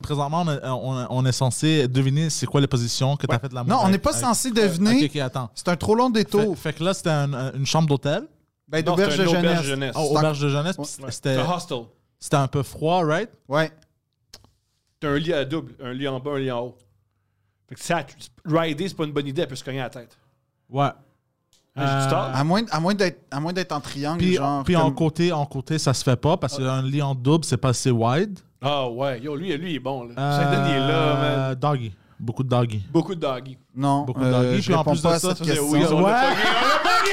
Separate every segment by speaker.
Speaker 1: présentement, on est censé deviner c'est quoi les positions que t'as fait de l'amour.
Speaker 2: Non, on n'est pas censé deviner.
Speaker 1: Ok, attends.
Speaker 2: C'est un trop long détour.
Speaker 1: Fait que là, c'était une chambre d'hôtel.
Speaker 2: Ben,
Speaker 3: Non,
Speaker 2: d'auberge
Speaker 3: c'est
Speaker 2: de
Speaker 3: une auberge
Speaker 2: jeunesse.
Speaker 3: jeunesse.
Speaker 1: Oh, auberge de jeunesse.
Speaker 2: Ouais.
Speaker 1: Puis
Speaker 3: C'est
Speaker 1: c'était
Speaker 3: un hostel.
Speaker 1: c'était un peu froid, right?
Speaker 2: Ouais.
Speaker 3: T'as un lit à double. Un lit en bas, un lit en haut. Fait que ça, rider, c'est pas une bonne idée, elle peut se cogner à la tête.
Speaker 1: Ouais.
Speaker 3: Hein, j'ai du tort?
Speaker 2: À moins d'être en triangle,
Speaker 1: Puis,
Speaker 2: genre.
Speaker 1: puis
Speaker 2: comme-
Speaker 1: en côté, ça se fait pas parce qu'un lit en double, c'est pas assez wide.
Speaker 3: Ah ouais, yo, lui, il est bon, là. Saint-Denis, il est là, man.
Speaker 1: Doggy. Beaucoup de doggy.
Speaker 3: Beaucoup de doggy.
Speaker 2: Non,
Speaker 1: Beaucoup de doggy.
Speaker 2: je
Speaker 1: Puis en
Speaker 2: réponds
Speaker 1: plus
Speaker 2: pas
Speaker 1: de
Speaker 2: à
Speaker 1: ça,
Speaker 2: cette
Speaker 1: ça, c'est
Speaker 2: question.
Speaker 3: Oui, on
Speaker 1: Ouais.
Speaker 3: l'a pogné.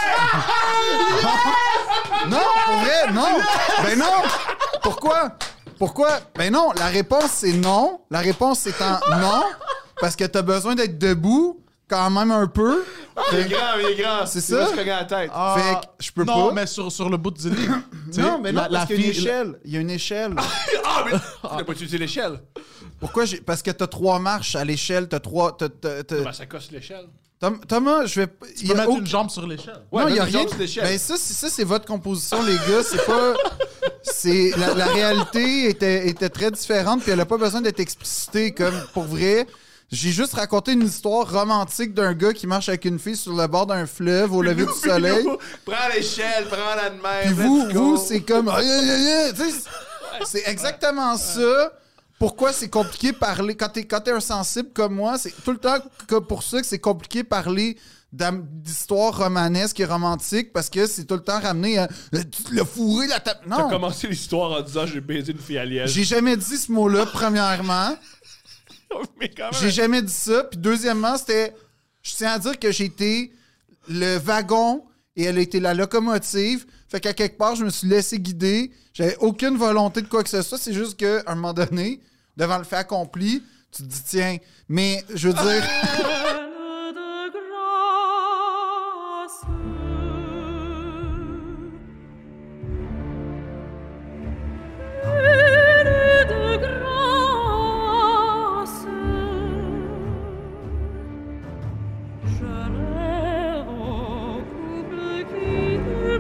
Speaker 2: Non, pour vrai, non. Ben non. Pourquoi? Ben non, la réponse c'est non. La réponse c'est en non. Parce que t'as besoin d'être debout quand même un peu.
Speaker 3: Il est grand.
Speaker 2: C'est
Speaker 3: Il
Speaker 2: ça?
Speaker 3: va se cogner à la tête.
Speaker 2: Fait que je peux
Speaker 1: non,
Speaker 2: pas.
Speaker 1: mais sur le bout du lit. Tu sais,
Speaker 2: Non, mais non,
Speaker 1: la
Speaker 2: parce qu'il y a une
Speaker 1: fille-
Speaker 2: échelle. Il y a une échelle.
Speaker 3: Ah, mais tu n'as pas utilisé l'échelle.
Speaker 2: Pourquoi parce que t'as 3 marches à l'échelle, t'as 3.
Speaker 3: Ben, ça casse l'échelle.
Speaker 2: Thomas, je vais.
Speaker 1: Tu peux mettre une jambe sur l'échelle.
Speaker 3: Ouais,
Speaker 2: non, il y a
Speaker 3: même une
Speaker 2: rien.
Speaker 3: jambe sur l'échelle.
Speaker 2: Ben ça, c'est votre composition, les gars. C'est pas. C'est la réalité était très différente, puis elle a pas besoin d'être explicitée comme pour vrai. J'ai juste raconté une histoire romantique d'un gars qui marche avec une fille sur le bord d'un fleuve au lever du soleil.
Speaker 3: Prends l'échelle, prends-la de même.
Speaker 2: Puis
Speaker 3: let's go.
Speaker 2: vous, c'est comme. Tu sais, c'est exactement ça. Pourquoi c'est compliqué parler quand t'es un sensible comme moi, c'est tout le temps pour ça que c'est compliqué parler d'histoires romanesques et romantiques parce que c'est tout le temps ramené à tu l'as fourré la table.
Speaker 3: T'as
Speaker 2: Non,
Speaker 3: commencé l'histoire en disant j'ai baisé une fille à Liège.
Speaker 2: j'ai jamais dit ce mot-là. Premièrement,
Speaker 3: Mais quand même.
Speaker 2: j'ai jamais dit ça. Puis deuxièmement, c'était, je tiens à dire que j'ai été le wagon et elle a été la locomotive. Fait qu'à quelque part, je me suis laissé guider. J'avais aucune volonté de quoi que ce soit. C'est juste qu'à un moment donné, devant le fait accompli, tu te dis tiens. Mais je veux dire.
Speaker 4: de grâce. Pleine de grâce. Je rêve au couple qui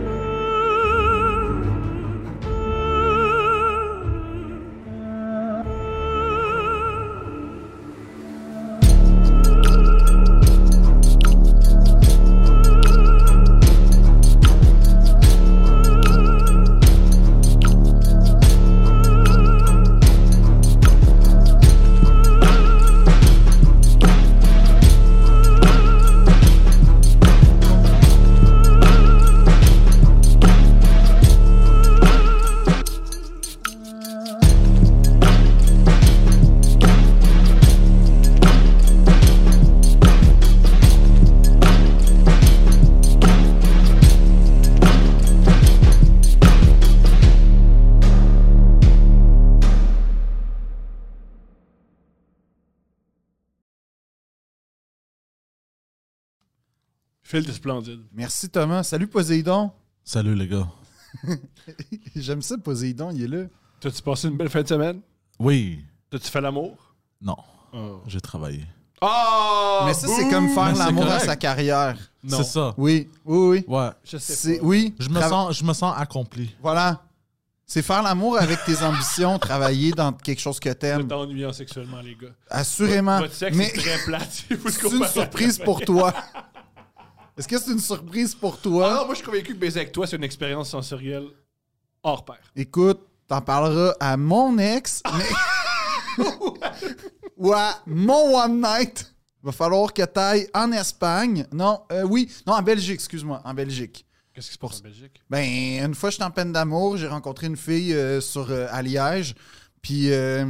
Speaker 3: Phil, t'es splendide.
Speaker 2: Merci Thomas. Salut Poséidon.
Speaker 1: Salut les gars.
Speaker 2: J'aime ça, Poséidon, il est là.
Speaker 3: T'as-tu passé une belle fin de semaine?
Speaker 1: Oui.
Speaker 3: T'as-tu fait l'amour?
Speaker 1: Non.
Speaker 3: Oh.
Speaker 1: J'ai travaillé.
Speaker 3: Oh!
Speaker 2: Mais ça, c'est comme faire
Speaker 1: Mais c'est
Speaker 2: l'amour à
Speaker 1: correct.
Speaker 2: sa carrière.
Speaker 3: Non.
Speaker 1: C'est ça.
Speaker 2: Oui, oui, oui.
Speaker 1: Ouais.
Speaker 3: Je sais
Speaker 2: C'est,
Speaker 3: pas.
Speaker 2: oui.
Speaker 1: Je me sens accompli.
Speaker 2: Voilà. C'est faire l'amour avec tes ambitions, travailler dans quelque chose que
Speaker 3: Vous
Speaker 2: t'aimes.
Speaker 3: êtes ennuyant sexuellement, les gars.
Speaker 2: Assurément.
Speaker 3: Votre sexe
Speaker 2: Mais
Speaker 3: est très plate. Il faut le
Speaker 2: c'est une
Speaker 3: comparer.
Speaker 2: surprise pour toi. Est-ce que c'est une surprise pour
Speaker 3: Ah
Speaker 2: toi?
Speaker 3: non, moi, je suis convaincu que baiser avec toi, c'est une expérience sensorielle hors pair.
Speaker 2: Écoute, t'en parleras à mon ex, mais... ou à mon one night. Va falloir que t'ailles en Espagne. Non, oui. Non, en Belgique, excuse-moi. En Belgique.
Speaker 3: Qu'est-ce qui se passe en Belgique?
Speaker 2: Ben, une fois, j'étais en peine d'amour. J'ai rencontré une fille à Liège. Puis,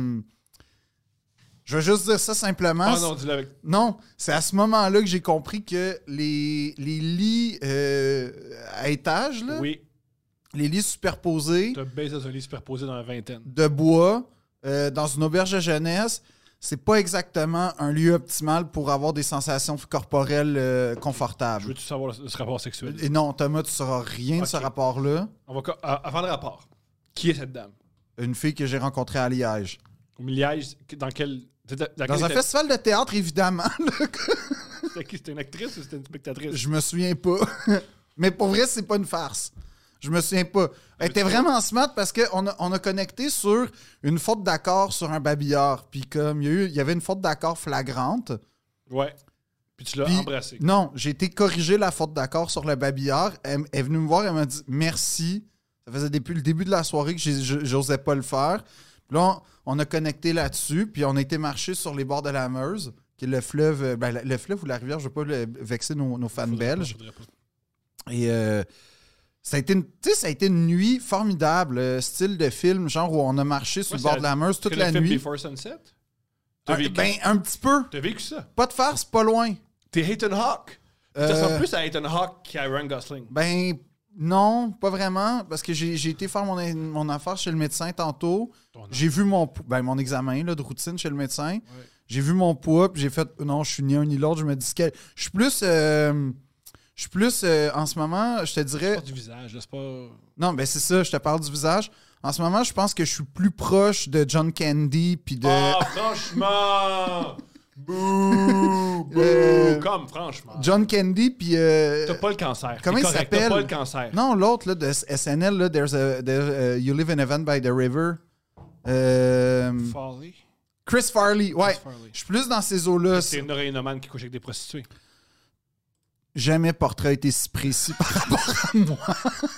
Speaker 2: je vais juste dire ça simplement.
Speaker 3: Ah non, dis-le avec...
Speaker 2: Non, c'est à ce moment-là que j'ai compris que les lits à étage, là,
Speaker 3: Oui,
Speaker 2: les lits superposés
Speaker 3: t'as baisé dans un lit superposé dans la vingtaine.
Speaker 2: de bois dans une auberge de jeunesse, c'est pas exactement un lieu optimal pour avoir des sensations corporelles confortables.
Speaker 3: Veux-tu savoir ce rapport sexuel?
Speaker 2: Et non, Thomas, tu sauras rien de ce
Speaker 3: Ok.
Speaker 2: rapport-là.
Speaker 3: On va avant le rapport. Qui est cette dame?
Speaker 2: Une fille que j'ai rencontrée à Liège.
Speaker 3: Au Liège, dans quel...
Speaker 2: Dans un festival de théâtre, évidemment. là.
Speaker 3: C'était qui? C'était une actrice ou c'était une spectatrice?
Speaker 2: Je me souviens pas. Mais pour vrai, c'est pas une farce. Je me souviens pas. Elle était vraiment smart parce qu'on a connecté sur une faute d'accord sur un babillard. Puis comme il y avait une faute d'accord flagrante.
Speaker 3: Ouais. Puis tu l'as
Speaker 2: Puis,
Speaker 3: embrassé.
Speaker 2: Non, j'ai été corriger la faute d'accord sur le babillard. Elle est venue me voir, elle m'a dit merci. Ça faisait depuis le début de la soirée que j'osais pas le faire. Puis là, on a connecté là-dessus, puis on a été marcher sur les bords de la Meuse, qui est le fleuve, le fleuve ou la rivière, je veux pas vexer nos fans belges.
Speaker 3: Faudrait pas.
Speaker 2: Et ça a été une nuit formidable, style de film, genre où on a marché sur
Speaker 3: Ouais,
Speaker 2: le bord de la Meuse toute
Speaker 3: C'est
Speaker 2: la
Speaker 3: le film
Speaker 2: nuit.
Speaker 3: Before Sunset? T'as vécu?
Speaker 2: Ben, un petit peu.
Speaker 3: T'as vécu ça?
Speaker 2: Pas de farce, pas loin.
Speaker 3: T'es Ethan Hawke. Tu
Speaker 2: Euh,
Speaker 3: ressembles plus à Ethan Hawke qu'à Ryan Gosling.
Speaker 2: Ben, non, pas vraiment, parce que j'ai été faire mon affaire chez le médecin tantôt. J'ai vu mon examen là, de routine chez le médecin. J'ai vu mon poids, puis j'ai fait non, je suis ni un ni l'autre. Je me dis que je suis plus en ce moment, je te
Speaker 3: C'est
Speaker 2: dirais.
Speaker 3: pas du visage, là, c'est pas...
Speaker 2: Non, ben c'est ça, je te parle du visage. En ce moment, je pense que je suis plus proche de John Candy puis de.
Speaker 3: Ah, franchement! Bouh! Comme, franchement.
Speaker 2: John Candy puis.
Speaker 3: T'as pas le cancer.
Speaker 2: Comment
Speaker 3: T'es
Speaker 2: il
Speaker 3: correct,
Speaker 2: s'appelle?
Speaker 3: T'as pas le cancer.
Speaker 2: Non, l'autre là, de SNL, là, You Live in Heaven by the River.
Speaker 3: Farley?
Speaker 2: Chris Farley, ouais.
Speaker 3: Chris Farley.
Speaker 2: Je suis plus dans ces eaux-là.
Speaker 3: C'est une oreillonomane qui couche avec des prostituées.
Speaker 2: Jamais portrait a été si précis par rapport à moi.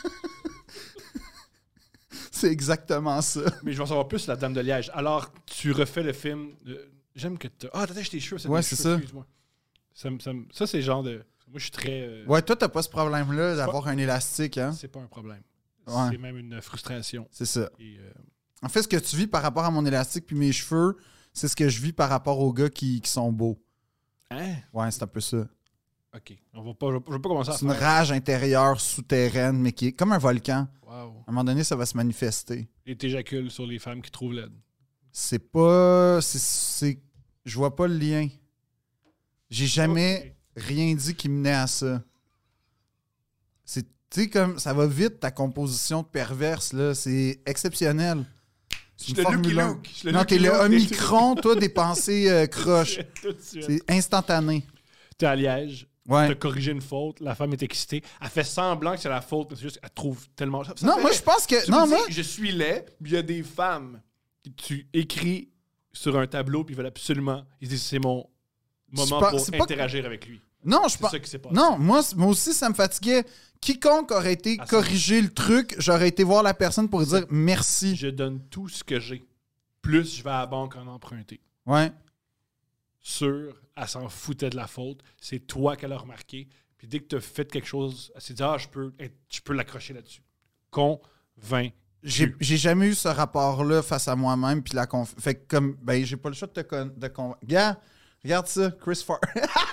Speaker 2: C'est exactement ça.
Speaker 3: Mais je veux en savoir plus sur la Dame de Liège. Alors, tu refais le film. J'aime que tu. Ah, t'attaches tes cheveux.
Speaker 2: Ouais,
Speaker 3: tes
Speaker 2: c'est
Speaker 3: cheveux,
Speaker 2: ça.
Speaker 3: excuse-moi. Ça, c'est le genre de. Moi, je suis très.
Speaker 2: Ouais, toi, t'as pas ce problème-là d'avoir un élastique, hein?
Speaker 3: C'est pas un problème.
Speaker 2: Ouais.
Speaker 3: C'est même une frustration.
Speaker 2: C'est ça.
Speaker 3: Et,
Speaker 2: En fait, ce que tu vis par rapport à mon élastique puis mes cheveux, c'est ce que je vis par rapport aux gars qui sont beaux.
Speaker 3: Hein?
Speaker 2: Ouais, c'est un peu ça.
Speaker 3: OK. Je vais pas commencer à
Speaker 2: C'est une
Speaker 3: faire.
Speaker 2: rage intérieure, souterraine, mais qui est comme un volcan.
Speaker 3: Wow.
Speaker 2: À un moment donné, ça va se manifester.
Speaker 3: Et t'éjacules sur les femmes qui trouvent l'aide.
Speaker 2: C'est pas... Je vois pas le lien. J'ai jamais rien dit qui menait à ça. C'est... Tu sais, comme... Ça va vite, ta composition de perverse, là. C'est exceptionnel. C'est une Formule 1. Non, t'es le Omicron, toi, des pensées croches.
Speaker 3: Tout de suite.
Speaker 2: C'est instantané.
Speaker 3: T'es à Liège.
Speaker 2: Ouais.
Speaker 3: T'as corrigé une faute. La femme est excitée. Elle fait semblant que c'est la faute, mais c'est juste qu'elle trouve tellement. Ça
Speaker 2: Non,
Speaker 3: fait-
Speaker 2: moi, je pense que...
Speaker 3: Tu
Speaker 2: Non,
Speaker 3: me
Speaker 2: moi...
Speaker 3: dis, je suis laid, puis il y a des femmes qui tu écris sur un tableau, puis ils veulent absolument. Ils disent c'est mon moment
Speaker 2: pas-
Speaker 3: pour
Speaker 2: c'est pas-
Speaker 3: interagir avec lui.
Speaker 2: Non, je
Speaker 3: C'est
Speaker 2: pense...
Speaker 3: ça qui s'est passé.
Speaker 2: Non, moi aussi, ça me fatiguait. Quiconque aurait été
Speaker 3: Ah, ça
Speaker 2: corriger le truc, j'aurais été voir la personne pour lui dire merci.
Speaker 3: Je donne tout ce que j'ai. Plus je vais à la banque en emprunter.
Speaker 2: Ouais.
Speaker 3: Sûr, elle s'en foutait de la faute. C'est toi qu'elle a remarqué. Puis dès que tu as fait quelque chose, elle s'est dit ah, je peux l'accrocher là-dessus. Convaincu.
Speaker 2: J'ai jamais eu ce rapport-là face à moi-même. Puis fait que comme, ben, j'ai pas le choix de Gars, regarde ça, Chris Farley.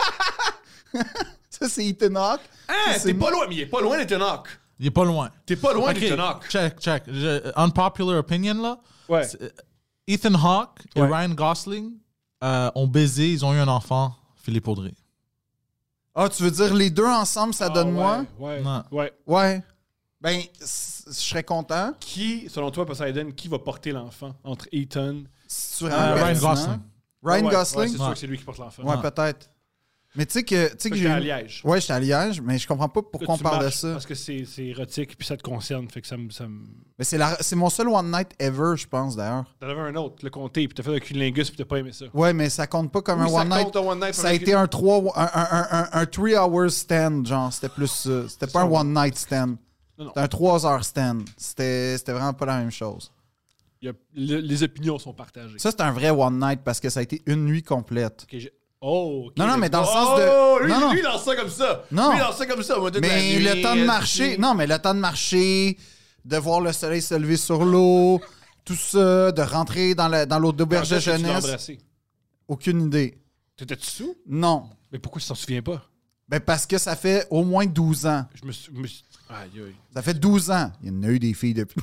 Speaker 2: Ça, c'est Ethan Hawke.
Speaker 3: Ah,
Speaker 2: c'est
Speaker 3: t'es pas loin, mais il est pas loin d'Ethan Hawke.
Speaker 1: Il est pas loin.
Speaker 3: T'es pas loin
Speaker 1: Ok,
Speaker 3: d'Ethan Hawke.
Speaker 1: check. Unpopular opinion, là.
Speaker 3: Ouais.
Speaker 1: Ethan Hawke et
Speaker 3: Ouais.
Speaker 1: Ryan Gosling ont baisé, ils ont eu un enfant, Philippe Audrey.
Speaker 2: Ah, tu veux dire les deux ensemble, ça donne moi?
Speaker 3: Ouais.
Speaker 1: Non.
Speaker 3: Ouais.
Speaker 2: Ouais. Ben, je serais content.
Speaker 3: Qui, selon toi, Poseidon, qui va porter l'enfant entre Ethan
Speaker 2: Si tu vraiment
Speaker 1: Ryan
Speaker 2: pertinent.
Speaker 1: Gosling.
Speaker 2: Ryan
Speaker 3: Ouais,
Speaker 2: Gosling?
Speaker 3: ouais, c'est sûr
Speaker 1: Ouais.
Speaker 3: que c'est lui qui porte l'enfant.
Speaker 2: Ouais,
Speaker 1: Ouais.
Speaker 2: peut-être. Mais tu sais que
Speaker 3: Toi,
Speaker 2: j'ai...
Speaker 3: t'es à Liège.
Speaker 2: Ouais, j'étais à Liège, mais je comprends pas pourquoi
Speaker 3: Là,
Speaker 2: on
Speaker 3: tu
Speaker 2: parle de
Speaker 3: marches
Speaker 2: ça.
Speaker 3: Parce que c'est érotique puis ça te concerne. Fait que ça me.
Speaker 2: Mais c'est mon seul one night ever, je pense, d'ailleurs.
Speaker 3: T'en avais un autre, le comté, puis t'as fait un cul-lingus puis t'as pas aimé ça.
Speaker 2: Ouais, mais ça compte pas comme
Speaker 3: Oui,
Speaker 2: un
Speaker 3: ça
Speaker 2: one night.
Speaker 3: compte un one night.
Speaker 2: Ça a été un 3 hours stand, genre. C'était plus ça. C'était pas un one night stand.
Speaker 3: Non.
Speaker 2: C'était un 3 heures stand. C'était vraiment pas la même chose.
Speaker 3: Les opinions sont partagées.
Speaker 2: Ça, c'est un vrai one night parce que ça a été une nuit complète.
Speaker 3: Ok, ok,
Speaker 2: Non, mais dans le sens
Speaker 3: de.
Speaker 2: de-
Speaker 3: Lui,
Speaker 2: non.
Speaker 3: lui, il lance ça comme ça.
Speaker 2: Non.
Speaker 3: Lui, il lance ça comme ça. Moi, toute la
Speaker 2: Mais
Speaker 3: nuit,
Speaker 2: le temps de marcher, non, mais le temps de marcher, de voir le soleil se lever sur l'eau, tout ça, de rentrer dans l'eau d'auberge de
Speaker 3: Quand est-ce que tu l'as
Speaker 2: jeunesse,
Speaker 3: embrassé?
Speaker 2: aucune idée.
Speaker 3: T'étais-tu sous?
Speaker 2: Non.
Speaker 3: Mais pourquoi tu t'en souviens pas?
Speaker 2: Ben parce que ça fait au moins 12 ans.
Speaker 3: Je me suis. Aïe, aïe.
Speaker 2: Ça fait 12 ans. Il y en a eu des filles depuis.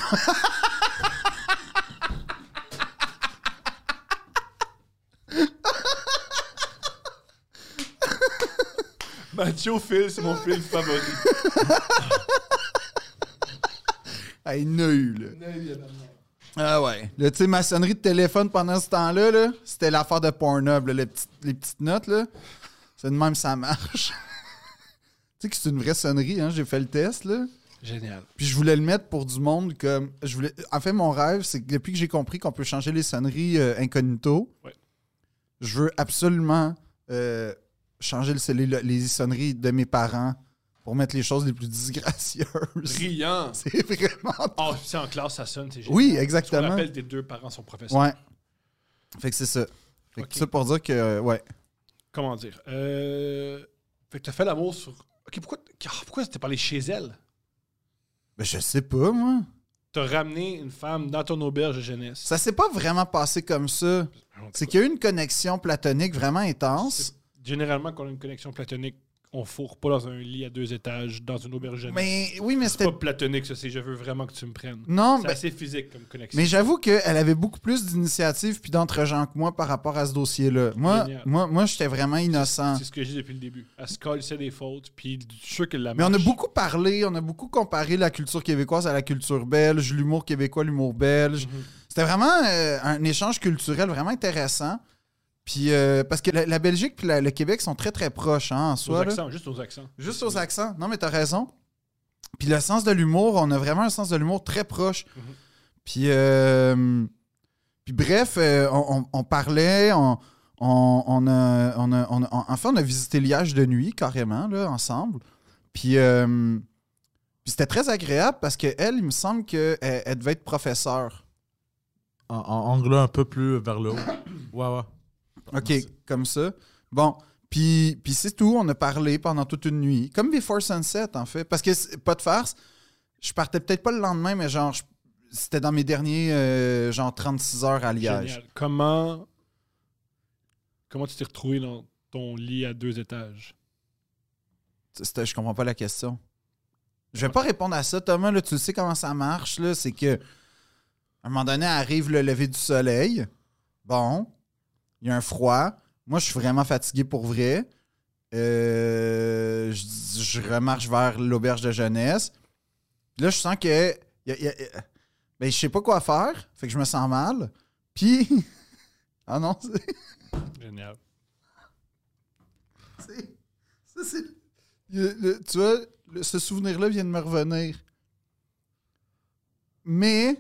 Speaker 3: Mathieu Phil, c'est mon film favori.
Speaker 2: Ah, il y en a eu, là. Ah ouais. Là, tu sais, ma sonnerie de téléphone pendant ce temps-là, là, c'était l'affaire de Pornhub, là, les petites notes, là. C'est de même, ça marche. Tu sais que c'est une vraie sonnerie, hein? J'ai fait le test, là.
Speaker 3: Génial.
Speaker 2: Puis je voulais le mettre pour du monde comme... En fait, mon rêve, c'est que depuis que j'ai compris qu'on peut changer les sonneries incognito,
Speaker 3: Ouais.
Speaker 2: je veux absolument changer les sonneries de mes parents pour mettre les choses les plus disgracieuses.
Speaker 3: Brillant.
Speaker 2: C'est vraiment...
Speaker 3: Oh, c'est en classe, ça sonne, c'est génial.
Speaker 2: Oui,
Speaker 3: Ce qu'on
Speaker 2: exactement.
Speaker 3: appelle tes deux parents sont professeurs.
Speaker 2: Ouais. Fait que c'est ça. Fait que
Speaker 3: Ok.
Speaker 2: tout ça pour dire que, ouais.
Speaker 3: Comment dire? Fait que t'as fait l'amour sur... OK, pourquoi t'es parlé chez elle?
Speaker 2: Ben, je sais pas, moi.
Speaker 3: T'as ramené une femme dans ton auberge de jeunesse.
Speaker 2: Ça s'est pas vraiment passé comme ça. C'est qu'il y a eu une connexion platonique vraiment intense.
Speaker 3: Généralement, quand on a une connexion platonique, on fourre pas dans un lit à 2 étages, dans une auberge de jeunesse.
Speaker 2: Mais oui, mais
Speaker 3: C'est
Speaker 2: c'était...
Speaker 3: pas platonique, ça, c'est je veux vraiment que tu me prennes.
Speaker 2: Non,
Speaker 3: C'est
Speaker 2: ben,
Speaker 3: assez physique comme connexion.
Speaker 2: mais j'avoue qu'elle avait beaucoup plus d'initiative puis d'entre-gens que moi par rapport à ce dossier-là.
Speaker 3: Génial.
Speaker 2: Moi j'étais vraiment innocent.
Speaker 3: C'est ce que je dis depuis le début. Elle se colle, c'est des fautes, puis je suis sûr qu'elle la
Speaker 2: Mais on a
Speaker 3: marche.
Speaker 2: beaucoup parlé, on a beaucoup comparé la culture québécoise à la culture belge, l'humour québécois, l'humour belge.
Speaker 3: Mhm.
Speaker 2: C'était vraiment un échange culturel vraiment intéressant. Puis parce que la Belgique et le Québec sont très très proches hein, en
Speaker 3: Aux
Speaker 2: soi. là.
Speaker 3: accents, juste aux accents.
Speaker 2: Juste aux accents. Non, mais t'as raison. Puis le sens de l'humour, on a vraiment un sens de l'humour très proche.
Speaker 3: Mhm.
Speaker 2: Puis bref, on parlait, en fait, on a visité Liège de nuit carrément, là, ensemble. Puis c'était très agréable parce qu'elle, il me semble qu'elle elle devait être professeure.
Speaker 1: En angle un peu plus vers le haut. Ouais, ouais.
Speaker 2: OK, comme ça. Bon, puis c'est tout. On a parlé pendant toute une nuit. Comme Before Sunset, en fait. Parce que, pas de farce, je partais peut-être pas le lendemain, mais genre, c'était dans mes derniers, genre, 36 heures à Liège.
Speaker 3: Génial. Comment tu t'es retrouvé dans ton lit à 2 étages?
Speaker 2: Je comprends pas la question. Je vais pas répondre à ça, Thomas. Là, tu sais comment ça marche. Là, c'est que à un moment donné, arrive le lever du soleil. Bon, il y a un froid. Moi, je suis vraiment fatigué pour vrai. Je remarche vers l'auberge de jeunesse. Puis là, je sens que ben, je sais pas quoi faire. Fait que je me sens mal. Puis... ah non,
Speaker 3: Génial.
Speaker 2: tu vois, ce souvenir-là vient de me revenir. Mais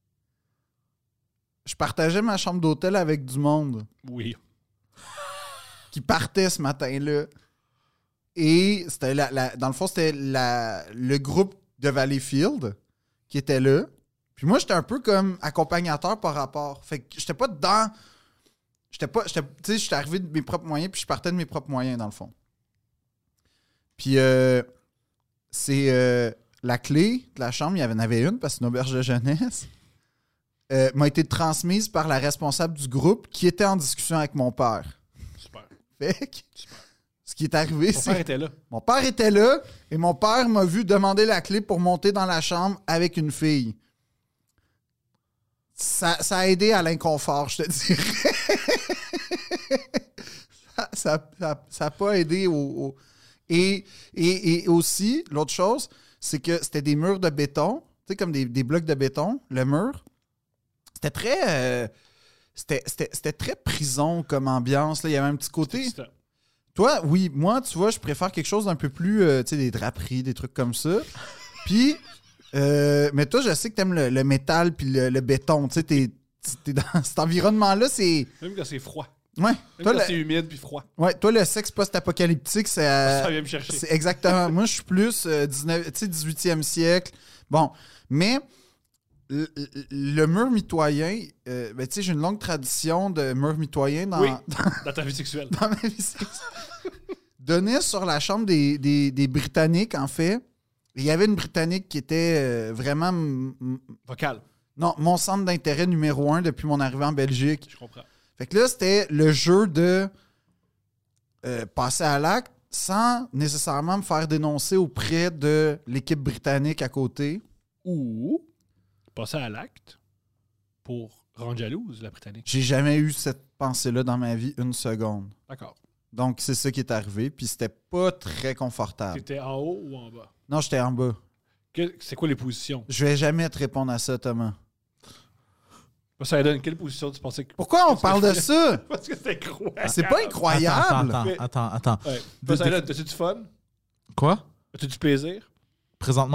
Speaker 2: je partageais ma chambre d'hôtel avec du monde
Speaker 3: Oui.
Speaker 2: qui partait ce matin-là. Et c'était dans le fond, c'était le groupe de Valleyfield qui était là. Puis moi, j'étais un peu comme accompagnateur par rapport. Fait que j'étais pas dedans. Tu sais, j'étais arrivé de mes propres moyens, puis je partais de mes propres moyens, dans le fond. Puis c'est la clé de la chambre, il y en avait une, parce que c'est une auberge de jeunesse, m'a été transmise par la responsable du groupe qui était en discussion avec mon père.
Speaker 3: Super.
Speaker 2: Fait que, ce qui est arrivé,
Speaker 3: Ton
Speaker 2: c'est...
Speaker 3: père était là.
Speaker 2: Mon père était là, et mon père m'a vu demander la clé pour monter dans la chambre avec une fille. Ça a aidé à l'inconfort, je te dirais. ça n'a pas aidé au... Et aussi, l'autre chose, c'est que c'était des murs de béton, tu sais, comme des blocs de béton, le mur. C'était très... C'était très prison comme ambiance. Là. Il y avait un petit côté...
Speaker 3: Excitant.
Speaker 2: Toi, oui, moi, tu vois, je préfère quelque chose d'un peu plus, tu sais, des draperies, des trucs comme ça. Puis, mais toi, je sais que t'aimes le métal puis le béton. Tu sais, t'es dans cet environnement-là, c'est...
Speaker 3: Même quand c'est froid.
Speaker 2: Ouais.
Speaker 3: Même
Speaker 2: Toi,
Speaker 3: quand c'est humide puis froid.
Speaker 2: ouais, toi, le sexe post-apocalyptique,
Speaker 3: Ça vient me chercher.
Speaker 2: c'est exactement... Moi, je suis plus 18e siècle. Bon, mais... Le mur mitoyen, ben, tu sais, j'ai une longue tradition de mur mitoyen dans,
Speaker 3: Oui. Dans ta vie sexuelle.
Speaker 2: dans ma vie sexuelle. Donnait sur la chambre des Britanniques, en fait. Il y avait une Britannique qui était vraiment...
Speaker 3: Vocal.
Speaker 2: non, mon centre d'intérêt numéro 1 depuis mon arrivée en Belgique.
Speaker 3: Je comprends.
Speaker 2: Fait que là, c'était le jeu de passer à l'acte sans nécessairement me faire dénoncer auprès de l'équipe britannique à côté.
Speaker 3: Ou passer à l'acte pour rendre jalouse la Britannique.
Speaker 2: J'ai jamais eu cette pensée-là dans ma vie une seconde.
Speaker 3: D'accord.
Speaker 2: Donc, c'est ça qui est arrivé, puis c'était pas très confortable.
Speaker 3: T'étais en haut ou en bas?
Speaker 2: Non, j'étais en bas.
Speaker 3: C'est quoi les positions?
Speaker 2: Je vais jamais te répondre à ça, Thomas.
Speaker 3: Ça donne quelle position tu pensais que...
Speaker 2: Pourquoi on parle de ça?
Speaker 3: Parce que c'était incroyable.
Speaker 2: C'est pas incroyable.
Speaker 1: Attends.
Speaker 3: Ouais. Ça donne, t'as-tu du fun?
Speaker 1: Quoi?
Speaker 3: As-tu du plaisir?
Speaker 1: Présentement?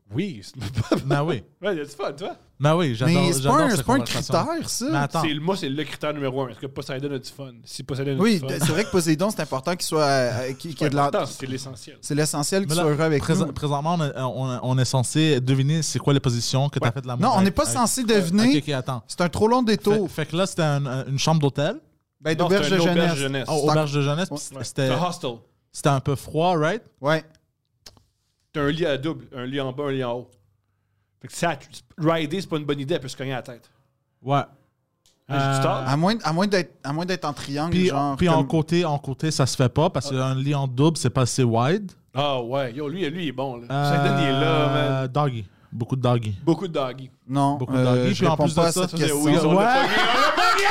Speaker 3: Oui, c'est
Speaker 1: Ben oui.
Speaker 3: Ouais, il y a du fun, toi.
Speaker 1: Ben oui, j'adore.
Speaker 2: Mais
Speaker 1: j'adore ces
Speaker 2: c'est pas un
Speaker 1: conversations.
Speaker 2: critère,
Speaker 1: Mais
Speaker 2: ça.
Speaker 1: attends.
Speaker 3: Moi, c'est le critère numéro 1. Est-ce que Poseidon a du fun? Si Poseidon a
Speaker 2: Oui,
Speaker 3: du fun,
Speaker 2: c'est vrai que Poséidon, c'est important qu'il soit. Qu'il y ait de la...
Speaker 3: c'est l'essentiel.
Speaker 2: C'est l'essentiel qu'il
Speaker 1: Mais là,
Speaker 2: soit heureux avec nous.
Speaker 1: présentement, on est censé deviner c'est quoi les positions que tu as fait de l'amour.
Speaker 2: Non, on n'est pas
Speaker 1: avec-
Speaker 2: censé deviner.
Speaker 1: Ok, attends.
Speaker 2: C'est un trop long détour.
Speaker 1: Fait que là, c'était une chambre d'hôtel.
Speaker 2: Ben,
Speaker 3: Non,
Speaker 2: d'auberge
Speaker 3: c'est
Speaker 2: de
Speaker 3: un auberge
Speaker 2: jeunesse.
Speaker 3: jeunesse.
Speaker 1: Oh, auberge de jeunesse. puis
Speaker 3: Ouais.
Speaker 1: C'était
Speaker 3: C'est un hostel.
Speaker 1: c'était un peu froid, right?
Speaker 2: Ouais.
Speaker 3: T'as un lit à double. Un lit en bas, un lit en haut. Fait que ça, rider, c'est pas une bonne idée, elle peut se cogner à la tête.
Speaker 1: Ouais.
Speaker 3: Hein, j'ai du tort?
Speaker 2: À moins d'être en triangle,
Speaker 1: Puis,
Speaker 2: genre.
Speaker 1: puis
Speaker 2: comme-
Speaker 1: en côté, ça se fait pas parce qu'un lit en double, c'est pas assez wide.
Speaker 3: Ah ouais, yo, lui, il est bon, là. Poseidon, il est là, man.
Speaker 1: Doggy. Beaucoup de doggy.
Speaker 3: Beaucoup de doggy.
Speaker 2: Non,
Speaker 1: beaucoup de doggy.
Speaker 2: je
Speaker 1: Puis en
Speaker 2: réponds
Speaker 1: plus
Speaker 2: pas
Speaker 1: de
Speaker 2: à
Speaker 1: ça,
Speaker 2: cette
Speaker 1: ça,
Speaker 3: C'est
Speaker 2: question.
Speaker 3: oui, on
Speaker 1: Ouais.
Speaker 3: l'a pogné.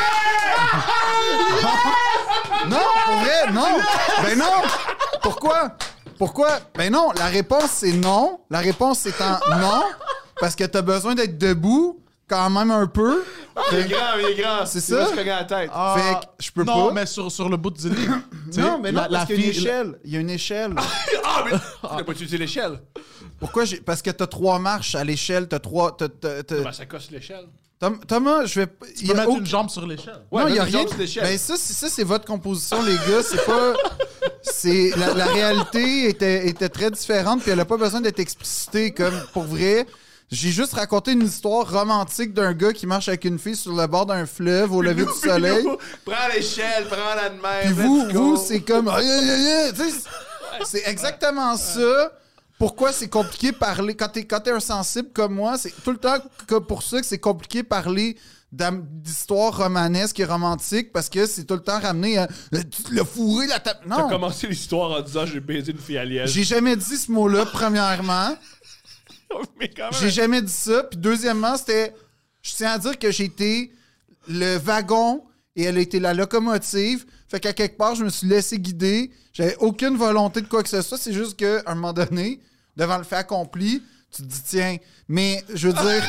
Speaker 2: Non, pour vrai, non. Ben non. Pourquoi? Ben non, la réponse c'est non. La réponse c'est en non. Parce que t'as besoin d'être debout quand même un peu.
Speaker 3: Il est grand.
Speaker 2: C'est
Speaker 3: Il
Speaker 2: ça?
Speaker 3: va se cogner à la tête.
Speaker 2: Fait que je peux
Speaker 1: non,
Speaker 2: pas.
Speaker 1: mais sur le bout du lit. Tu sais,
Speaker 2: Non, mais non,
Speaker 1: la
Speaker 2: parce qu'il y a une
Speaker 1: fille-
Speaker 2: échelle. Il y a une échelle.
Speaker 3: Ah, mais tu n'as pas utilisé l'échelle.
Speaker 2: Pourquoi parce que t'as 3 marches à l'échelle, t'as 3.
Speaker 3: Ben, ça casse l'échelle.
Speaker 2: Thomas, je vais.
Speaker 1: Tu peux mettre une jambe sur l'échelle.
Speaker 3: Ouais,
Speaker 2: non, il y a
Speaker 3: mettre une
Speaker 2: rien.
Speaker 3: jambe sur l'échelle.
Speaker 2: Ben ça, c'est votre composition, les gars. C'est pas. C'est la réalité était très différente, puis elle a pas besoin d'être explicitée comme pour vrai. J'ai juste raconté une histoire romantique d'un gars qui marche avec une fille sur le bord d'un fleuve au lever du soleil.
Speaker 3: Prends l'échelle, prends-la de même.
Speaker 2: Puis
Speaker 3: let's go.
Speaker 2: vous, c'est comme. Tu sais, c'est exactement ça. Pourquoi c'est compliqué parler. Quand t'es un sensible comme moi, c'est tout le temps pour ça que c'est compliqué parler d'histoires romanesques et romantiques parce que c'est tout le temps ramené à tu l'as fourré la table.
Speaker 3: T'as
Speaker 2: Non,
Speaker 3: commencé l'histoire en disant j'ai baisé une fille à Liège.
Speaker 2: j'ai jamais dit ce mot-là, premièrement.
Speaker 3: Mais quand même.
Speaker 2: J'ai jamais dit ça. Puis deuxièmement, c'était. Je tiens à dire que j'ai été le wagon et elle a été la locomotive. Fait qu'à quelque part, je me suis laissé guider. J'avais aucune volonté de quoi que ce soit. C'est juste qu'à un moment donné, devant le fait accompli, tu te dis tiens. Mais je veux dire.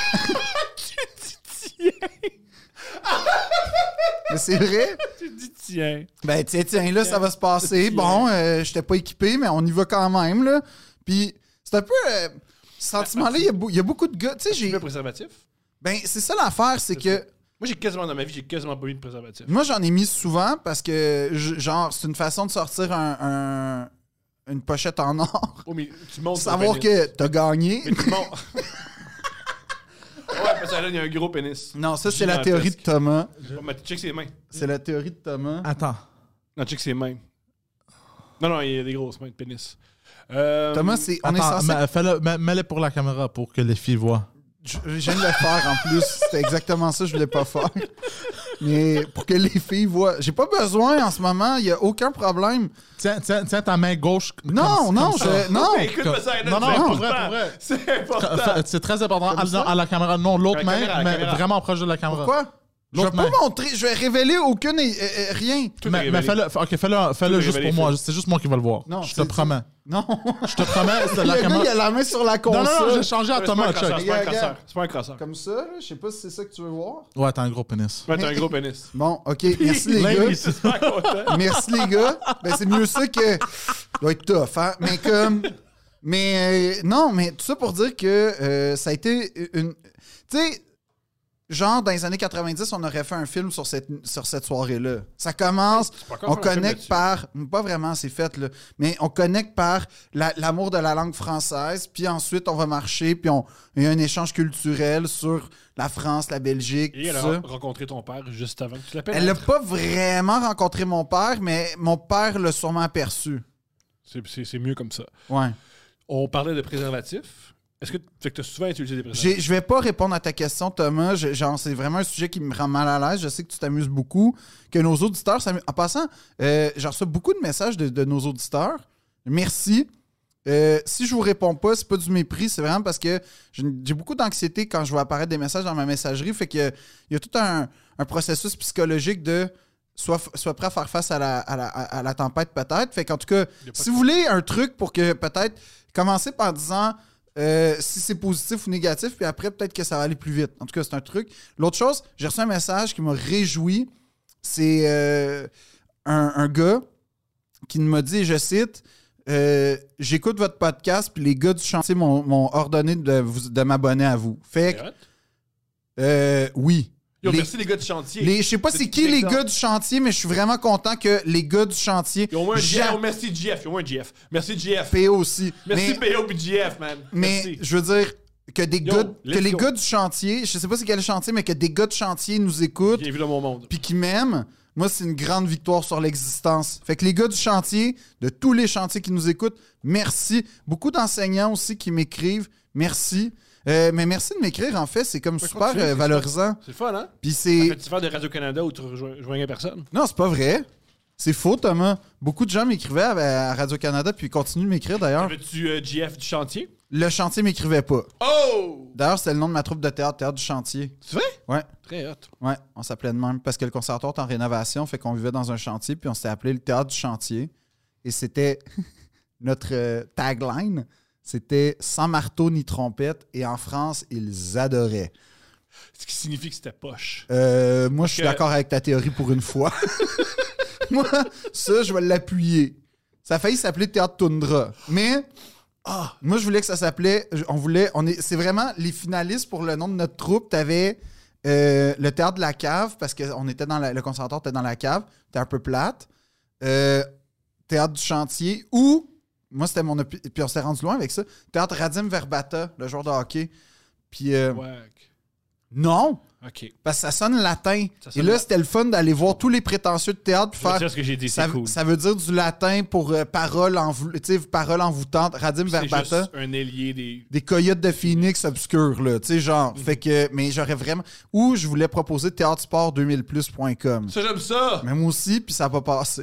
Speaker 2: Mais c'est vrai.
Speaker 3: Tu dis tiens.
Speaker 2: Ben tiens, là, ça va se passer. Bon, j'étais pas équipé, mais on y va quand même, là. Puis c'est un peu. Ce sentiment-là, il y a beaucoup de gars. Tu sais,
Speaker 3: Tu mets un préservatif?
Speaker 2: Ben, c'est ça l'affaire, c'est que.
Speaker 3: Moi, j'ai quasiment dans ma vie, j'ai quasiment pas mis de préservatif.
Speaker 2: Moi, j'en ai mis souvent parce que, genre, c'est une façon de sortir une pochette en or.
Speaker 3: Oh, mais tu montes ton
Speaker 2: Savoir
Speaker 3: pénis.
Speaker 2: que t'as gagné.
Speaker 3: Mais tu montes. Ouais, parce que là, il y a un gros pénis.
Speaker 2: Non, ça, c'est la théorie de Thomas.
Speaker 3: Bon, mais check ses mains.
Speaker 2: C'est la théorie de Thomas.
Speaker 1: Attends.
Speaker 3: Non, check ses mains. Non, il y a des grosses mains de pénis.
Speaker 2: Thomas, on est
Speaker 1: Attends,
Speaker 2: censé.
Speaker 1: mets-le pour la caméra pour que les filles voient.
Speaker 2: Je viens de le faire en plus. C'était exactement ça que je voulais pas faire. Mais pour que les filles voient. J'ai pas besoin en ce moment. Il y a aucun problème.
Speaker 1: Tiens ta main gauche.
Speaker 2: Non, non, non.
Speaker 3: Mais écoute-moi ça,
Speaker 1: Non, non,
Speaker 3: c'est
Speaker 1: pour
Speaker 3: important.
Speaker 1: vrai, pour vrai.
Speaker 3: C'est important.
Speaker 1: C'est très important.
Speaker 2: Comme ça?
Speaker 1: À la caméra. Non, l'autre
Speaker 3: À la
Speaker 1: main,
Speaker 3: caméra, à la
Speaker 1: mais
Speaker 3: caméra.
Speaker 1: vraiment proche de la caméra.
Speaker 2: Pourquoi? Je vais
Speaker 1: L'autre
Speaker 2: pas
Speaker 1: main.
Speaker 2: montrer. Je vais révéler aucune rien.
Speaker 3: Tout est
Speaker 1: Mais
Speaker 3: révélé.
Speaker 1: fais-le
Speaker 3: est
Speaker 1: juste
Speaker 3: révélé,
Speaker 1: pour moi.
Speaker 3: Phil.
Speaker 1: C'est juste moi qui vais le voir.
Speaker 2: Non,
Speaker 1: Je te
Speaker 2: c'est-
Speaker 1: promets.
Speaker 2: Non.
Speaker 1: Je te promets. C'est
Speaker 2: Le
Speaker 1: la
Speaker 2: gars,
Speaker 1: caméra.
Speaker 2: il a la main sur la
Speaker 1: Non,
Speaker 2: console.
Speaker 1: non, non, j'ai changé à
Speaker 3: C'est pas
Speaker 1: Thomas.
Speaker 3: un crosseur,
Speaker 1: Check.
Speaker 3: c'est pas un
Speaker 2: Regarde.
Speaker 3: crosseur. C'est pas un crosseur.
Speaker 2: Comme ça, là. Je sais pas si c'est ça que tu veux voir.
Speaker 1: Ouais, t'as un gros pénis.
Speaker 3: Ouais, t'as un gros pénis.
Speaker 2: Bon, OK. Merci, les gars.
Speaker 3: Ladies, c'est super content.
Speaker 2: Merci, les gars. Ben, c'est mieux ça que... Ça doit être tough, hein? Mais comme... Mais non, mais tout ça pour dire que ça a été une... Tu sais, genre, dans les années 90, on aurait fait un film sur cette soirée-là. Ça commence,
Speaker 3: pas encore
Speaker 2: on
Speaker 3: fait un film
Speaker 2: connecte
Speaker 3: là-dessus.
Speaker 2: par... Pas vraiment, c'est fait, là. Mais on connecte par l'amour de la langue française, puis ensuite, on va marcher, puis il y a un échange culturel sur la France, la Belgique,
Speaker 3: Et elle
Speaker 2: tout
Speaker 3: a
Speaker 2: ça.
Speaker 3: rencontré ton père juste avant que tu l'appelles.
Speaker 2: Elle n'a pas vraiment rencontré mon père, mais mon père l'a sûrement aperçu.
Speaker 3: C'est mieux comme ça.
Speaker 2: Ouais.
Speaker 3: On parlait de préservatifs. Est-ce que tu as souvent utilisé des préservatifs?
Speaker 2: Je vais pas répondre à ta question, Thomas. Genre, c'est vraiment un sujet qui me rend mal à l'aise. Je sais que tu t'amuses beaucoup, que nos auditeurs s'amusent. En passant, j'ai reçu beaucoup de messages de nos auditeurs. Merci. Si je vous réponds pas, c'est pas du mépris, c'est vraiment parce que j'ai beaucoup d'anxiété quand je vois apparaître des messages dans ma messagerie. Fait que il y a tout un processus psychologique de soit prêt à faire face à la tempête peut-être. Fait qu'en tout cas, si vous voulez un truc pour que peut-être commencer par disant si c'est positif ou négatif, puis après peut-être que ça va aller plus vite. En tout cas, c'est un truc. L'autre chose, j'ai reçu un message qui m'a réjoui. C'est un gars qui m'a dit, je cite, j'écoute votre podcast, puis les gars du chantier m'ont ordonné de m'abonner à vous. Fait
Speaker 3: C'est hot.
Speaker 2: que, oui.
Speaker 3: Yo,
Speaker 2: Les-
Speaker 3: merci les gars du chantier.
Speaker 2: Je sais pas c'est
Speaker 3: C'est
Speaker 2: qui les
Speaker 3: excellent.
Speaker 2: gars du chantier, mais je suis vraiment content que les gars du chantier.
Speaker 3: Ils ont au moins un
Speaker 2: Ja-
Speaker 3: GF. Oh, merci GF. Ils ont au moins un GF. Merci GF.
Speaker 2: PO aussi.
Speaker 3: Merci
Speaker 2: mais,
Speaker 3: PO puis GF, man.
Speaker 2: mais
Speaker 3: Merci.
Speaker 2: je veux dire que des
Speaker 3: Yo,
Speaker 2: gars,
Speaker 3: let's
Speaker 2: que les
Speaker 3: go.
Speaker 2: gars du chantier, je sais pas c'est quel chantier, mais que des gars du chantier nous écoutent
Speaker 3: Bienvenue dans mon monde.
Speaker 2: puis qui m'aiment, moi, c'est une grande victoire sur l'existence. Fait que les gars du chantier, de tous les chantiers qui nous écoutent, merci. Beaucoup d'enseignants aussi qui m'écrivent, merci. Mais merci de m'écrire, en fait, c'est comme
Speaker 3: Ouais,
Speaker 2: super
Speaker 3: continue, c'est
Speaker 2: valorisant.
Speaker 3: C'est le fun, hein?
Speaker 2: Puis c'est...
Speaker 3: Fais-tu faire de Radio-Canada où tu rejoignais personne?
Speaker 2: Non, c'est pas vrai. C'est faux, Thomas. Beaucoup de gens m'écrivaient à Radio-Canada, puis ils continuent de m'écrire, d'ailleurs.
Speaker 3: Avais-tu GF du chantier?
Speaker 2: Le chantier m'écrivait pas.
Speaker 3: Oh!
Speaker 2: D'ailleurs, c'était le nom de ma troupe de théâtre, Théâtre du chantier.
Speaker 3: C'est vrai?
Speaker 2: Ouais.
Speaker 3: Très hot.
Speaker 2: Ouais, on s'appelait de même parce que le conservatoire est en rénovation, fait qu'on vivait dans un chantier, puis on s'était appelé le théâtre du chantier. Et c'était notre tagline, c'était sans marteau ni trompette, et en France, ils adoraient.
Speaker 3: Ce qui signifie que c'était poche.
Speaker 2: Moi, je suis
Speaker 3: Que-
Speaker 2: d'accord avec ta théorie pour une fois. Moi, ça, je vais l'appuyer. Ça a failli s'appeler Théâtre Toundra. Mais moi, je voulais que ça s'appelait. C'est vraiment les finalistes pour le nom de notre troupe. T'avais le Théâtre de la Cave, parce que le conservatoire était dans la cave. C'était un peu plate. Théâtre du chantier. Ou, moi, c'était puis on s'est rendu loin avec ça. Théâtre Radim Verbata, le joueur de hockey. Puis,
Speaker 3: Ouais.
Speaker 2: non!
Speaker 3: OK.
Speaker 2: Parce que ça sonne latin.
Speaker 3: Ça
Speaker 2: Et
Speaker 3: sonne
Speaker 2: là,
Speaker 3: la-
Speaker 2: c'était le fun d'aller voir tous les prétentieux de théâtre puis
Speaker 3: Je
Speaker 2: faire.
Speaker 3: sais ce que j'ai dit,
Speaker 2: Ça,
Speaker 3: c'est cool.
Speaker 2: ça veut dire du latin pour parole envoûtante. Radim
Speaker 3: C'est
Speaker 2: Verbata.
Speaker 3: juste un ailier des...
Speaker 2: Des coyotes de Phoenix obscurs, là. Tu sais, genre. Fait que. Mais j'aurais vraiment. Ou je voulais proposer théâtresport2000plus.com.
Speaker 3: Ça, j'aime ça!
Speaker 2: Mais moi aussi, puis ça n'a pas passé.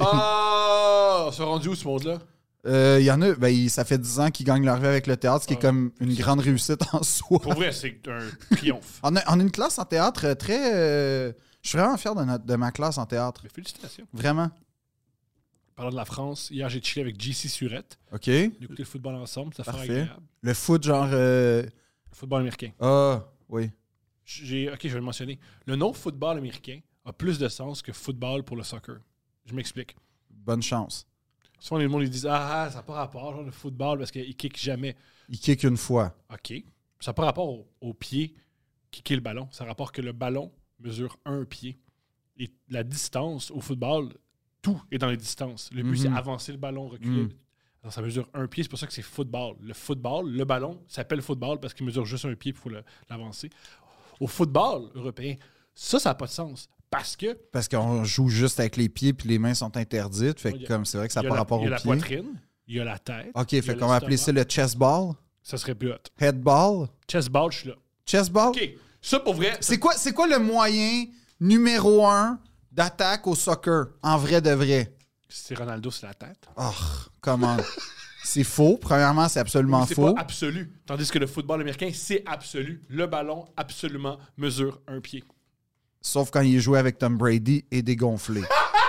Speaker 3: Ah! On s'est rendu où, ce monde-là?
Speaker 2: Il y en a. Ça fait 10 ans qu'ils gagnent leur vie avec le théâtre, ce qui est comme une grande réussite en soi.
Speaker 3: Pour vrai, c'est un triomphe.
Speaker 2: On a une classe en théâtre très. Je suis vraiment fier de ma classe en théâtre.
Speaker 3: Mais félicitations.
Speaker 2: Vraiment.
Speaker 3: Parlant de la France, hier, j'ai chillé avec JC Surette.
Speaker 2: OK.
Speaker 3: On a écouté le football ensemble, ça fait
Speaker 2: Parfait.
Speaker 3: agréable.
Speaker 2: Le foot, genre.
Speaker 3: Le football américain.
Speaker 2: Ah, oui.
Speaker 3: OK, je vais le mentionner. Le nom football américain a plus de sens que football pour le soccer. Je m'explique.
Speaker 2: Bonne chance.
Speaker 3: Souvent, les gens ils disent ça n'a pas rapport, genre, le football, parce qu'il kick jamais.
Speaker 2: Il kick une fois.
Speaker 3: OK. Ça n'a pas rapport au pied kicker le ballon. Ça a rapport que le ballon mesure un pied. Et la distance au football, tout est dans les distances. Le but, c'est avancer le ballon, reculer. Alors, ça mesure un pied, c'est pour ça que c'est football. Le ballon s'appelle football parce qu'il mesure juste un pied pour l'avancer. Au football européen, ça n'a pas de sens. Parce que
Speaker 2: Parce qu'on joue juste avec les pieds puis les mains sont interdites. Fait que
Speaker 3: Il y a-
Speaker 2: comme c'est vrai que ça
Speaker 3: il y
Speaker 2: n'a
Speaker 3: a
Speaker 2: pas rapport
Speaker 3: il y a
Speaker 2: aux
Speaker 3: la
Speaker 2: pieds.
Speaker 3: poitrine, il y a la tête.
Speaker 2: OK,
Speaker 3: il y a
Speaker 2: fait qu'on va appeler ça le chest ball.
Speaker 3: Ça serait plus hot.
Speaker 2: Head ball.
Speaker 3: Chest ball, je suis là.
Speaker 2: Chest ball.
Speaker 3: OK. Ça, pour vrai,
Speaker 2: C'est quoi le moyen numéro 1 d'attaque au soccer, en vrai de vrai?
Speaker 3: c'est Ronaldo, c'est la tête.
Speaker 2: Oh, comment? C'est faux. Premièrement, c'est absolument
Speaker 3: C'est
Speaker 2: faux.
Speaker 3: pas absolu. Tandis que le football américain, c'est absolu. Le ballon, absolument, mesure un pied.
Speaker 2: Sauf quand il est joué avec Tom Brady et dégonflé.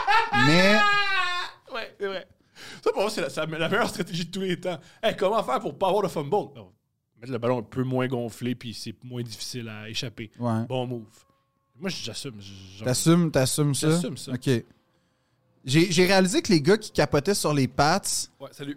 Speaker 2: Mais
Speaker 3: Ouais, c'est vrai. Ça, pour moi, c'est la meilleure stratégie de tous les temps. Hey, comment faire pour pas avoir de fumble? Non, mettre le ballon un peu moins gonflé, puis c'est moins difficile à échapper.
Speaker 2: ouais.
Speaker 3: Bon move. Moi, j'assume.
Speaker 2: T'assumes ça?
Speaker 3: J'assume ça.
Speaker 2: OK. J'ai réalisé que les gars qui capotaient sur les Pats,
Speaker 3: Ouais, salut.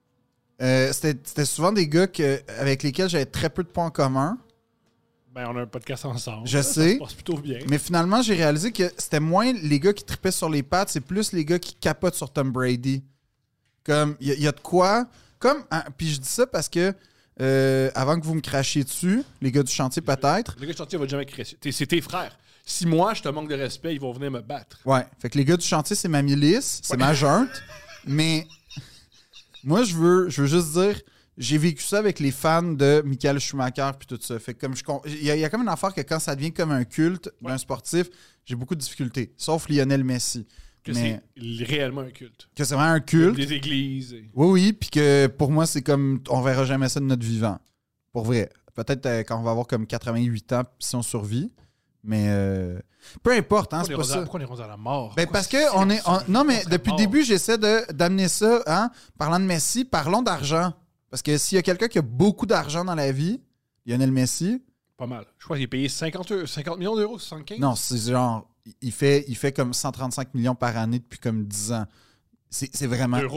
Speaker 2: c'était souvent des gars avec lesquels j'avais très peu de points en commun.
Speaker 3: Ben, on a un podcast ensemble.
Speaker 2: Je
Speaker 3: Ça
Speaker 2: sais.
Speaker 3: se passe plutôt bien.
Speaker 2: Mais finalement, j'ai réalisé que c'était moins les gars qui tripaient sur les Pats, c'est plus les gars qui capotent sur Tom Brady. Comme, il y a de quoi... Puis je dis ça parce que, avant que vous me crachiez dessus, les gars du chantier peut-être,
Speaker 3: Le gars de chantier va jamais créer. C'est tes frères. Si moi, je te manque de respect, ils vont venir me battre.
Speaker 2: ouais, fait que les gars du chantier, c'est ma milice, c'est ma junte, mais moi, je veux juste dire... J'ai vécu ça avec les fans de Michael Schumacher puis tout ça. Fait que comme il y a comme une affaire que quand ça devient comme un culte d'un sportif, j'ai beaucoup de difficultés. Sauf Lionel Messi.
Speaker 3: Que
Speaker 2: Mais
Speaker 3: c'est réellement un culte.
Speaker 2: que c'est vraiment un culte.
Speaker 3: Des églises.
Speaker 2: Oui, puis que pour moi, c'est comme on verra jamais ça de notre vivant. Pour vrai. Peut-être quand on va avoir comme 88 ans si on survit. Mais peu importe, hein, c'est pas ça.
Speaker 3: Pourquoi on est rendu à la mort?
Speaker 2: Ben,
Speaker 3: Pourquoi
Speaker 2: parce que non, mais depuis le
Speaker 3: mort?
Speaker 2: début, j'essaie d'amener ça, hein. Parlant de Messi, parlons d'argent. Parce que s'il y a quelqu'un qui a beaucoup d'argent dans la vie, Lionel Messi,
Speaker 3: Pas mal. Je crois qu'il est payé 50 millions d'euros, 75?
Speaker 2: non, c'est genre, il fait comme 135 millions par année depuis comme 10 ans. C'est vraiment...
Speaker 3: D'euros.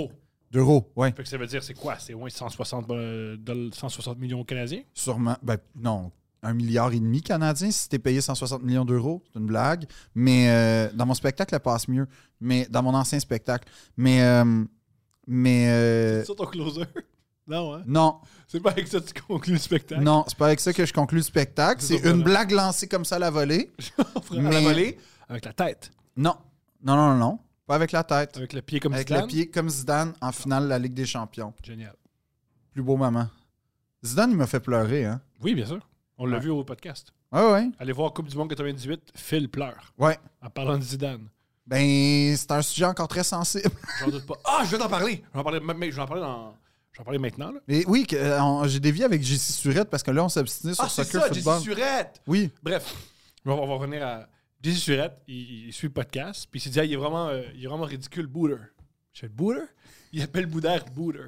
Speaker 2: D'euros, ouais.
Speaker 3: Fait que ça veut dire, c'est quoi? C'est au moins 160 millions canadiens?
Speaker 2: Sûrement. Ben, non. 1,5 milliard canadien si t'es payé 160 millions d'euros. C'est une blague. Mais dans mon spectacle, elle passe mieux. Mais dans mon ancien spectacle. Mais.
Speaker 3: C'est ça ton closer? Non, hein?
Speaker 2: Non.
Speaker 3: C'est pas avec ça que tu conclus le spectacle?
Speaker 2: Non, c'est pas avec ça que je conclue le spectacle. C'est
Speaker 3: surprenant.
Speaker 2: une blague lancée comme ça à la volée.
Speaker 3: À la volée, avec la tête.
Speaker 2: Non. Non. Pas avec la tête.
Speaker 3: Avec le pied comme
Speaker 2: Avec
Speaker 3: Zidane.
Speaker 2: le pied comme Zidane en finale de la Ligue des Champions.
Speaker 3: Génial.
Speaker 2: Plus beau moment. Zidane, il m'a fait pleurer, hein?
Speaker 3: Oui, bien sûr. On l'a
Speaker 2: Ouais.
Speaker 3: vu au podcast.
Speaker 2: Ouais.
Speaker 3: Allez voir Coupe du Monde 98, Phil pleure.
Speaker 2: Ouais.
Speaker 3: En parlant de Zidane.
Speaker 2: Ben, c'est un sujet encore très sensible.
Speaker 3: J'en doute pas. Ah, je vais t'en parler. Je vais en parler maintenant. Là.
Speaker 2: Mais oui, j'ai dévié avec JC Surette parce que là, on s'obstinait sur soccer football.
Speaker 3: Surette.
Speaker 2: Oui.
Speaker 3: Bref, on va revenir à JC Surette. Il suit le podcast. Puis il s'est dit, ah, il est vraiment ridicule, Booter. Je fais Booter? Il appelle Boudère Booter.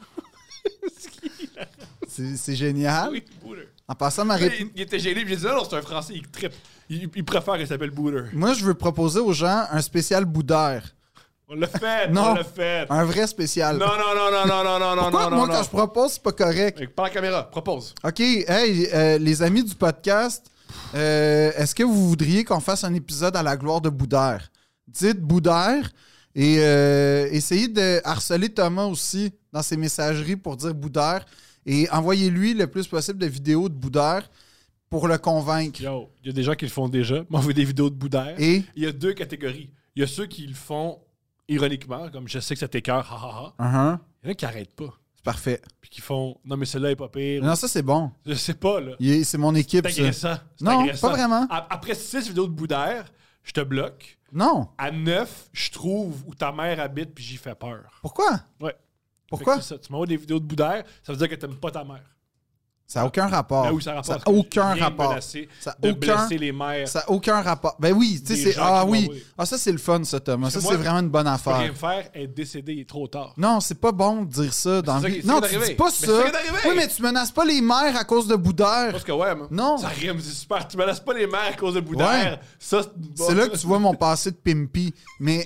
Speaker 2: C'est génial.
Speaker 3: Oui, Booter.
Speaker 2: En passant ma réponse.
Speaker 3: Il était gêné. Puis j'ai dit, non, c'est un Français, il trippe. Il préfère qu'il s'appelle Booter.
Speaker 2: Moi, je veux proposer aux gens un spécial Boudère.
Speaker 3: On l'a fait.
Speaker 2: Non.
Speaker 3: On l'a fait.
Speaker 2: Un vrai spécial.
Speaker 3: Non.
Speaker 2: Pourquoi moi, quand je propose, c'est pas correct?
Speaker 3: Par la caméra, propose.
Speaker 2: OK, hey, les amis du podcast, est-ce que vous voudriez qu'on fasse un épisode à la gloire de Boudère? Dites Boudère et essayez de harceler Thomas aussi dans ses messageries pour dire Boudère et envoyez-lui le plus possible de vidéos de Boudère pour le convaincre.
Speaker 3: Yo, il y a des gens qui le font déjà. M'envoient des vidéos de Boudère.
Speaker 2: Et
Speaker 3: Il y a deux catégories. Il y a ceux qui le font ironiquement, comme je sais que ça t'écoeure, ha ha ha.
Speaker 2: uh-huh,
Speaker 3: Il y en a qui n'arrêtent pas.
Speaker 2: c'est parfait.
Speaker 3: Puis qui font non, mais celle-là est pas pire.
Speaker 2: Non, ça, c'est bon.
Speaker 3: Je sais pas, là.
Speaker 2: C'est mon équipe,
Speaker 3: C'est
Speaker 2: ça.
Speaker 3: agressant. C'est
Speaker 2: Non,
Speaker 3: agressant.
Speaker 2: pas vraiment.
Speaker 3: Après 6 vidéos de Boudère, je te bloque.
Speaker 2: Non.
Speaker 3: À 9, je trouve où ta mère habite, puis j'y fais peur.
Speaker 2: Pourquoi?
Speaker 3: Ouais.
Speaker 2: Pourquoi?
Speaker 3: Fait que c'est ça. Tu m'envoies des vidéos de Boudère, ça veut dire que t'aimes pas ta mère.
Speaker 2: Ça n'a aucun rapport.
Speaker 3: Ah oui, ça a rapport.
Speaker 2: Ça n'a aucun rapport.
Speaker 3: Ça
Speaker 2: Ça a
Speaker 3: de blesser les mères.
Speaker 2: Ça n'a aucun rapport. Ben oui, tu sais,
Speaker 3: Des
Speaker 2: c'est.
Speaker 3: gens
Speaker 2: Ah
Speaker 3: qui
Speaker 2: oui.
Speaker 3: m'envoient.
Speaker 2: Ah, ça, c'est le fun, ça, Thomas.
Speaker 3: Parce
Speaker 2: Ça,
Speaker 3: que
Speaker 2: c'est
Speaker 3: moi,
Speaker 2: vraiment une bonne
Speaker 3: Tu peux rien
Speaker 2: affaire.
Speaker 3: me faire, elle est décédée, il est trop tard.
Speaker 2: Non, c'est pas bon de dire ça dans
Speaker 3: c'est
Speaker 2: la
Speaker 3: ça
Speaker 2: vie.
Speaker 3: qui-
Speaker 2: Non,
Speaker 3: c'est
Speaker 2: tu
Speaker 3: ça qui
Speaker 2: dis
Speaker 3: est
Speaker 2: pas
Speaker 3: arrivé.
Speaker 2: ça.
Speaker 3: Mais c'est ça qui est arrivé.
Speaker 2: Oui, mais tu menaces pas les mères à cause de Boudère.
Speaker 3: Parce que ouais, moi,
Speaker 2: Non.
Speaker 3: ça rime, c'est super. Tu me laisses pas les mères à cause de Boudère.
Speaker 2: Ouais.
Speaker 3: Ça,
Speaker 2: C'est là que tu vois mon passé de pimpy. Mais.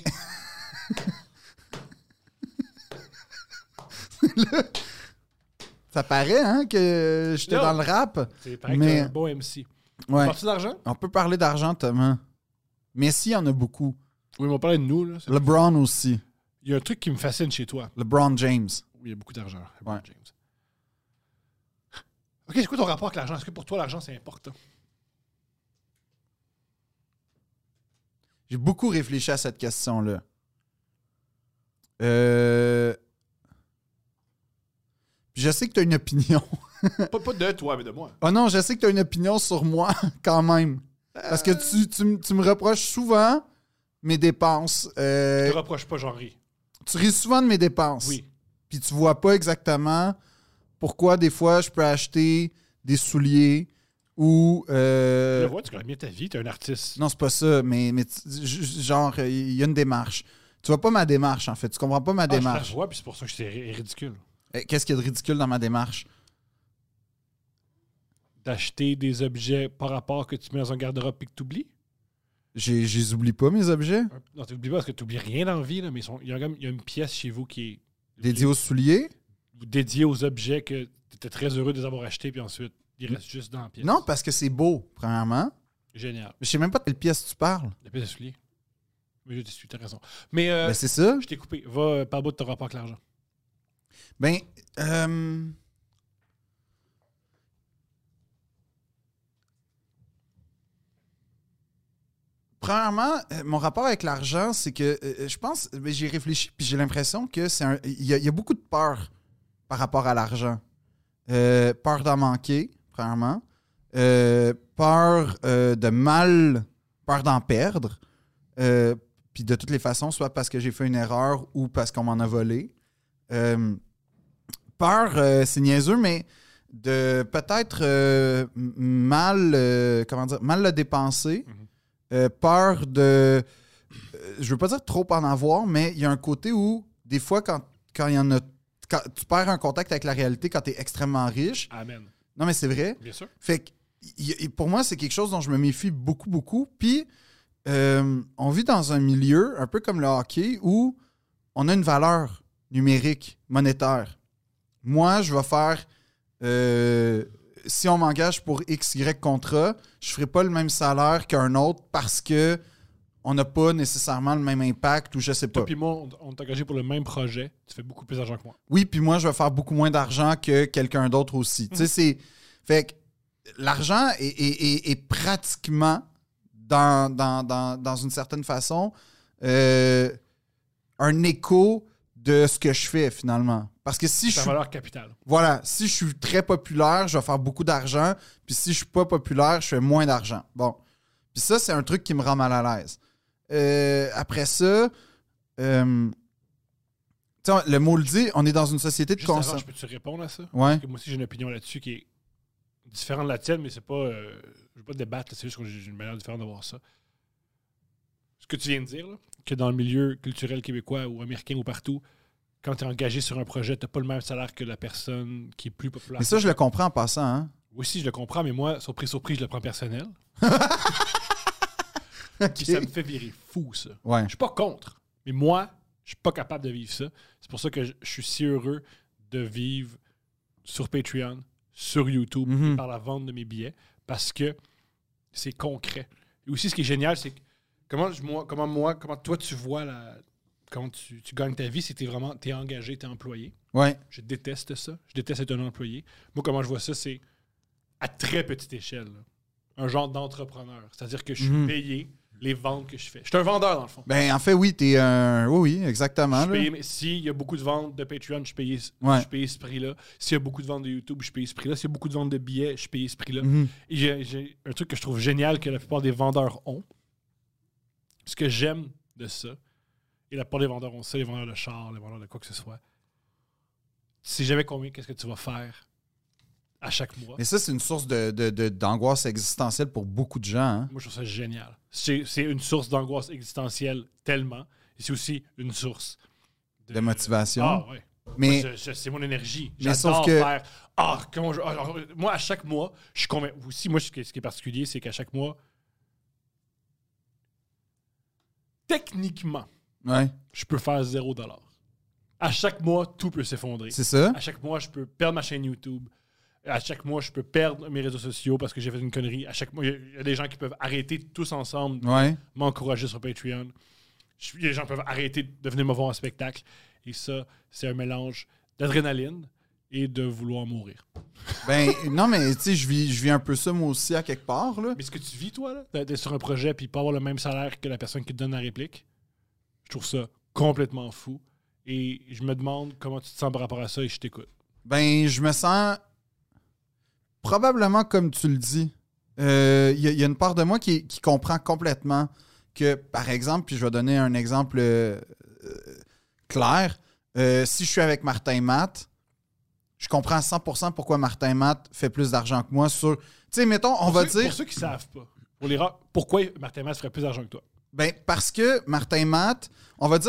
Speaker 2: Là, ça paraît, hein, que j'étais
Speaker 3: Non.
Speaker 2: dans le rap.
Speaker 3: C'est pareil
Speaker 2: Mais-
Speaker 3: que t'es un bon MC.
Speaker 2: Ouais.
Speaker 3: Parti d'argent?
Speaker 2: On peut parler d'argent, Thomas. Messi en a beaucoup.
Speaker 3: Oui, mais on parlait de nous. Là.
Speaker 2: LeBron aussi.
Speaker 3: Il y a un truc qui me fascine chez toi.
Speaker 2: LeBron James.
Speaker 3: Oui, il y a beaucoup d'argent. LeBron
Speaker 2: Ouais.
Speaker 3: James. OK, c'est quoi ton rapport avec l'argent? Est-ce que pour toi, l'argent, c'est important?
Speaker 2: J'ai beaucoup réfléchi à cette question-là. Je sais que tu as une opinion.
Speaker 3: pas de toi, mais de moi.
Speaker 2: Oh non, je sais que tu as une opinion sur moi quand même. Parce que tu me reproches souvent mes dépenses.
Speaker 3: Je te reproche pas, j'en ris.
Speaker 2: Tu ris souvent de mes dépenses.
Speaker 3: Oui.
Speaker 2: Puis tu vois pas exactement pourquoi des fois je peux acheter des souliers ou...
Speaker 3: Je le vois, tu gagnes bien ta vie, t'es un artiste.
Speaker 2: Non, c'est pas ça, mais genre, il y a une démarche. Tu vois pas ma démarche, en fait. Tu comprends pas ma
Speaker 3: Je la
Speaker 2: démarche.
Speaker 3: vois, puis c'est pour ça que c'est ridicule.
Speaker 2: Qu'est-ce qu'il y a de ridicule dans ma démarche?
Speaker 3: D'acheter des objets par rapport que tu mets dans un garde-robe et que tu oublies.
Speaker 2: J'oublie pas mes objets.
Speaker 3: Non, tu n'oublies pas parce que tu n'oublies rien dans la vie, là, mais il y a une pièce chez vous qui est
Speaker 2: Dédié aux souliers?
Speaker 3: dédiée aux objets que tu étais très heureux de les avoir achetés, puis ensuite, ils restent juste dans la pièce.
Speaker 2: Non, parce que c'est beau, premièrement.
Speaker 3: Génial.
Speaker 2: Je sais même pas de quelle pièce tu parles.
Speaker 3: La pièce de soulier. Mais je te suis, t'as raison. Mais
Speaker 2: Ben, c'est ça.
Speaker 3: je t'ai coupé. Va par bout de ton rapport avec l'argent.
Speaker 2: Ben, premièrement, mon rapport avec l'argent, c'est que je pense, ben, j'ai réfléchi, puis j'ai l'impression que il y a beaucoup de peur par rapport à l'argent. Peur d'en manquer, premièrement. Peur de mal, peur d'en perdre. Puis de toutes les façons, soit parce que j'ai fait une erreur ou parce qu'on m'en a volé. Peur, c'est niaiseux, mais de peut-être mal le dépenser. Peur de... je veux pas dire trop en avoir, mais il y a un côté où, des fois, quand il y en a... Quand tu perds un contact avec la réalité quand tu es extrêmement riche.
Speaker 3: Amen.
Speaker 2: Non, mais c'est vrai.
Speaker 3: Bien sûr.
Speaker 2: Fait que, pour moi, c'est quelque chose dont je me méfie beaucoup, beaucoup. Puis, on vit dans un milieu, un peu comme le hockey, où on a une valeur numérique, monétaire. Moi, je vais faire... si on m'engage pour XY contrat, je ne ferai pas le même salaire qu'un autre parce que on n'a pas nécessairement le même impact ou je sais pas.
Speaker 3: Toi puis moi, on t'a engagé pour le même projet. Tu fais beaucoup plus d'argent que moi.
Speaker 2: Oui, puis moi, je vais faire beaucoup moins d'argent que quelqu'un d'autre aussi. Tu sais, c'est... Fait que l'argent est pratiquement, dans une certaine façon, un écho de ce que je fais, finalement. Parce que si je
Speaker 3: C'est ta
Speaker 2: suis...
Speaker 3: valeur capitale.
Speaker 2: Voilà, si je suis très populaire, je vais faire beaucoup d'argent. Puis si je suis pas populaire, je fais moins d'argent. Bon. Puis ça, c'est un truc qui me rend mal à l'aise. Après ça, tu sais, le mot le dit, on est dans une société de
Speaker 3: Juste avant,
Speaker 2: consommation.
Speaker 3: je peux-tu répondre à ça?
Speaker 2: Ouais.
Speaker 3: Parce que moi aussi, j'ai une opinion là-dessus qui est différente de la tienne, mais c'est pas... je veux pas débattre, là, c'est juste que j'ai une manière différente de voir ça. Ce que tu viens de dire, là, que dans le milieu culturel québécois ou américain ou partout, quand tu es engagé sur un projet, tu n'as pas le même salaire que la personne qui est plus populaire.
Speaker 2: Mais ça, je le comprends en passant. Hein?
Speaker 3: Oui, si, je le comprends, mais moi, surprise, je le prends personnel.
Speaker 2: OK.
Speaker 3: Puis ça me fait virer fou, ça.
Speaker 2: Ouais.
Speaker 3: Je suis pas contre, mais moi, je suis pas capable de vivre ça. C'est pour ça que je suis si heureux de vivre sur Patreon, sur YouTube,
Speaker 2: Mhm.
Speaker 3: par la vente de mes billets, parce que c'est concret. Et aussi, ce qui est génial, c'est que comment toi, tu vois comment tu gagnes ta vie, c'est que t'es engagé, t'es employé.
Speaker 2: Ouais.
Speaker 3: Je déteste ça. Je déteste être un employé. Moi, comment je vois ça, c'est à très petite échelle. Là. Un genre d'entrepreneur. C'est-à-dire que je suis payé les ventes que je fais. Je suis un vendeur, dans le fond.
Speaker 2: Ben, en fait, oui, t'es un... Oui, exactement.
Speaker 3: Je suis
Speaker 2: Là.
Speaker 3: payé, mais s'il y a beaucoup de ventes de Patreon, je suis payé,
Speaker 2: Ouais.
Speaker 3: je suis payé ce prix-là. S'il y a beaucoup de ventes de YouTube, je suis payé ce prix-là. S'il y a beaucoup de ventes de billets, je suis payé ce prix-là.
Speaker 2: Mhm.
Speaker 3: Et j'ai un truc que je trouve génial que la plupart des vendeurs ont. Ce que j'aime de ça, et la plupart des vendeurs ont ça, les vendeurs de chars, les vendeurs de quoi que ce soit, tu sais jamais qu'est-ce que tu vas faire à chaque mois.
Speaker 2: Mais ça, c'est une source d'angoisse existentielle pour beaucoup de gens. Hein?
Speaker 3: Moi, je trouve ça génial. C'est une source d'angoisse existentielle tellement. Et c'est aussi une source
Speaker 2: De motivation.
Speaker 3: Ah, ouais.
Speaker 2: Mais...
Speaker 3: Moi, c'est mon énergie.
Speaker 2: Mais
Speaker 3: J'adore
Speaker 2: sauf que-
Speaker 3: faire. Alors, moi, à chaque mois, je suis convaincu. Aussi, moi, ce qui est particulier, c'est qu'à chaque mois, techniquement,
Speaker 2: Ouais,
Speaker 3: je peux faire $0. À chaque mois, tout peut s'effondrer.
Speaker 2: c'est ça.
Speaker 3: À chaque mois, je peux perdre ma chaîne YouTube. À chaque mois, je peux perdre mes réseaux sociaux parce que j'ai fait une connerie. À chaque mois, il y a des gens qui peuvent arrêter tous ensemble de
Speaker 2: Ouais.
Speaker 3: m'encourager sur Patreon. Les gens peuvent arrêter de venir me voir en spectacle. Et ça, c'est un mélange d'adrénaline et de vouloir mourir.
Speaker 2: Ben, non, mais tu sais, je vis un peu ça, moi aussi, à quelque part. Là.
Speaker 3: Mais ce que tu vis, toi, là, d'être sur un projet et pas avoir le même salaire que la personne qui te donne la réplique, je trouve ça complètement fou. Et je me demande comment tu te sens par rapport à ça et je t'écoute.
Speaker 2: Ben, je me sens probablement comme tu le dis. Il y a une part de moi qui comprend complètement que, par exemple, puis je vais donner un exemple clair, si je suis avec Martin Matt, je comprends à 100% pourquoi Martin Matt fait plus d'argent que moi sur... Tu sais, mettons, on va dire...
Speaker 3: Pour ceux qui ne savent pas, pour les rares, pourquoi Martin Matt ferait plus d'argent que toi?
Speaker 2: Ben, parce que Martin Matt, on se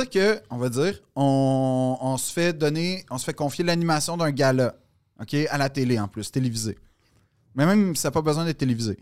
Speaker 2: fait confier l'animation d'un gala, OK, à la télé en plus, télévisé. Mais même, ça n'a pas besoin d'être télévisé.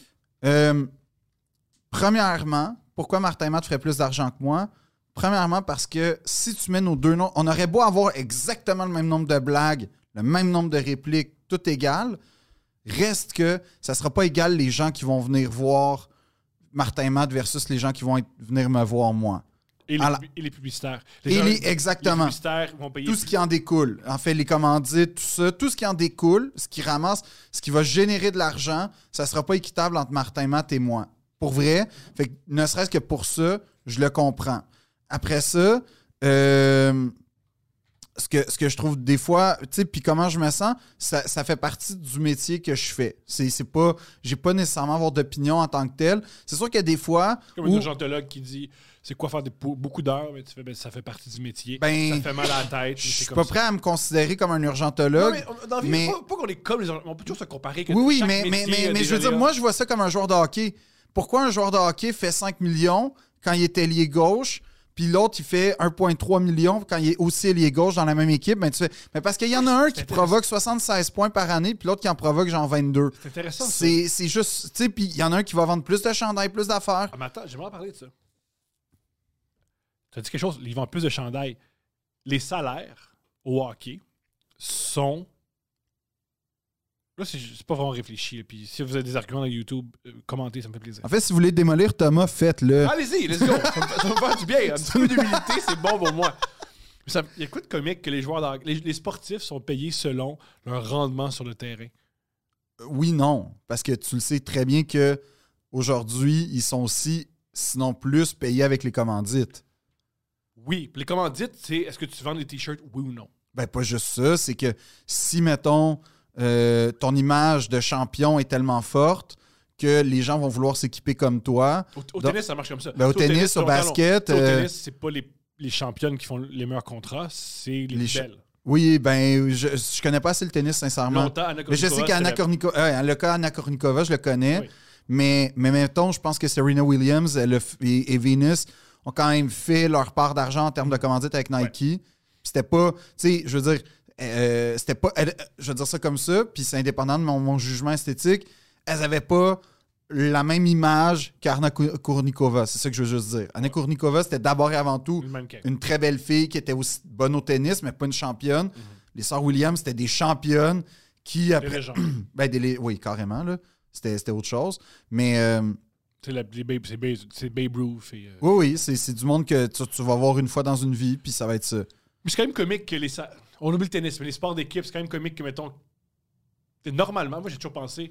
Speaker 2: Premièrement, pourquoi Martin Matt ferait plus d'argent que moi? Premièrement, parce que si tu mets nos deux noms, on aurait beau avoir exactement le même nombre de blagues, le même nombre de répliques, tout égal, reste que ça ne sera pas égal les gens qui vont venir voir Martin Matt versus les gens qui vont venir me voir moi.
Speaker 3: Et les publicitaires. Les
Speaker 2: Exactement.
Speaker 3: publicitaires vont payer
Speaker 2: Tout ce qui en découle. En fait, les commandites, tout ça, tout ce qui en découle, ce qui ramasse, ce qui va générer de l'argent, ça ne sera pas équitable entre Martin Matt et moi. Pour vrai. Fait que, ne serait-ce que pour ça, je le comprends. Après ça, ce que je trouve des fois, tu sais, puis comment je me sens, ça fait partie du métier que je fais. C'est pas, j'ai pas nécessairement à avoir d'opinion en tant que tel. C'est sûr qu'il y a des fois
Speaker 3: comme un urgentologue qui dit c'est quoi faire beaucoup d'heures, mais tu fais ça fait partie du métier.
Speaker 2: Ben,
Speaker 3: ça fait mal à la tête.
Speaker 2: Je suis pas prêt à me considérer comme un urgentologue.
Speaker 3: Mais pas qu'on est comme les urgentologues. On peut toujours se comparer. Que
Speaker 2: oui,
Speaker 3: chaque
Speaker 2: mais
Speaker 3: métier a des
Speaker 2: je veux dire,
Speaker 3: aléas.
Speaker 2: moi, je vois ça comme un joueur de hockey. Pourquoi un joueur de hockey fait 5 millions quand il est ailier gauche, puis l'autre, il fait 1,3 million quand il est aussi ailier gauche dans la même équipe? Ben, tu fais, mais parce qu'il y en a un qui provoque 76 points par année, puis l'autre qui en provoque genre 22.
Speaker 3: C'est intéressant, ça.
Speaker 2: C'est juste, tu sais, puis il y en a un qui va vendre plus de chandails, plus d'affaires.
Speaker 3: Ah, mais attends, j'aimerais en parler de ça. Tu as dit quelque chose, ils vendent plus de chandails. les salaires au hockey sont... Là, c'est pas vraiment réfléchi. Là. Puis si vous avez des arguments dans YouTube, commentez, ça me fait plaisir.
Speaker 2: En fait, si vous voulez démolir Thomas, faites-le.
Speaker 3: Allez-y, let's go. Ça va me faire du bien. Un petit peu d'humilité, c'est bon pour moi. Il y a quoi de comique que les joueurs les sportifs sont payés selon leur rendement sur le terrain?
Speaker 2: Oui, non. Parce que tu le sais très bien que aujourd'hui, ils sont aussi, sinon plus, payés avec les commandites.
Speaker 3: Oui. Puis les commandites, c'est est-ce que tu vends des t-shirts, oui ou non?
Speaker 2: Ben, pas juste ça. C'est que si, mettons, ton image de champion est tellement forte que les gens vont vouloir s'équiper comme toi.
Speaker 3: Au tennis, ça marche comme ça.
Speaker 2: Ben, au tennis, au basket...
Speaker 3: Au tennis, c'est pas les championnes qui font les meilleurs contrats, c'est les belles.
Speaker 2: Oui, ben, je connais pas assez le tennis, sincèrement.
Speaker 3: Longtemps, Anna
Speaker 2: Mais je sais qu'Anna Kournikova, le cas Anna Kournikova, je le connais.
Speaker 3: Oui.
Speaker 2: Mais mettons, je pense que Serena Williams et Venus ont quand même fait leur part d'argent en termes de commandite avec Nike. Puis c'était pas, tu sais, je veux dire, c'était pas, je veux dire ça comme ça, puis c'est indépendant de mon jugement esthétique, elles avaient pas la même image qu'Anna Kournikova. C'est ça que je veux juste dire. Anna Kournikova, c'était d'abord et avant tout une très belle fille qui était aussi bonne au tennis, mais pas une championne. Les sœurs Williams, c'était des championnes qui...
Speaker 3: Des légendes.
Speaker 2: Oui, carrément, là. C'était autre chose. Mais...
Speaker 3: c'est Babe Ruth.
Speaker 2: Oui, c'est du monde que tu vas voir une fois dans une vie, puis ça va être ça.
Speaker 3: Mais c'est quand même comique que on oublie le tennis, mais les sports d'équipe, c'est quand même comique que, mettons... Normalement, moi, j'ai toujours pensé...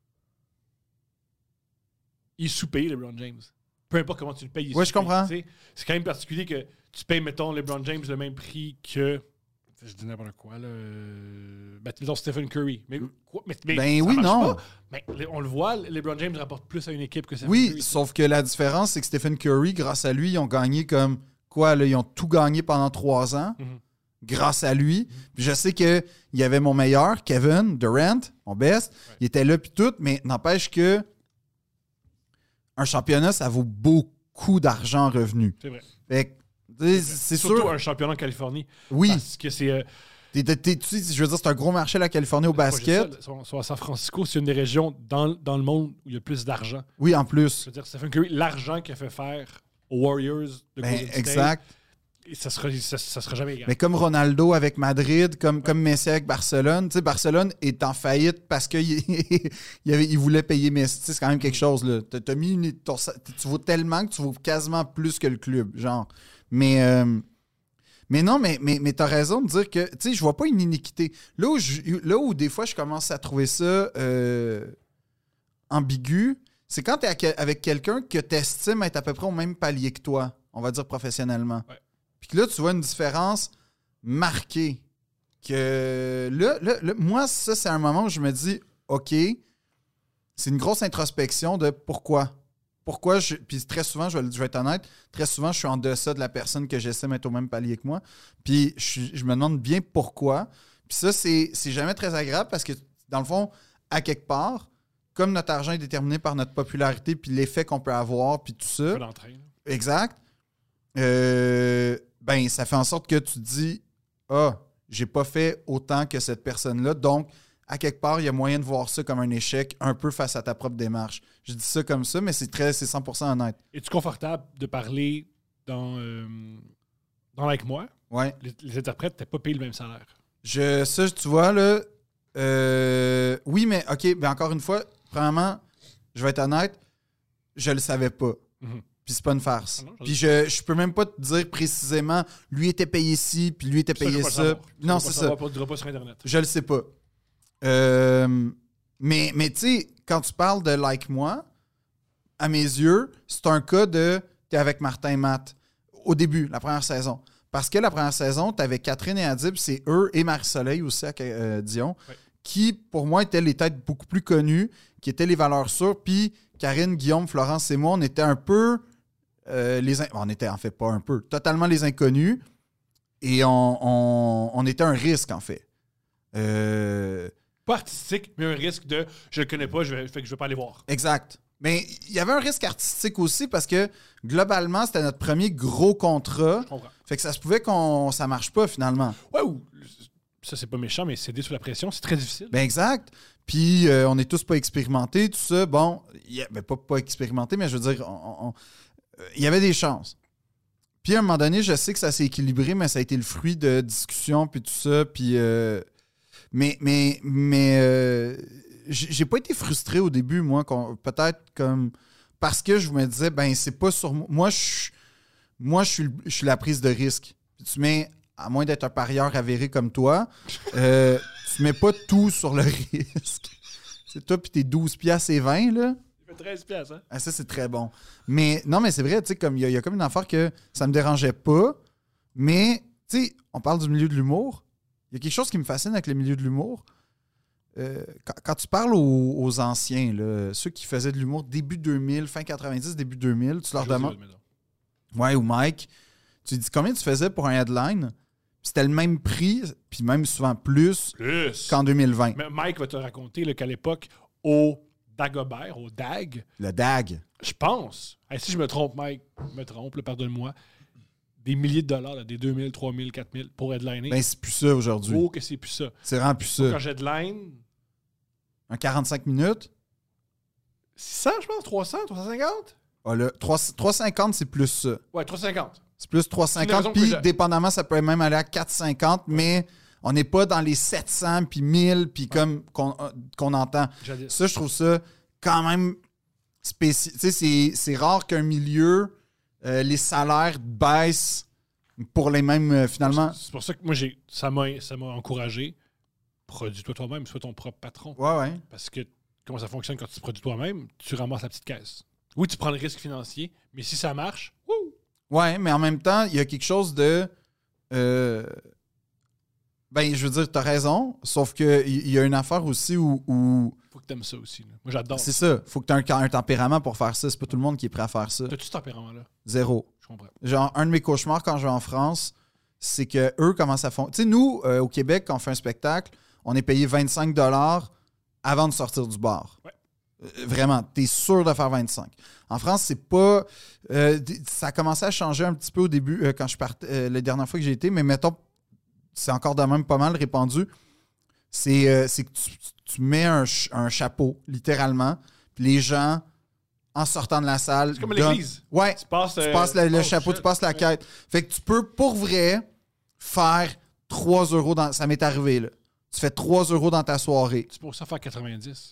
Speaker 3: Il sous-paye LeBron James. Peu importe comment tu le payes.
Speaker 2: Oui, je comprends.
Speaker 3: C'est quand même particulier que tu payes, mettons, LeBron James le même prix que... Je dis n'importe quoi, là. Mettons Stephen Curry. Mais
Speaker 2: ben oui, non.
Speaker 3: Pas. Mais on le voit, LeBron James rapporte plus à une équipe que Stephen
Speaker 2: Curry.
Speaker 3: Oui,
Speaker 2: sauf que la différence, c'est que Stephen Curry, grâce à lui, ils ont gagné comme... Quoi, là? Ils ont tout gagné pendant 3 ans. Grâce à lui. Puis je sais qu'il y avait mon meilleur, Kevin Durant, mon best. Ouais. Il était là puis tout, mais n'empêche que un championnat, ça vaut beaucoup d'argent en revenus.
Speaker 3: C'est vrai.
Speaker 2: Fait que, c'est
Speaker 3: surtout
Speaker 2: sûr.
Speaker 3: Un championnat en Californie.
Speaker 2: Oui.
Speaker 3: Parce que c'est...
Speaker 2: je veux dire, c'est un gros marché, la Californie, au basket.
Speaker 3: À San Francisco, c'est une des régions dans le monde où il y a plus d'argent.
Speaker 2: Oui, en plus.
Speaker 3: Je veux dire, Stephen Curry, l'argent qu'il a fait faire aux Warriors de Golden State,
Speaker 2: exact.
Speaker 3: Ça sera jamais égal.
Speaker 2: Mais comme Ronaldo avec Madrid, comme Messi avec Barcelone. Tu sais, Barcelone est en faillite parce qu'il il voulait payer Messi. C'est quand même quelque chose. Là. T'as mis tu vaux tellement que tu vaux quasiment plus que le club. Genre. Mais non, mais t'as raison de dire que, tu sais, je vois pas une iniquité. Là où des fois je commence à trouver ça ambigu, c'est quand t'es avec quelqu'un que t'estimes être à peu près au même palier que toi, on va dire professionnellement.
Speaker 3: Ouais.
Speaker 2: Puis que là, tu vois une différence marquée. Que là, moi, ça, c'est un moment où je me dis, OK, c'est une grosse introspection de pourquoi. Puis très souvent, je vais être honnête, très souvent, je suis en deçà de la personne que j'estime être au même palier que moi. Puis je me demande bien pourquoi. Puis ça, c'est jamais très agréable parce que, dans le fond, à quelque part, comme notre argent est déterminé par notre popularité puis l'effet qu'on peut avoir, puis tout ça. Exact. Ben, ça fait en sorte que tu te dis, j'ai pas fait autant que cette personne-là. Donc, à quelque part, il y a moyen de voir ça comme un échec un peu face à ta propre démarche. Je dis ça comme ça, mais c'est 100% honnête.
Speaker 3: Es-tu confortable de parler dans Like Moi?
Speaker 2: Ouais.
Speaker 3: Les interprètes n'étaient pas payés le même salaire.
Speaker 2: Ça, tu vois, là, oui, mais OK, ben encore une fois, premièrement, je vais être honnête, je le savais pas.
Speaker 3: Mm-hmm.
Speaker 2: Puis c'est pas une farce. Puis je peux même pas te dire précisément, lui était payé ci, puis lui était payé ça. Non, c'est ça.
Speaker 3: Tu ne diras pas sur Internet.
Speaker 2: Je le sais pas. Mais tu sais, quand tu parles de Like Moi, à mes yeux, c'est un cas de t'es avec Martin et Matt au début, la première saison. Parce que la première saison, t'avais Catherine et Adib, c'est eux, et Marie-Soleil aussi à Dion, qui, pour moi, étaient les têtes beaucoup plus connues, qui étaient les valeurs sûres. Puis Karine, Guillaume, Florence et moi, on était un peu... on était en fait pas un peu, totalement les inconnus. Et on était un risque, en fait.
Speaker 3: Pas artistique, mais un risque de je le connais pas, fait que je vais pas aller voir.
Speaker 2: Exact. Mais il y avait un risque artistique aussi parce que globalement, c'était notre premier gros contrat.
Speaker 3: Je comprends.
Speaker 2: Fait que ça se pouvait ça marche pas finalement.
Speaker 3: Ouais, ça c'est pas méchant, mais céder sous la pression, c'est très difficile.
Speaker 2: Ben exact. Puis on n'est tous pas expérimentés, tout ça. Bon, pas expérimentés, mais je veux dire, il y avait des chances. Puis à un moment donné, je sais que ça s'est équilibré, mais ça a été le fruit de discussions, puis tout ça. Puis, j'ai pas été frustré au début, moi, peut-être comme... Parce que je me disais, ben c'est pas sur moi. Moi, je suis la prise de risque. Puis tu mets, à moins d'être un parieur avéré comme toi, tu mets pas tout sur le risque. C'est toi puis tes 12 piastres et 20, là.
Speaker 3: Il fait 13 piastres, hein?
Speaker 2: Ah, ça, c'est très bon. Mais non, mais c'est vrai, tu sais, comme il y a comme une affaire que ça me dérangeait pas. Mais, tu sais, on parle du milieu de l'humour. Il y a quelque chose qui me fascine avec le milieu de l'humour. Quand tu parles aux anciens, là, ceux qui faisaient de l'humour début 2000, fin 90, début 2000, tu leur demandes... Ouais, ou Mike, tu dis combien tu faisais pour un headline? C'était le même prix, puis même souvent plus qu'en 2020.
Speaker 3: Mais Mike va te raconter là, qu'à l'époque, au Dagobert, au DAG,
Speaker 2: Le DAG.
Speaker 3: je pense, si je me trompe, Mike, là, pardonne-moi, des milliers de dollars, là, des 2000, 3000, 4000 pour headliner.
Speaker 2: Ben, c'est plus ça aujourd'hui.
Speaker 3: Oh, que c'est plus ça.
Speaker 2: C'est vraiment plus ça.
Speaker 3: Quand j'headline,
Speaker 2: Un 45 minutes?
Speaker 3: 600, je pense, 300, 350?
Speaker 2: Ah, là, 350, c'est plus ça.
Speaker 3: Ouais, 350.
Speaker 2: C'est plus
Speaker 3: C'est une
Speaker 2: 350,
Speaker 3: raison que
Speaker 2: puis
Speaker 3: j'ai-
Speaker 2: dépendamment, ça peut même aller à 450, mais on n'est pas dans les 700, puis 1000, puis comme qu'on entend.
Speaker 3: Jadis.
Speaker 2: Ça, je trouve ça quand même spécial. Tu sais, c'est rare qu'un milieu, les salaires baissent pour les mêmes, finalement.
Speaker 3: C'est pour ça que moi, ça m'a encouragé. Produis-toi toi-même, sois ton propre patron.
Speaker 2: Ouais, ouais.
Speaker 3: Parce que comment ça fonctionne quand tu te produis toi-même, tu ramasses la petite caisse. Oui, tu prends le risque financier, mais si ça marche, wouh!
Speaker 2: Ouais, mais en même temps, il y a quelque chose de... ben, je veux dire, t'as raison, sauf qu'il y a une affaire aussi où
Speaker 3: Faut que t'aimes ça aussi. Là. Moi, j'adore.
Speaker 2: c'est ça. Faut que t'aies un tempérament pour faire ça. C'est pas tout le monde qui est prêt à faire ça.
Speaker 3: T'as-tu ce tempérament-là?
Speaker 2: Zéro.
Speaker 3: Je comprends.
Speaker 2: Genre, un de mes cauchemars quand je vais en France, c'est que eux, comment ça fonctionne? Tu sais, nous, au Québec, quand on fait un spectacle, on est payé 25 $ avant de sortir du bar.
Speaker 3: Ouais.
Speaker 2: Vraiment, t'es sûr de faire 25. En France, c'est pas... ça a commencé à changer un petit peu au début, quand je partais, la dernière fois que j'ai été, mais mettons, c'est encore de même pas mal répandu. C'est que tu mets un chapeau, littéralement, puis les gens, en sortant de la salle...
Speaker 3: C'est comme
Speaker 2: donnent-
Speaker 3: l'église.
Speaker 2: Ouais,
Speaker 3: Tu passes,
Speaker 2: tu passes le
Speaker 3: oh,
Speaker 2: chapeau,
Speaker 3: shit.
Speaker 2: tu passes la quête. Fait que tu peux, pour vrai, faire 3 € dans... Ça m'est arrivé, là. Tu fais 3 € dans ta soirée.
Speaker 3: C'est pour ça faire 90.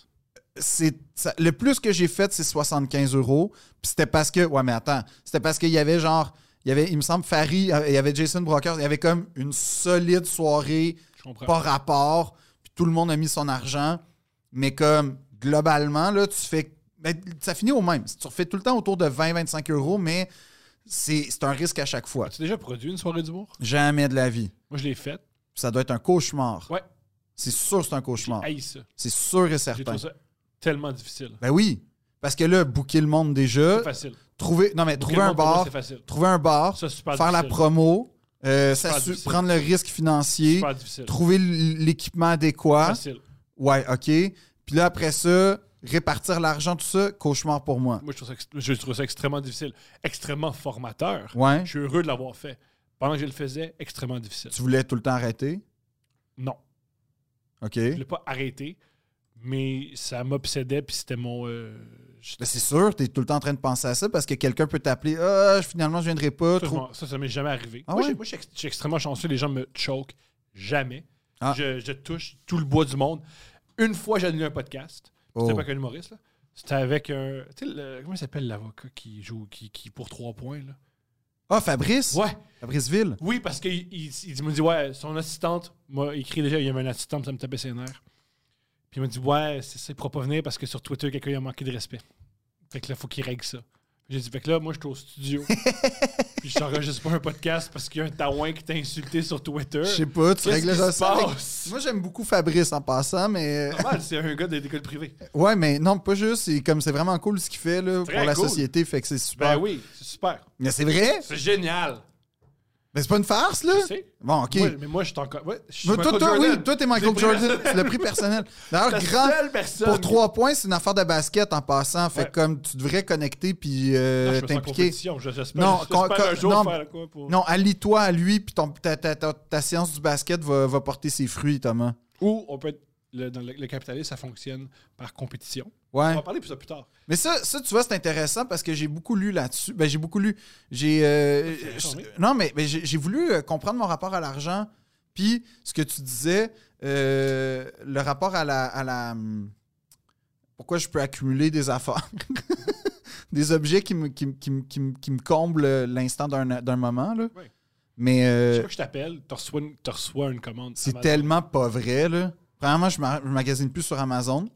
Speaker 2: Le plus que j'ai fait, c'est 75 €. Puis c'était parce que... Ouais, mais attends. C'était parce qu'il y avait genre... il me semble, Farid, il y avait Jason Brockers. Il y avait comme une solide soirée,
Speaker 3: Je comprends.
Speaker 2: pas rapport. Puis tout le monde a mis son argent. Mais comme, globalement, là, tu fais... Ben, ça finit au même. Tu refais tout le temps autour de 20-25 €, mais c'est un risque à chaque fois.
Speaker 3: As-tu déjà produit une soirée d'humour?
Speaker 2: Jamais de la vie.
Speaker 3: Moi, je l'ai faite.
Speaker 2: Ça doit être un cauchemar.
Speaker 3: Ouais.
Speaker 2: C'est sûr que c'est un
Speaker 3: J'ai
Speaker 2: cauchemar.
Speaker 3: haï ça.
Speaker 2: C'est sûr et
Speaker 3: J'ai
Speaker 2: certain.
Speaker 3: trouvé ça tellement difficile.
Speaker 2: Ben oui. Parce que là, booker le monde déjà,
Speaker 3: C'est facile.
Speaker 2: trouver un
Speaker 3: Pour quel monde, pour moi,
Speaker 2: bar,
Speaker 3: c'est facile.
Speaker 2: trouver un bar,
Speaker 3: Ça, c'est super
Speaker 2: faire la
Speaker 3: difficile.
Speaker 2: promo,
Speaker 3: difficile.
Speaker 2: prendre le risque financier,
Speaker 3: Super difficile.
Speaker 2: trouver l'équipement adéquat.
Speaker 3: Facile.
Speaker 2: Ouais, OK. Puis là, après ça, répartir l'argent, tout ça, cauchemar pour moi.
Speaker 3: Moi, je trouve ça extrêmement difficile. Extrêmement formateur.
Speaker 2: Ouais.
Speaker 3: Je suis heureux de l'avoir fait. Pendant que je le faisais, extrêmement difficile.
Speaker 2: Tu voulais tout le temps arrêter?
Speaker 3: Non.
Speaker 2: OK.
Speaker 3: Je ne l'ai pas arrêté, mais ça m'obsédait, puis c'était mon...
Speaker 2: Ben, c'est sûr, t'es tout le temps en train de penser à ça parce que quelqu'un peut t'appeler « Ah, finalement, je viendrai pas. »
Speaker 3: ça m'est jamais arrivé.
Speaker 2: Ah
Speaker 3: moi,
Speaker 2: ouais?
Speaker 3: je suis extrêmement chanceux. Les gens me choquent jamais.
Speaker 2: Ah.
Speaker 3: Je touche tout le bois du monde. Une fois, j'ai annulé un podcast. C'était
Speaker 2: Oh.
Speaker 3: pas qu'un humoriste. Là. C'était avec un... Tu sais, comment il s'appelle l'avocat qui joue qui pour 3 points? Là?
Speaker 2: Ah, Fabrice?
Speaker 3: Ouais.
Speaker 2: Fabrice Ville?
Speaker 3: Oui, parce qu'il m'a dit, ouais, son assistante m'a écrit déjà, il y avait un assistant, ça me tapait ses nerfs. Puis il m'a dit, ouais, c'est ça, il ne pourra pas venir parce que sur Twitter, quelqu'un lui a manqué de respect. Fait que là, il faut qu'il règle ça. J'ai dit, fait que là, moi, je suis au studio. Puis je t'enregistre pas un podcast parce qu'il y a un taouin qui t'a insulté sur Twitter.
Speaker 2: Je sais pas, tu
Speaker 3: Qu'est-ce
Speaker 2: régleras
Speaker 3: qui se
Speaker 2: ça. avec-
Speaker 3: passe?
Speaker 2: Moi, j'aime beaucoup Fabrice en passant, mais...
Speaker 3: Normal, c'est un gars d'école privée.
Speaker 2: Ouais, mais non, pas juste. C'est vraiment cool ce qu'il fait là, pour
Speaker 3: Très
Speaker 2: la
Speaker 3: cool.
Speaker 2: société. Fait que c'est super.
Speaker 3: Ben oui, c'est super.
Speaker 2: Mais c'est vrai?
Speaker 3: C'est génial.
Speaker 2: Mais c'est pas une farce, là?
Speaker 3: Je sais.
Speaker 2: Bon, OK.
Speaker 3: Mais moi, je suis encore. Ouais, je suis
Speaker 2: Mais
Speaker 3: Michael
Speaker 2: toi,
Speaker 3: Jordan.
Speaker 2: oui, toi, t'es
Speaker 3: Je
Speaker 2: Michael
Speaker 3: l'ai pris
Speaker 2: Jordan.
Speaker 3: personnel.
Speaker 2: Tu l'as pris personnel. D'ailleurs,
Speaker 3: La
Speaker 2: grand.
Speaker 3: seule personne.
Speaker 2: Pour 3 points, c'est une affaire de basket en passant. Fait
Speaker 3: Ouais.
Speaker 2: que comme tu devrais connecter puis
Speaker 3: Non, je fais ça en
Speaker 2: t'impliquer.
Speaker 3: compétition. J'espère
Speaker 2: Non,
Speaker 3: un jour
Speaker 2: non,
Speaker 3: faire quoi pour...
Speaker 2: Non, allie-toi à lui, puis ta séance du basket va porter ses fruits, Thomas.
Speaker 3: Ou on peut être dans le capitalisme, ça fonctionne par compétition.
Speaker 2: Ouais.
Speaker 3: On va parler de ça plus tard.
Speaker 2: Mais ça, tu vois, c'est intéressant parce que j'ai beaucoup lu là-dessus. Ben, j'ai beaucoup lu. Non, mais j'ai voulu comprendre mon rapport à l'argent. Puis, ce que tu disais, le rapport à la pourquoi je peux accumuler des affaires. Des objets qui me comblent l'instant d'un moment. Là.
Speaker 3: Oui.
Speaker 2: Mais
Speaker 3: Chaque fois que je t'appelle, tu reçois une commande.
Speaker 2: c'est
Speaker 3: Amazon.
Speaker 2: tellement pas vrai. Là. Premièrement, je magasine plus sur Amazon.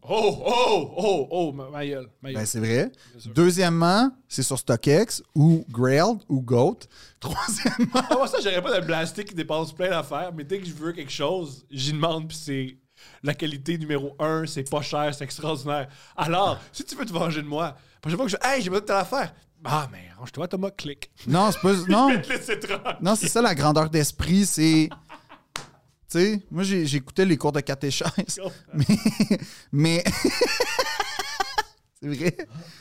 Speaker 3: Ma gueule.
Speaker 2: Ben, c'est vrai.
Speaker 3: Bien sûr.
Speaker 2: Deuxièmement, c'est sur StockX ou Grailed ou Goat. Troisièmement,
Speaker 3: Moi, ça, j'aurais pas de blaster qui dépense plein d'affaires, mais dès que je veux quelque chose, j'y demande, puis c'est la qualité numéro 1, c'est pas cher, c'est extraordinaire. Alors, si tu veux te venger de moi, la prochaine fois que hey, j'ai besoin de telle affaire. Ah, mais range-toi, Thomas, clique.
Speaker 2: non, c'est pas. Non,
Speaker 3: Je vais te laisser tranquille.
Speaker 2: non, c'est ça la grandeur d'esprit. C'est. Tu sais, moi, j'écoutais les cours de catéchèse. Mais. C'est vrai.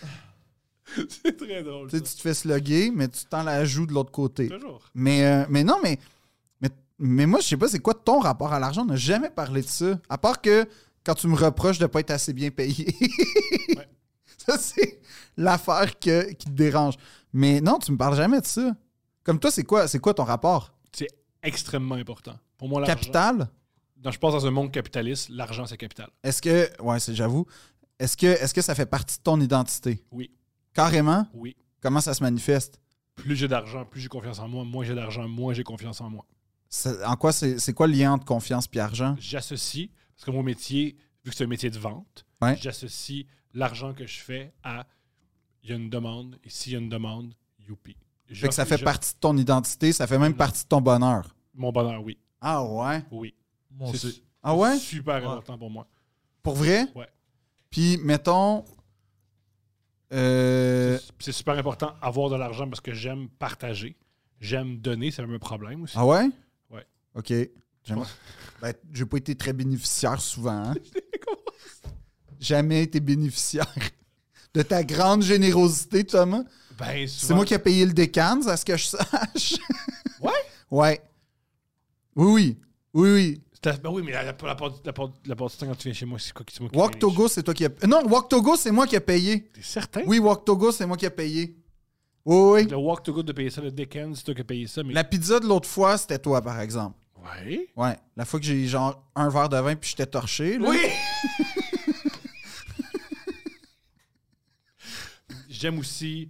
Speaker 3: C'est très drôle.
Speaker 2: Tu sais,
Speaker 3: Ça.
Speaker 2: tu te fais slugger, mais tu tends la joue de l'autre côté.
Speaker 3: Toujours.
Speaker 2: Mais non, mais moi, je sais pas, c'est quoi ton rapport à l'argent? On n'a jamais parlé de ça. À part que quand tu me reproches de pas être assez bien payé.
Speaker 3: Ouais.
Speaker 2: Ça, c'est l'affaire qui te dérange. Mais non, tu me parles jamais de ça. Comme toi, c'est quoi ton rapport?
Speaker 3: C'est extrêmement important. Pour moi, l'argent.
Speaker 2: Capital?
Speaker 3: Je pense dans un monde capitaliste, l'argent, c'est capital.
Speaker 2: Est-ce que. Ouais, j'avoue. Est-ce que ça fait partie de ton identité?
Speaker 3: Oui.
Speaker 2: Carrément?
Speaker 3: Oui.
Speaker 2: Comment ça se manifeste?
Speaker 3: Plus j'ai d'argent, plus j'ai confiance en moi. Moins j'ai d'argent, moins j'ai confiance en moi.
Speaker 2: En quoi c'est quoi le lien entre confiance et argent?
Speaker 3: J'associe, parce que mon métier, vu que c'est un métier de vente,
Speaker 2: Ouais.
Speaker 3: j'associe l'argent que je fais à il y a une demande, et s'il y a une demande, youpi.
Speaker 2: Fait que ça fait partie de ton identité, ça fait même partie de ton bonheur.
Speaker 3: Mon bonheur, oui.
Speaker 2: Ah ouais?
Speaker 3: Oui.
Speaker 1: Moi
Speaker 3: C'est
Speaker 1: aussi.
Speaker 2: Ah ouais?
Speaker 3: super important pour moi.
Speaker 2: Pour vrai?
Speaker 3: Ouais.
Speaker 2: Puis, mettons...
Speaker 3: C'est super important avoir de l'argent parce que j'aime partager. J'aime donner, c'est même un problème aussi.
Speaker 2: Ah ouais?
Speaker 3: Ouais.
Speaker 2: OK. Ben, j'ai pas été très bénéficiaire souvent. Hein? Jamais été bénéficiaire de ta grande générosité, Thomas.
Speaker 3: Ben,
Speaker 2: C'est moi qui ai payé le décan, à ce que je sache.
Speaker 3: Ouais?
Speaker 2: Ouais. Oui.
Speaker 3: Ben oui, mais la part du temps quand tu viens chez moi, c'est quoi qui paye les
Speaker 2: Walk Togo, c'est toi qui as... Non, Walk Togo, c'est moi qui ai payé.
Speaker 3: T'es certain?
Speaker 2: Oui, Walk Togo, c'est moi qui ai payé. Oui.
Speaker 3: Le Walk to Go de payer ça, le Dickens, c'est toi qui as payé ça. Mais...
Speaker 2: La pizza de l'autre fois, c'était toi, par exemple.
Speaker 3: Ouais.
Speaker 2: Ouais. La fois que j'ai genre un verre de vin puis j'étais torché. Là.
Speaker 3: Oui! J'aime aussi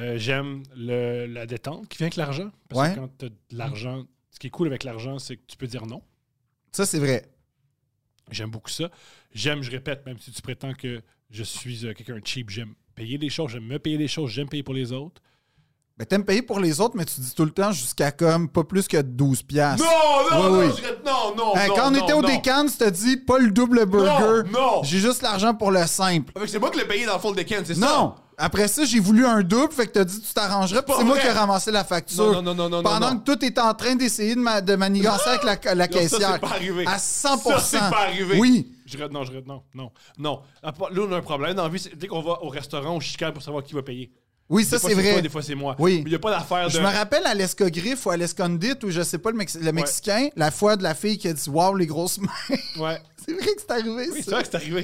Speaker 3: la détente qui vient avec l'argent. Parce
Speaker 2: Ouais.
Speaker 3: que quand tu as de l'argent, ce qui est cool avec l'argent, c'est que tu peux dire non.
Speaker 2: Ça, c'est vrai.
Speaker 3: J'aime beaucoup ça. J'aime, je répète, même si tu prétends que je suis quelqu'un de cheap, j'aime payer des choses, j'aime me payer des choses, j'aime payer pour les autres.
Speaker 2: Ben, t'aimes payer pour les autres, mais tu dis tout le temps jusqu'à comme pas plus que 12 piastres.
Speaker 3: Non,
Speaker 2: Oui.
Speaker 3: non,
Speaker 2: Hey, quand on était au Décan, tu t'as dit pas le double burger.
Speaker 3: non.
Speaker 2: J'ai juste l'argent pour le simple.
Speaker 3: C'est moi qui l'ai payé dans le fond le Dickens, c'est ça?
Speaker 2: Non! Après ça, j'ai voulu un double, fait que t'as dit tu t'arrangerais, puis
Speaker 3: pas
Speaker 2: c'est moi
Speaker 3: vrai.
Speaker 2: qui ai ramassé la facture.
Speaker 3: Non.
Speaker 2: Pendant que tout est en train d'essayer de manigancer avec la
Speaker 3: Non,
Speaker 2: caissière.
Speaker 3: ça, c'est pas arrivé.
Speaker 2: À 100%.
Speaker 3: Ça, c'est pas arrivé.
Speaker 2: Oui.
Speaker 3: Non. Là, on a un problème dans la vie. Dès qu'on va au restaurant, on chicane pour savoir qui va payer.
Speaker 2: Oui, ça,
Speaker 3: Des fois,
Speaker 2: c'est vrai.
Speaker 3: toi, des fois, c'est moi.
Speaker 2: Oui.
Speaker 3: Mais il n'y a pas d'affaire de...
Speaker 2: Je me rappelle à l'Escogriffe ou à l'Escondit ou je sais pas, le Mexicain, la fois de la fille qui a dit « Wow, les grosses mains! »
Speaker 3: Ouais.
Speaker 2: C'est vrai que c'est arrivé,
Speaker 3: Oui, c'est
Speaker 2: ça.
Speaker 3: vrai que c'est arrivé.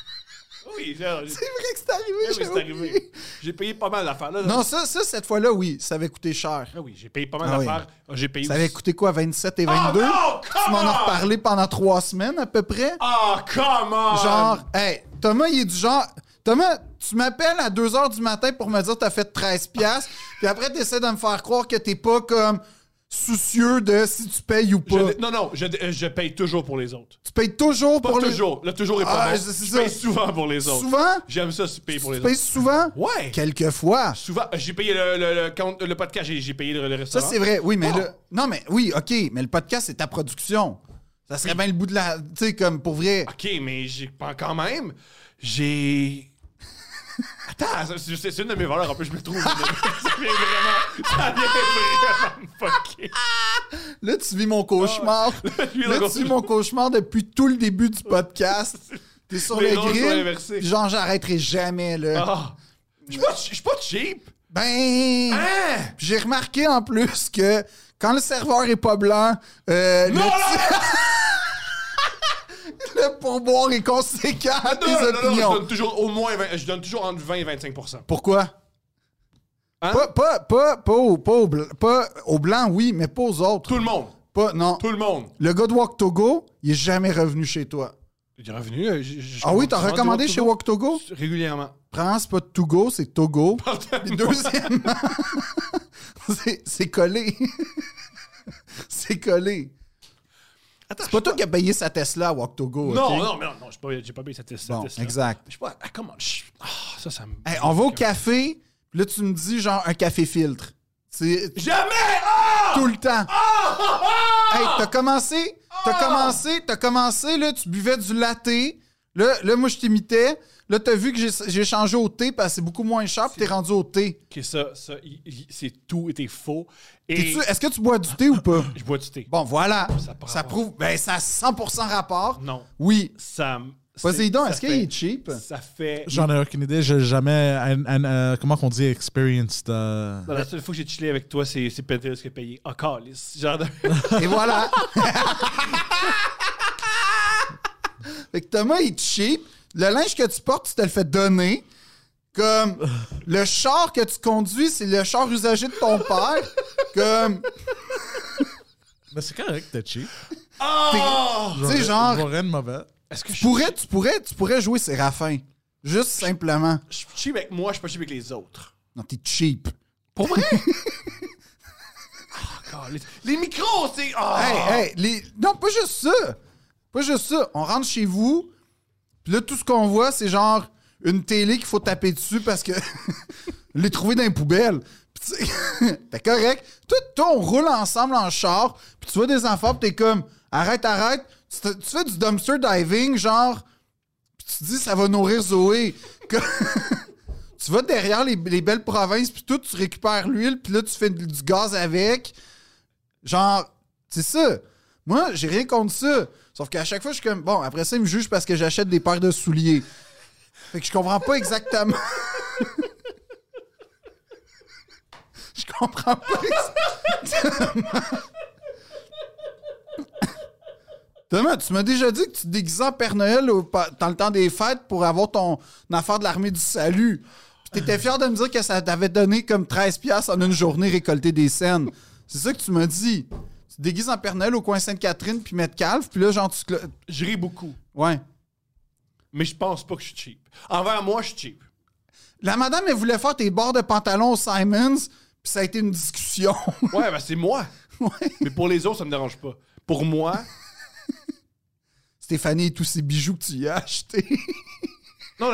Speaker 3: Oui,
Speaker 2: C'est vrai que c'est arrivé,
Speaker 3: oui,
Speaker 2: j'ai
Speaker 3: c'est
Speaker 2: oublié.
Speaker 3: arrivé. J'ai payé pas mal d'affaires. Là.
Speaker 2: Non, ça, cette fois-là, oui, ça avait coûté cher.
Speaker 3: Ah oui, j'ai payé pas mal
Speaker 2: Ah oui.
Speaker 3: d'affaires. J'ai payé
Speaker 2: Ça avait
Speaker 3: aussi-
Speaker 2: coûté quoi, 27 et 22?
Speaker 3: Oh non,
Speaker 2: Tu m'en as reparlé pendant 3 semaines à peu près.
Speaker 3: Oh, come on!
Speaker 2: Genre, hey, Thomas, il est du genre... Thomas, tu m'appelles à 2h du matin pour me dire que t'as fait 13 piastres, puis après, t'essaies de me faire croire que t'es pas comme soucieux de si tu payes ou pas.
Speaker 3: Je paye toujours pour les autres.
Speaker 2: Tu payes toujours
Speaker 3: Pas
Speaker 2: pour
Speaker 3: toujours. Le toujours est pas
Speaker 2: Ah,
Speaker 3: bon.
Speaker 2: c'est
Speaker 3: Je
Speaker 2: ça.
Speaker 3: paye souvent pour les autres.
Speaker 2: Souvent?
Speaker 3: J'aime ça, payer pour les
Speaker 2: Tu payes
Speaker 3: autres.
Speaker 2: souvent?
Speaker 3: Ouais.
Speaker 2: Quelquefois.
Speaker 3: Souvent, j'ai payé le podcast, j'ai payé le
Speaker 2: Ça,
Speaker 3: restaurant.
Speaker 2: c'est vrai. Oui, mais
Speaker 3: Oh.
Speaker 2: non, mais oui, OK, mais le podcast, c'est ta production. Ça serait bien le bout de la... Tu sais, comme pour vrai.
Speaker 3: OK, mais j'ai pas quand même. J'ai... Attends, c'est une de mes valeurs. En plus, je me trouve. Ça vient vraiment me fucker.
Speaker 2: Là, tu vis mon cauchemar. Là, tu vis mon cauchemar depuis tout le début du podcast. T'es sur
Speaker 3: Les
Speaker 2: le
Speaker 3: rôles sont
Speaker 2: grill.
Speaker 3: inversés.
Speaker 2: Genre, j'arrêterai jamais, là.
Speaker 3: Ah. Je suis pas cheap.
Speaker 2: Ben...
Speaker 3: Hein?
Speaker 2: J'ai remarqué en plus que quand le serveur est pas blanc,
Speaker 3: Non,
Speaker 2: le Le pourboire est conséquent à tes
Speaker 3: Non,
Speaker 2: opinions.
Speaker 3: je donne toujours au moins je donne toujours entre 20 et 25 %.
Speaker 2: Pourquoi?
Speaker 3: Hein?
Speaker 2: Pas aux Blancs, oui, mais pas aux autres.
Speaker 3: Tout le monde.
Speaker 2: Non.
Speaker 3: Tout le monde.
Speaker 2: Le gars de Walk Togo, il est jamais revenu chez toi.
Speaker 3: Il est revenu.
Speaker 2: Ah oui, t'as recommandé chez Walk Togo?
Speaker 3: Régulièrement.
Speaker 2: Prends, c'est pas Togo, c'est Togo. Et deuxièmement, c'est collé. C'est collé.
Speaker 3: Attends,
Speaker 2: C'est pas toi qui as payé sa Tesla à Walk Togo.
Speaker 3: Non,
Speaker 2: ok?
Speaker 3: non, mais non, j'ai pas payé cette Tesla.
Speaker 2: Bon, exact.
Speaker 3: Je sais pas, comment. Ça me.
Speaker 2: Hey, on va au café, puis là, tu me dis genre un café filtre. C'est
Speaker 3: Jamais! Ah!
Speaker 2: tout le temps.
Speaker 3: Ah!
Speaker 2: Hey, t'as commencé, là, tu buvais du latte. Là, moi, je t'imitais. Là, t'as vu que j'ai changé au thé parce que c'est beaucoup moins cher, puis t'es rendu au thé.
Speaker 3: Ok, ça, c'est tout était faux. Et
Speaker 2: Est-ce que tu bois du thé ou pas?
Speaker 3: je bois du thé.
Speaker 2: Bon, voilà.
Speaker 3: Ça part
Speaker 2: Ça
Speaker 3: rapport.
Speaker 2: prouve. Ben, ça a 100% rapport.
Speaker 3: Non.
Speaker 2: Oui.
Speaker 3: ça
Speaker 2: Poséidon, est-ce qu'il
Speaker 3: fait-
Speaker 2: est cheap?
Speaker 3: Ça fait.
Speaker 1: J'en ai aucune idée. J'ai jamais, comment qu'on dit, experienced.
Speaker 3: La seule fois que j'ai chillé avec toi, c'est Pentelis qui a payé. Ah, calice. Genre de.
Speaker 2: Et voilà. Fait que Thomas est cheap. Le linge que tu portes, tu te le fais donner. Comme le char que tu conduis, c'est le char usagé de ton père. Comme,
Speaker 1: Mais c'est correct, t'es cheap.
Speaker 3: Ah!
Speaker 2: tu sais, genre,
Speaker 1: Je vois rien de mauvais.
Speaker 3: Est-ce que
Speaker 2: tu pourrais jouer Séraphin. Juste simplement.
Speaker 3: je suis cheap avec moi, je suis pas cheap avec les autres.
Speaker 2: Non, t'es cheap.
Speaker 3: Pour vrai? Les micros, c'est. Ah!
Speaker 2: Non, pas juste ça. Pas juste ça. On rentre chez vous, puis là, tout ce qu'on voit, c'est genre une télé qu'il faut taper dessus parce que les trouver dans les poubelles. Puis tu sais, t'es correct. Toi, on roule ensemble en char, puis tu vois des enfants, puis t'es comme, arrête. Tu fais du dumpster diving, genre, puis tu te dis, ça va nourrir Zoé. Tu vas derrière les belles provinces, puis tout, tu récupères l'huile, puis là, tu fais du gaz avec. Genre, c'est ça. Moi, j'ai rien contre ça. Sauf qu'à chaque fois, je suis comme, bon, après ça, ils me jugent parce que j'achète des paires de souliers. Fait que je comprends pas exactement. Je comprends pas exactement. Thomas, tu m'as déjà dit que tu te déguisais en Père Noël dans le temps des fêtes pour avoir ton affaire de l'armée du salut. Puis t'étais fier de me dire que ça t'avait donné comme 13$ en une journée récolter des scènes. C'est ça que tu m'as dit. Tu te déguises en Père Noël au coin Sainte-Catherine puis Metcalfe, puis là, genre,
Speaker 3: Je ris beaucoup.
Speaker 2: Ouais.
Speaker 3: Mais je pense pas que je suis cheap. Envers moi, je suis cheap.
Speaker 2: La madame, elle voulait faire tes bords de pantalon au Simons, puis ça a été une discussion.
Speaker 3: Ouais, ben c'est moi.
Speaker 2: Ouais.
Speaker 3: Mais pour les autres, ça me dérange pas. Pour moi,
Speaker 2: Stéphanie et tous ces bijoux que tu y as achetés.
Speaker 3: non,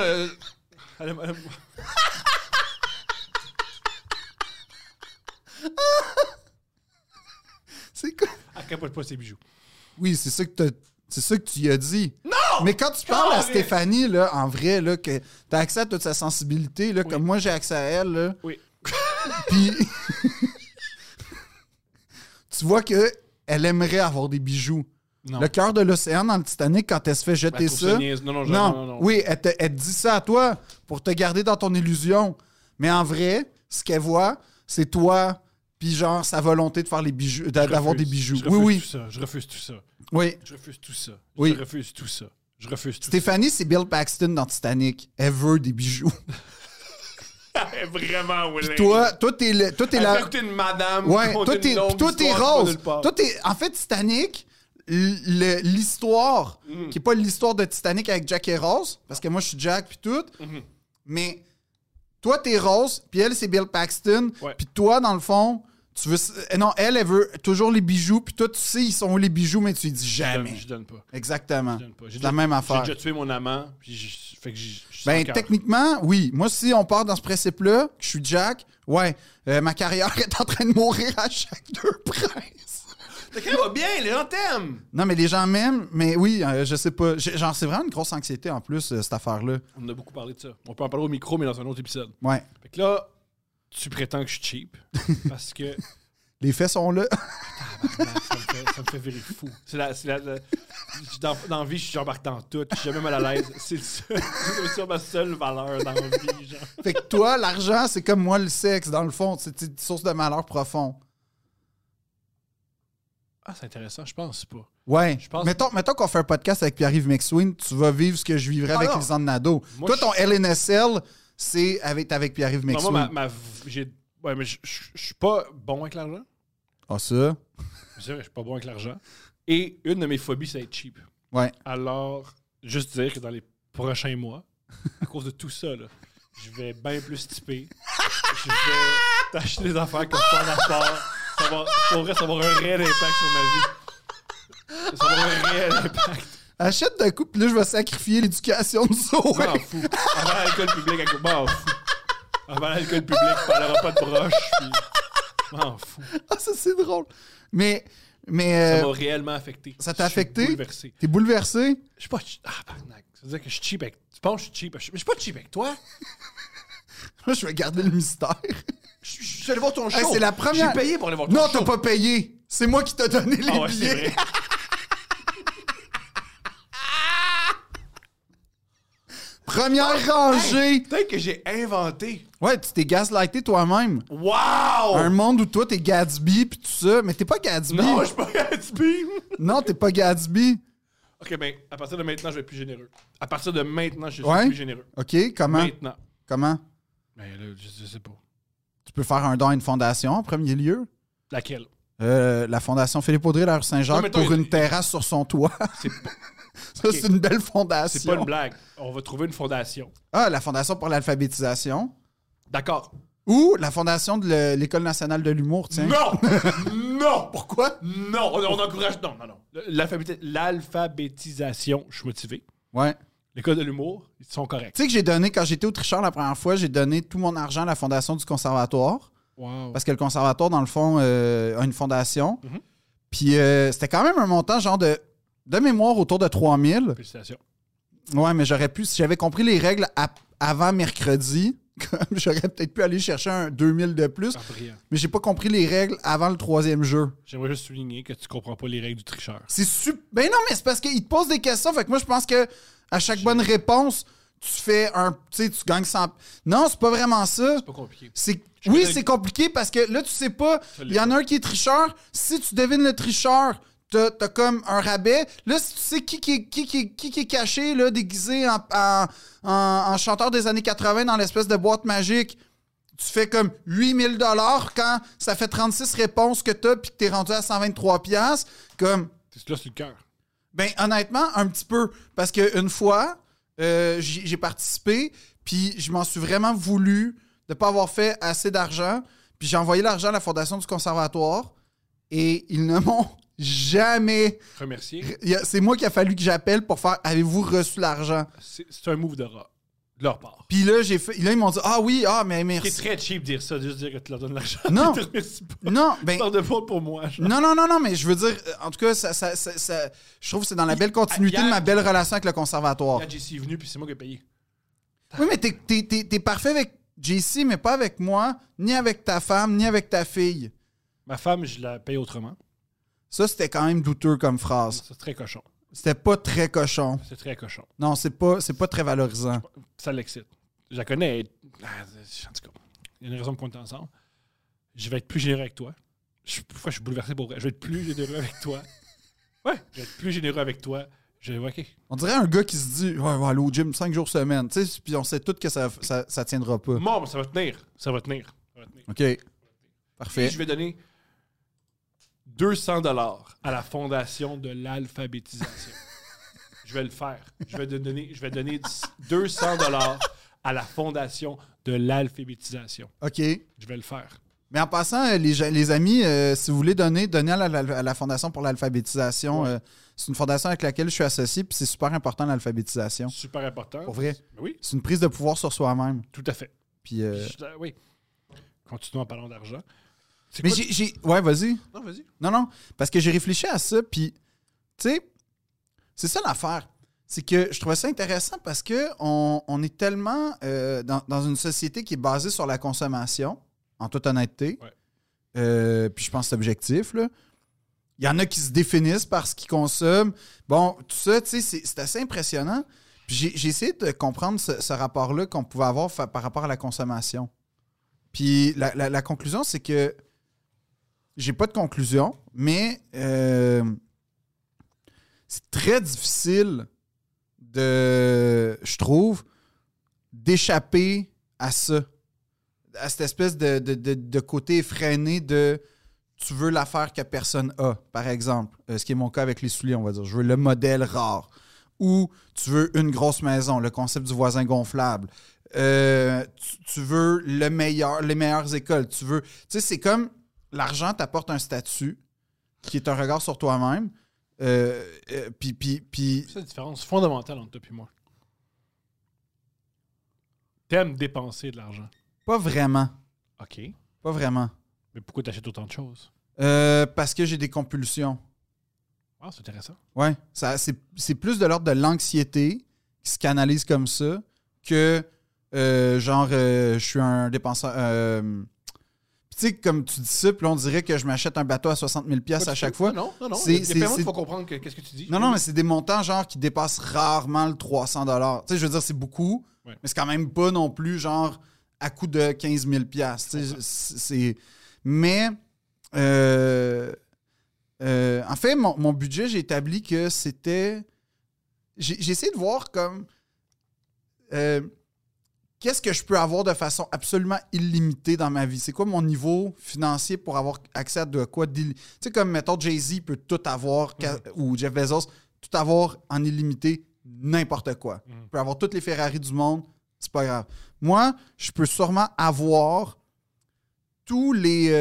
Speaker 2: C'est quoi?
Speaker 3: elle capote pas ses bijoux.
Speaker 2: Oui, c'est ça que tu y as dit.
Speaker 3: Non!
Speaker 2: Mais quand tu parles à
Speaker 3: Carré!
Speaker 2: Stéphanie, là, en vrai, là, que t'as accès à toute sa sensibilité, là,
Speaker 3: Oui.
Speaker 2: comme moi j'ai accès à elle, là,
Speaker 3: Oui.
Speaker 2: puis tu vois que elle aimerait avoir des bijoux.
Speaker 3: Non.
Speaker 2: Le cœur de l'océan dans le Titanic, quand elle se fait jeter
Speaker 3: Ben, trouve
Speaker 2: ça.
Speaker 3: niaise. Non.
Speaker 2: Non, oui, elle te dit ça à toi pour te garder dans ton illusion. Mais en vrai, ce qu'elle voit, c'est toi, puis genre sa volonté de faire les bijoux, d'avoir des bijoux.
Speaker 3: Je refuse
Speaker 2: Oui,
Speaker 3: tout ça. Je refuse tout ça.
Speaker 2: oui.
Speaker 3: Je refuse tout ça.
Speaker 2: Oui.
Speaker 3: Je refuse tout ça. Je refuse tout
Speaker 2: Stéphanie, c'est Bill Paxton dans Titanic. Elle veut des bijoux.
Speaker 3: ça. Vraiment, Willing.
Speaker 2: Toi, t'es
Speaker 3: Elle fait
Speaker 2: la.
Speaker 3: écouter une madame.
Speaker 2: Ouais,
Speaker 3: qui
Speaker 2: toi,
Speaker 3: conte une longue
Speaker 2: toi, t'es
Speaker 3: histoire qui va
Speaker 2: rose.
Speaker 3: nulle part.
Speaker 2: Toi, en fait, Titanic, l'histoire, qui est pas l'histoire de Titanic avec Jack et Rose, parce que moi, je suis Jack puis tout, mais toi, t'es Rose, puis elle, c'est Bill Paxton,
Speaker 3: Ouais.
Speaker 2: puis toi, dans le fond, tu veux... Non, elle veut toujours les bijoux, puis toi, tu sais, ils sont où les bijoux, mais tu lui dis jamais.
Speaker 3: Je donne pas.
Speaker 2: Exactement.
Speaker 3: Je donne pas.
Speaker 2: C'est la même affaire.
Speaker 3: J'ai déjà tué mon amant, puis fait que je
Speaker 2: Ben,
Speaker 3: sens cœur.
Speaker 2: techniquement, oui. Moi, si on part dans ce principe-là, que je suis Jack, ouais, ma carrière est en train de mourir à chaque 2 princes.
Speaker 3: Ta carrière va bien, les gens t'aiment.
Speaker 2: Non, mais les gens m'aiment, mais oui, je sais pas. Genre, c'est vraiment une grosse anxiété en plus, cette affaire-là.
Speaker 3: On a beaucoup parlé de ça. On peut en parler au micro, mais dans un autre épisode.
Speaker 2: Ouais.
Speaker 3: Fait que là, tu prétends que je suis cheap, parce que
Speaker 2: Les faits sont là.
Speaker 3: ça me fait virer fou. Dans la vie, j'embarque dans tout. Je suis jamais mal à l'aise. C'est ça ma seule valeur dans la vie. Genre.
Speaker 2: Fait que toi, l'argent, c'est comme moi, le sexe, dans le fond. C'est une source de malheur profond.
Speaker 3: Ah, c'est intéressant, je pense pas.
Speaker 2: Ouais.
Speaker 3: Je pense-
Speaker 2: Mettons qu'on fait un podcast avec Pierre-Yves McSween, tu vas vivre ce que je vivrais avec
Speaker 3: non.
Speaker 2: Lisanne Nadeau.
Speaker 3: Moi,
Speaker 2: Toi,
Speaker 3: je-
Speaker 2: ton LNSL, c'est avec Pierre-Yves
Speaker 3: Non,
Speaker 2: McSween.
Speaker 3: moi, j'ai. Ouais, mais je suis pas bon avec l'argent.
Speaker 2: Ah, ça?
Speaker 3: C'est vrai, je suis pas bon avec l'argent. Et une de mes phobies, c'est être cheap.
Speaker 2: Ouais.
Speaker 3: Alors, juste dire que dans les prochains mois, à cause de tout ça, là, je vais bien plus typer. Je vais t'acheter des affaires comme ça en apport. Pour vrai, ça va avoir un réel impact sur ma vie. Ça va avoir un réel impact.
Speaker 2: Achète d'un coup, puis là, je vais sacrifier l'éducation de
Speaker 3: Je
Speaker 2: Zoé.
Speaker 3: m'en fous. Avant l'alcool public, je m'en fous. Avant l'alcool public, il ne parlera pas de broche. Puis... Je m'en fous.
Speaker 2: Ah, ça, c'est drôle. Mais
Speaker 3: Ça m'a réellement affecté.
Speaker 2: ça t'a
Speaker 3: Je suis
Speaker 2: affecté?
Speaker 3: bouleversé.
Speaker 2: T'es bouleversé?
Speaker 3: Je suis pas... Ah, barnac. Ça veut dire que je suis cheap avec... Tu penses que je suis cheap? Mais je suis pas cheap avec toi.
Speaker 2: Moi, je vais garder le mystère.
Speaker 3: Je suis allé voir ton show.
Speaker 2: Hey, c'est la première-
Speaker 3: J'ai payé pour aller voir ton
Speaker 2: Non,
Speaker 3: show.
Speaker 2: t'as pas payé. C'est moi qui t'ai donné les
Speaker 3: Ah ouais, c'est
Speaker 2: billets.
Speaker 3: vrai.
Speaker 2: Première rangée.
Speaker 3: Peut-être que j'ai inventé.
Speaker 2: Ouais, tu t'es gaslighté toi-même.
Speaker 3: Wow!
Speaker 2: Un monde où toi, t'es Gatsby pis tout ça. Mais t'es pas Gatsby.
Speaker 3: Non, je suis pas Gatsby.
Speaker 2: Non, t'es pas Gatsby.
Speaker 3: OK, ben, à partir de maintenant, je vais être plus généreux. À partir de maintenant, je suis
Speaker 2: Ouais?
Speaker 3: plus généreux.
Speaker 2: OK, comment?
Speaker 3: Maintenant.
Speaker 2: Comment?
Speaker 3: Ben là, je sais pas.
Speaker 2: Tu peux faire un don à une fondation en premier lieu.
Speaker 3: Laquelle?
Speaker 2: La fondation Philippe Audrey de la rue
Speaker 3: Non,
Speaker 2: Saint-Jacques
Speaker 3: mettons,
Speaker 2: pour
Speaker 3: il-
Speaker 2: une terrasse sur son toit.
Speaker 3: C'est pas,
Speaker 2: Ça, c'est une belle fondation.
Speaker 3: c'est pas une blague. On va trouver une fondation.
Speaker 2: Ah, la fondation pour l'alphabétisation.
Speaker 3: D'accord.
Speaker 2: Ou la fondation de l'École nationale de l'humour, tiens.
Speaker 3: Non! Non!
Speaker 2: Pourquoi?
Speaker 3: Non! On encourage... Non, non, non. L'alphabétisation, je suis motivé.
Speaker 2: Ouais.
Speaker 3: L'école de l'humour, ils sont corrects.
Speaker 2: Tu sais que j'ai donné, quand j'étais au tricheur la première fois, j'ai donné tout mon argent à la fondation du conservatoire.
Speaker 3: Wow.
Speaker 2: Parce que le conservatoire, dans le fond, a une fondation.
Speaker 3: Mhm.
Speaker 2: Puis c'était quand même un montant genre de mémoire autour de 3000.
Speaker 3: Félicitations.
Speaker 2: Ouais, mais j'aurais pu, si j'avais compris les règles avant mercredi, j'aurais peut-être pu aller chercher un 2000 de plus.
Speaker 3: Ah, brillant.
Speaker 2: Mais j'ai pas compris les règles avant le 3e jeu.
Speaker 3: J'aimerais juste souligner que tu comprends pas les règles du tricheur.
Speaker 2: C'est super. Ben non, mais c'est parce qu'ils te posent des questions. Fait que moi, je pense que à chaque bonne réponse, tu fais un. Tu sais, tu gagnes 100. Non, c'est pas vraiment ça.
Speaker 3: C'est pas compliqué.
Speaker 2: Oui,
Speaker 3: connais-
Speaker 2: c'est compliqué parce que là, tu sais pas.
Speaker 3: Ça l'est
Speaker 2: Il y en a un qui est tricheur. Si tu devines le tricheur, t'as comme un rabais. Là, si tu sais qui est caché, là, déguisé en chanteur des années 80 dans l'espèce de boîte magique, tu fais comme 8000 $ quand ça fait 36 réponses que t'as puis que t'es rendu à 123 $. Comme,
Speaker 3: C'est là sur le cœur.
Speaker 2: ben honnêtement, un petit peu. Parce qu'une fois, j'ai participé, puis je m'en suis vraiment voulu de ne pas avoir fait assez d'argent. Puis j'ai envoyé l'argent à la Fondation du Conservatoire et ils ne m'ont jamais...
Speaker 3: Remercier.
Speaker 2: C'est moi qui a fallu que j'appelle pour faire « Avez-vous reçu l'argent?
Speaker 3: C'est un move de rat. De leur part. »
Speaker 2: Puis là, ils m'ont dit « Ah oui, ah mais
Speaker 3: C'est
Speaker 2: merci.
Speaker 3: très cheap de dire ça, juste dire que tu leur donnes l'argent.
Speaker 2: Non.
Speaker 3: Tu te remercies pas. »
Speaker 2: Non, ben...
Speaker 3: Sors de faute pour moi. genre.
Speaker 2: Non, mais je veux dire, en tout cas, je trouve que c'est dans la belle continuité de ma belle relation avec le Conservatoire.
Speaker 3: Quand JC est venu, puis c'est moi qui ai payé.
Speaker 2: Oui, mais t'es parfait avec JC, mais pas avec moi, ni avec ta femme, ni avec ta fille.
Speaker 3: Ma femme, je la paye autrement.
Speaker 2: Ça, c'était quand même douteux comme phrase.
Speaker 3: C'est très cochon.
Speaker 2: C'était pas très cochon.
Speaker 3: C'est très cochon.
Speaker 2: Non, c'est pas très valorisant.
Speaker 3: Ça l'excite. Je la connais. En tout cas, il y a une raison pour qu'on est ensemble. Je vais être plus généreux avec toi. Pourquoi je suis bouleversé pour vrai? Je vais être plus généreux avec toi. Ouais, je vais être plus généreux avec toi. OK.
Speaker 2: On dirait un gars qui se dit « Ouais, on va aller au gym 5 jours semaine. » Tu sais, puis on sait tous que ça tiendra pas.
Speaker 3: Bon, mais ça va tenir. Ça va tenir. Ça va tenir.
Speaker 2: OK.
Speaker 3: Et
Speaker 2: Parfait.
Speaker 3: je vais donner 200 $ à la fondation de l'alphabétisation. Je vais le faire. Je vais donner 200 $ à la fondation de l'alphabétisation.
Speaker 2: OK.
Speaker 3: Je vais le faire.
Speaker 2: Mais en passant, les amis, si vous voulez donner à la Fondation pour l'alphabétisation,
Speaker 3: Ouais.
Speaker 2: c'est une fondation avec laquelle je suis associé, puis c'est super important l'alphabétisation.
Speaker 3: Super important.
Speaker 2: Pour vrai.
Speaker 3: Ben oui,
Speaker 2: C'est une prise de pouvoir sur soi-même.
Speaker 3: tout à fait.
Speaker 2: Puis,
Speaker 3: Oui. Continuons en parlant d'argent. C'est
Speaker 2: mais
Speaker 3: quoi-
Speaker 2: Ouais, vas-y.
Speaker 3: Non, vas-y.
Speaker 2: Non, parce que j'ai réfléchi à ça, puis, tu sais, c'est ça l'affaire. C'est que je trouvais ça intéressant parce que on est tellement dans une société qui est basée sur la consommation, en toute honnêteté.
Speaker 3: Ouais.
Speaker 2: Puis je pense que c'est objectif, là. Il y en a qui se définissent par ce qu'ils consomment. Bon, tout ça, tu sais, c'est assez impressionnant. Puis j'ai essayé de comprendre ce rapport-là qu'on pouvait avoir par rapport à la consommation. Puis la conclusion, c'est que j'ai pas de conclusion, mais c'est très difficile je trouve, d'échapper à ça. À cette espèce de côté effréné de tu veux l'affaire que personne a, par exemple. Ce qui est mon cas avec les souliers, on va dire. Je veux le modèle rare. Ou tu veux une grosse maison, le concept du voisin gonflable. Tu veux les meilleures écoles. Tu sais, c'est comme l'argent t'apporte un statut qui est un regard sur toi-même. Puis
Speaker 3: C'est la différence fondamentale entre toi et moi. T'aimes dépenser de l'argent.
Speaker 2: pas vraiment.
Speaker 3: OK.
Speaker 2: Pas vraiment.
Speaker 3: Mais pourquoi t'achètes autant de choses?
Speaker 2: Parce que j'ai des compulsions.
Speaker 3: Ah, c'est intéressant.
Speaker 2: Ouais. C'est plus de l'ordre de l'anxiété qui se canalise comme ça que je suis un dépenseur. Tu sais, comme tu dis ça, puis là, on dirait que je m'achète un bateau à 60 000 $, à chaque fois.
Speaker 3: Non.
Speaker 2: C'est-
Speaker 3: Il y a plein de monde
Speaker 2: c'est-
Speaker 3: qu'il faut comprendre qu'est-ce que tu dis.
Speaker 2: Non, mais c'est des montants genre qui dépassent rarement le 300 $. Tu sais, je veux dire, c'est beaucoup,
Speaker 3: Ouais.
Speaker 2: mais c'est quand même pas non plus genre à coût de 15 000 $. Tu sais, mais, en fait, mon budget, j'ai établi que c'était... J'ai essayé de voir comme... qu'est-ce que je peux avoir de façon absolument illimitée dans ma vie? C'est quoi mon niveau financier pour avoir accès à de quoi? Tu sais, comme, mettons, Jay-Z peut tout avoir, ou Jeff Bezos, tout avoir en illimité, n'importe quoi. Il peut avoir toutes les Ferrari du monde, c'est pas grave. Moi, je peux sûrement avoir tous les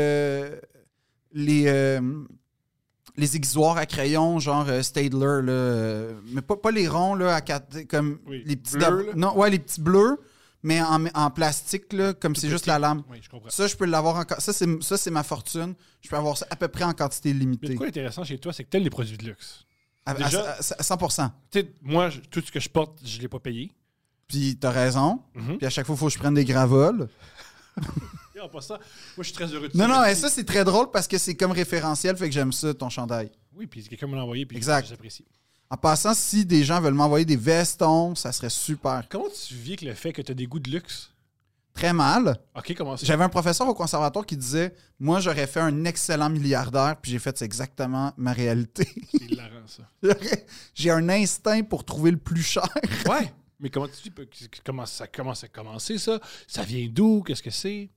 Speaker 2: aiguisoires à crayon, genre Staedtler, là, mais pas les ronds, là, comme
Speaker 3: Oui,
Speaker 2: les petits...
Speaker 3: bleus, là.
Speaker 2: Non, ouais, les petits bleus, mais en plastique, là, comme c'est juste la lame.
Speaker 3: Oui, je comprends.
Speaker 2: Ça, je peux l'avoir encore. Ça, c'est ma fortune. Je peux avoir ça à peu près en quantité
Speaker 3: Mais
Speaker 2: limitée.
Speaker 3: quoi intéressant chez toi, c'est que t'aimes les produits de luxe. Déjà-
Speaker 2: À 100%.
Speaker 3: Tu sais, moi, tout ce que je porte, je l'ai pas payé.
Speaker 2: Puis t'as raison.
Speaker 3: Mhm.
Speaker 2: Puis à chaque fois, il faut que je prenne des gravoles.
Speaker 3: Et en passant, moi, je suis très heureux de
Speaker 2: Non,
Speaker 3: ça.
Speaker 2: non, mais
Speaker 3: Merci.
Speaker 2: ça, c'est très drôle parce que c'est comme référentiel, fait que j'aime ça, ton chandail.
Speaker 3: Oui, puis quelqu'un me l'a envoyé, puis
Speaker 2: Exact.
Speaker 3: j'apprécie.
Speaker 2: En passant, si des gens veulent m'envoyer des vestons, ça serait super.
Speaker 3: Comment tu vis avec le fait que tu as des goûts de luxe?
Speaker 2: Très mal.
Speaker 3: OK, comment ça?
Speaker 2: J'avais un professeur au conservatoire qui disait « Moi, j'aurais fait un excellent milliardaire. » Puis j'ai fait « C'est exactement ma réalité.
Speaker 3: C'est hilarant, ça.
Speaker 2: J'ai un instinct pour trouver le plus cher. »
Speaker 3: Ouais. Mais comment tu dis? Comment ça commence à commencer, ça? Ça vient d'où? Qu'est-ce que c'est?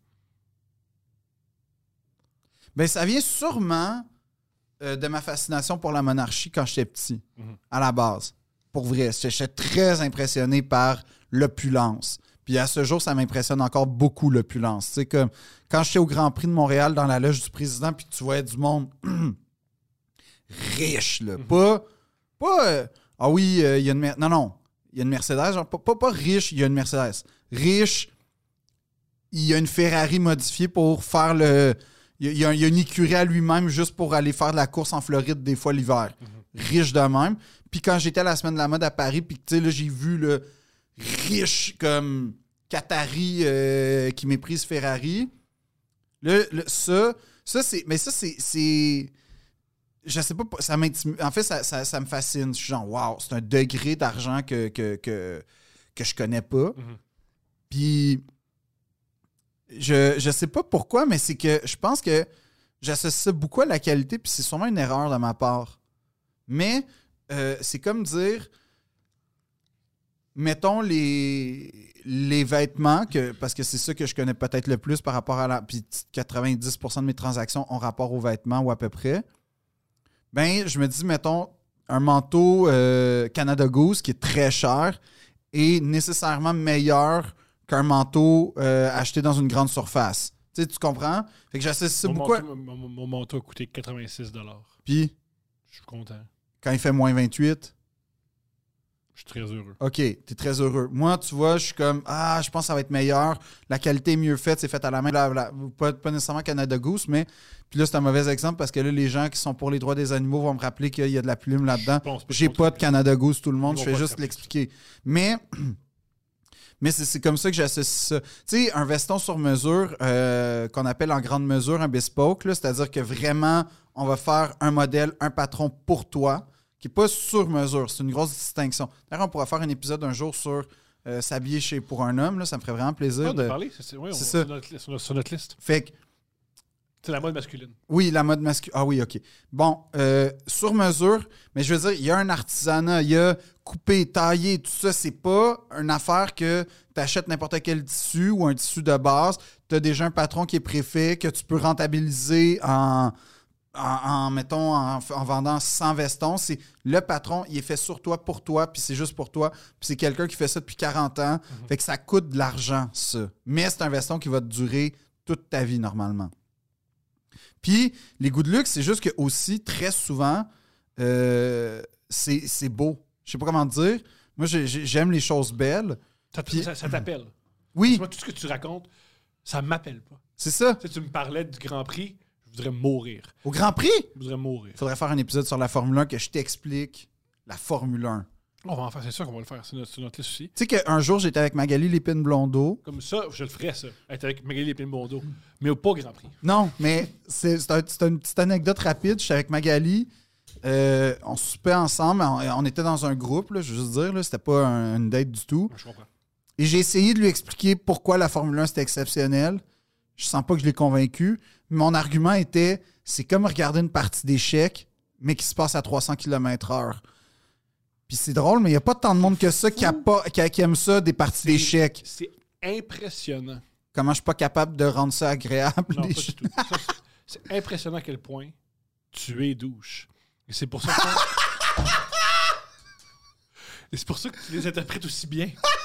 Speaker 2: Ben, ça vient sûrement de ma fascination pour la monarchie quand j'étais petit, à la base. Pour vrai, j'étais très impressionné par l'opulence. Puis à ce jour, ça m'impressionne encore beaucoup, l'opulence. Tu sais, comme quand j'étais au Grand Prix de Montréal dans la loge du président, puis que tu voyais du monde riche, là. Pas ah oui, il y a une... Non. Il y a une Mercedes, genre, pas riche, il y a une Mercedes. Riche, il y a une Ferrari modifiée pour faire le... Il y a une écurie à lui-même juste pour aller faire de la course en Floride des fois l'hiver. Riche de même. Puis quand j'étais à la Semaine de la mode à Paris, puis tu sais, là, j'ai vu le riche comme Qatari qui méprise Ferrari. Ça, c'est... Mais ça, c'est... Je sais pas, ça m'intimide. En fait, ça me fascine. Je suis genre, wow, c'est un degré d'argent que je connais pas. Puis, je sais pas pourquoi, mais c'est que je pense que j'associe ça beaucoup à la qualité, puis c'est sûrement une erreur de ma part. Mais c'est comme dire, mettons les vêtements, parce que c'est ça que je connais peut-être le plus par rapport à la... Puis 90% de mes transactions ont rapport aux vêtements ou à peu près. Ben, je me dis, mettons, un manteau Canada Goose qui est très cher est nécessairement meilleur qu'un manteau acheté dans une grande surface. Tu sais, tu comprends? Fait que j'associe ça beaucoup.
Speaker 3: Mon manteau a coûté 86 $.
Speaker 2: Puis,
Speaker 3: Je suis content.
Speaker 2: quand il fait moins 28,
Speaker 3: Je suis très heureux.
Speaker 2: OK, t'es très heureux. Moi, tu vois, je suis comme, je pense que ça va être meilleur. La qualité est mieux faite, c'est fait à la main. Pas nécessairement Canada Goose, mais... Puis là, c'est un mauvais exemple parce que là, les gens qui sont pour les droits des animaux vont me rappeler qu'il y a de la plume là-dedans. J'ai pas de Canada Goose, tout le monde.
Speaker 3: Ils
Speaker 2: Je
Speaker 3: vont
Speaker 2: fais
Speaker 3: pas
Speaker 2: juste
Speaker 3: te
Speaker 2: l'expliquer. Mais c'est comme ça que j'associe ça. Tu sais, un veston sur mesure qu'on appelle en grande mesure un bespoke, là, c'est-à-dire que vraiment, on va faire un modèle, un patron pour toi, qui n'est pas sur mesure. C'est une grosse distinction. D'ailleurs, on pourra faire un épisode un jour sur s'habiller pour un homme. Là, ça me ferait vraiment plaisir.
Speaker 3: On a parlé, c'est
Speaker 2: ça.
Speaker 3: sur notre liste.
Speaker 2: Fait que
Speaker 3: C'est la mode masculine.
Speaker 2: Oui, la mode masculine. Ah oui, OK. Bon, sur mesure, mais je veux dire, il y a un artisanat, il y a coupé, taillé, tout ça. C'est pas une affaire que tu achètes n'importe quel tissu ou un tissu de base. Tu as déjà un patron qui est préfet, que tu peux rentabiliser mettons, en vendant 100 vestons. C'est le patron, il est fait sur toi, pour toi, puis c'est juste pour toi. Puis c'est quelqu'un qui fait ça depuis 40 ans. Fait que ça coûte de l'argent, ça. Mais c'est un veston qui va te durer toute ta vie, normalement. Puis, les goûts de luxe, c'est juste que aussi, très souvent, c'est beau. Je sais pas comment te dire. Moi, j'aime les choses belles.
Speaker 3: Ça t'appelle.
Speaker 2: Oui,
Speaker 3: Moi, tout ce que tu racontes, ça m'appelle pas.
Speaker 2: c'est ça.
Speaker 3: Tu sais, tu me parlais du Grand Prix, je voudrais mourir.
Speaker 2: Au Grand Prix,
Speaker 3: Je voudrais mourir.
Speaker 2: il faudrait faire un épisode sur la Formule 1 que je t'explique la Formule 1.
Speaker 3: On va en faire, c'est sûr qu'on va le faire. C'est notre liste aussi.
Speaker 2: Tu sais qu'un jour, j'étais avec Magali Lépine-Blondeau.
Speaker 3: Comme ça, je le ferais, ça. Être avec Magali Lépine-Blondeau. Mais pas au Grand Prix.
Speaker 2: Non, mais c'est une petite anecdote rapide. J'étais avec Magali. On soupait ensemble. On était dans un groupe, là, je veux juste dire. Là, c'était pas une date du tout.
Speaker 3: Je comprends.
Speaker 2: Et j'ai essayé de lui expliquer pourquoi la Formule 1, c'était exceptionnel. Je sens pas que je l'ai convaincu. Mais mon argument était, c'est comme regarder une partie d'échecs, mais qui se passe à 300 km/h. Puis c'est drôle, mais il n'y a pas tant de monde que ça qui aime ça, des parties d'échecs.
Speaker 3: C'est impressionnant.
Speaker 2: Comment je suis pas capable de rendre ça agréable?
Speaker 3: Non,
Speaker 2: les
Speaker 3: pas
Speaker 2: jeux?
Speaker 3: du tout. Ça, c'est impressionnant à quel point tu es douche. Et c'est pour ça que... Et c'est pour ça que tu les interprètes aussi bien.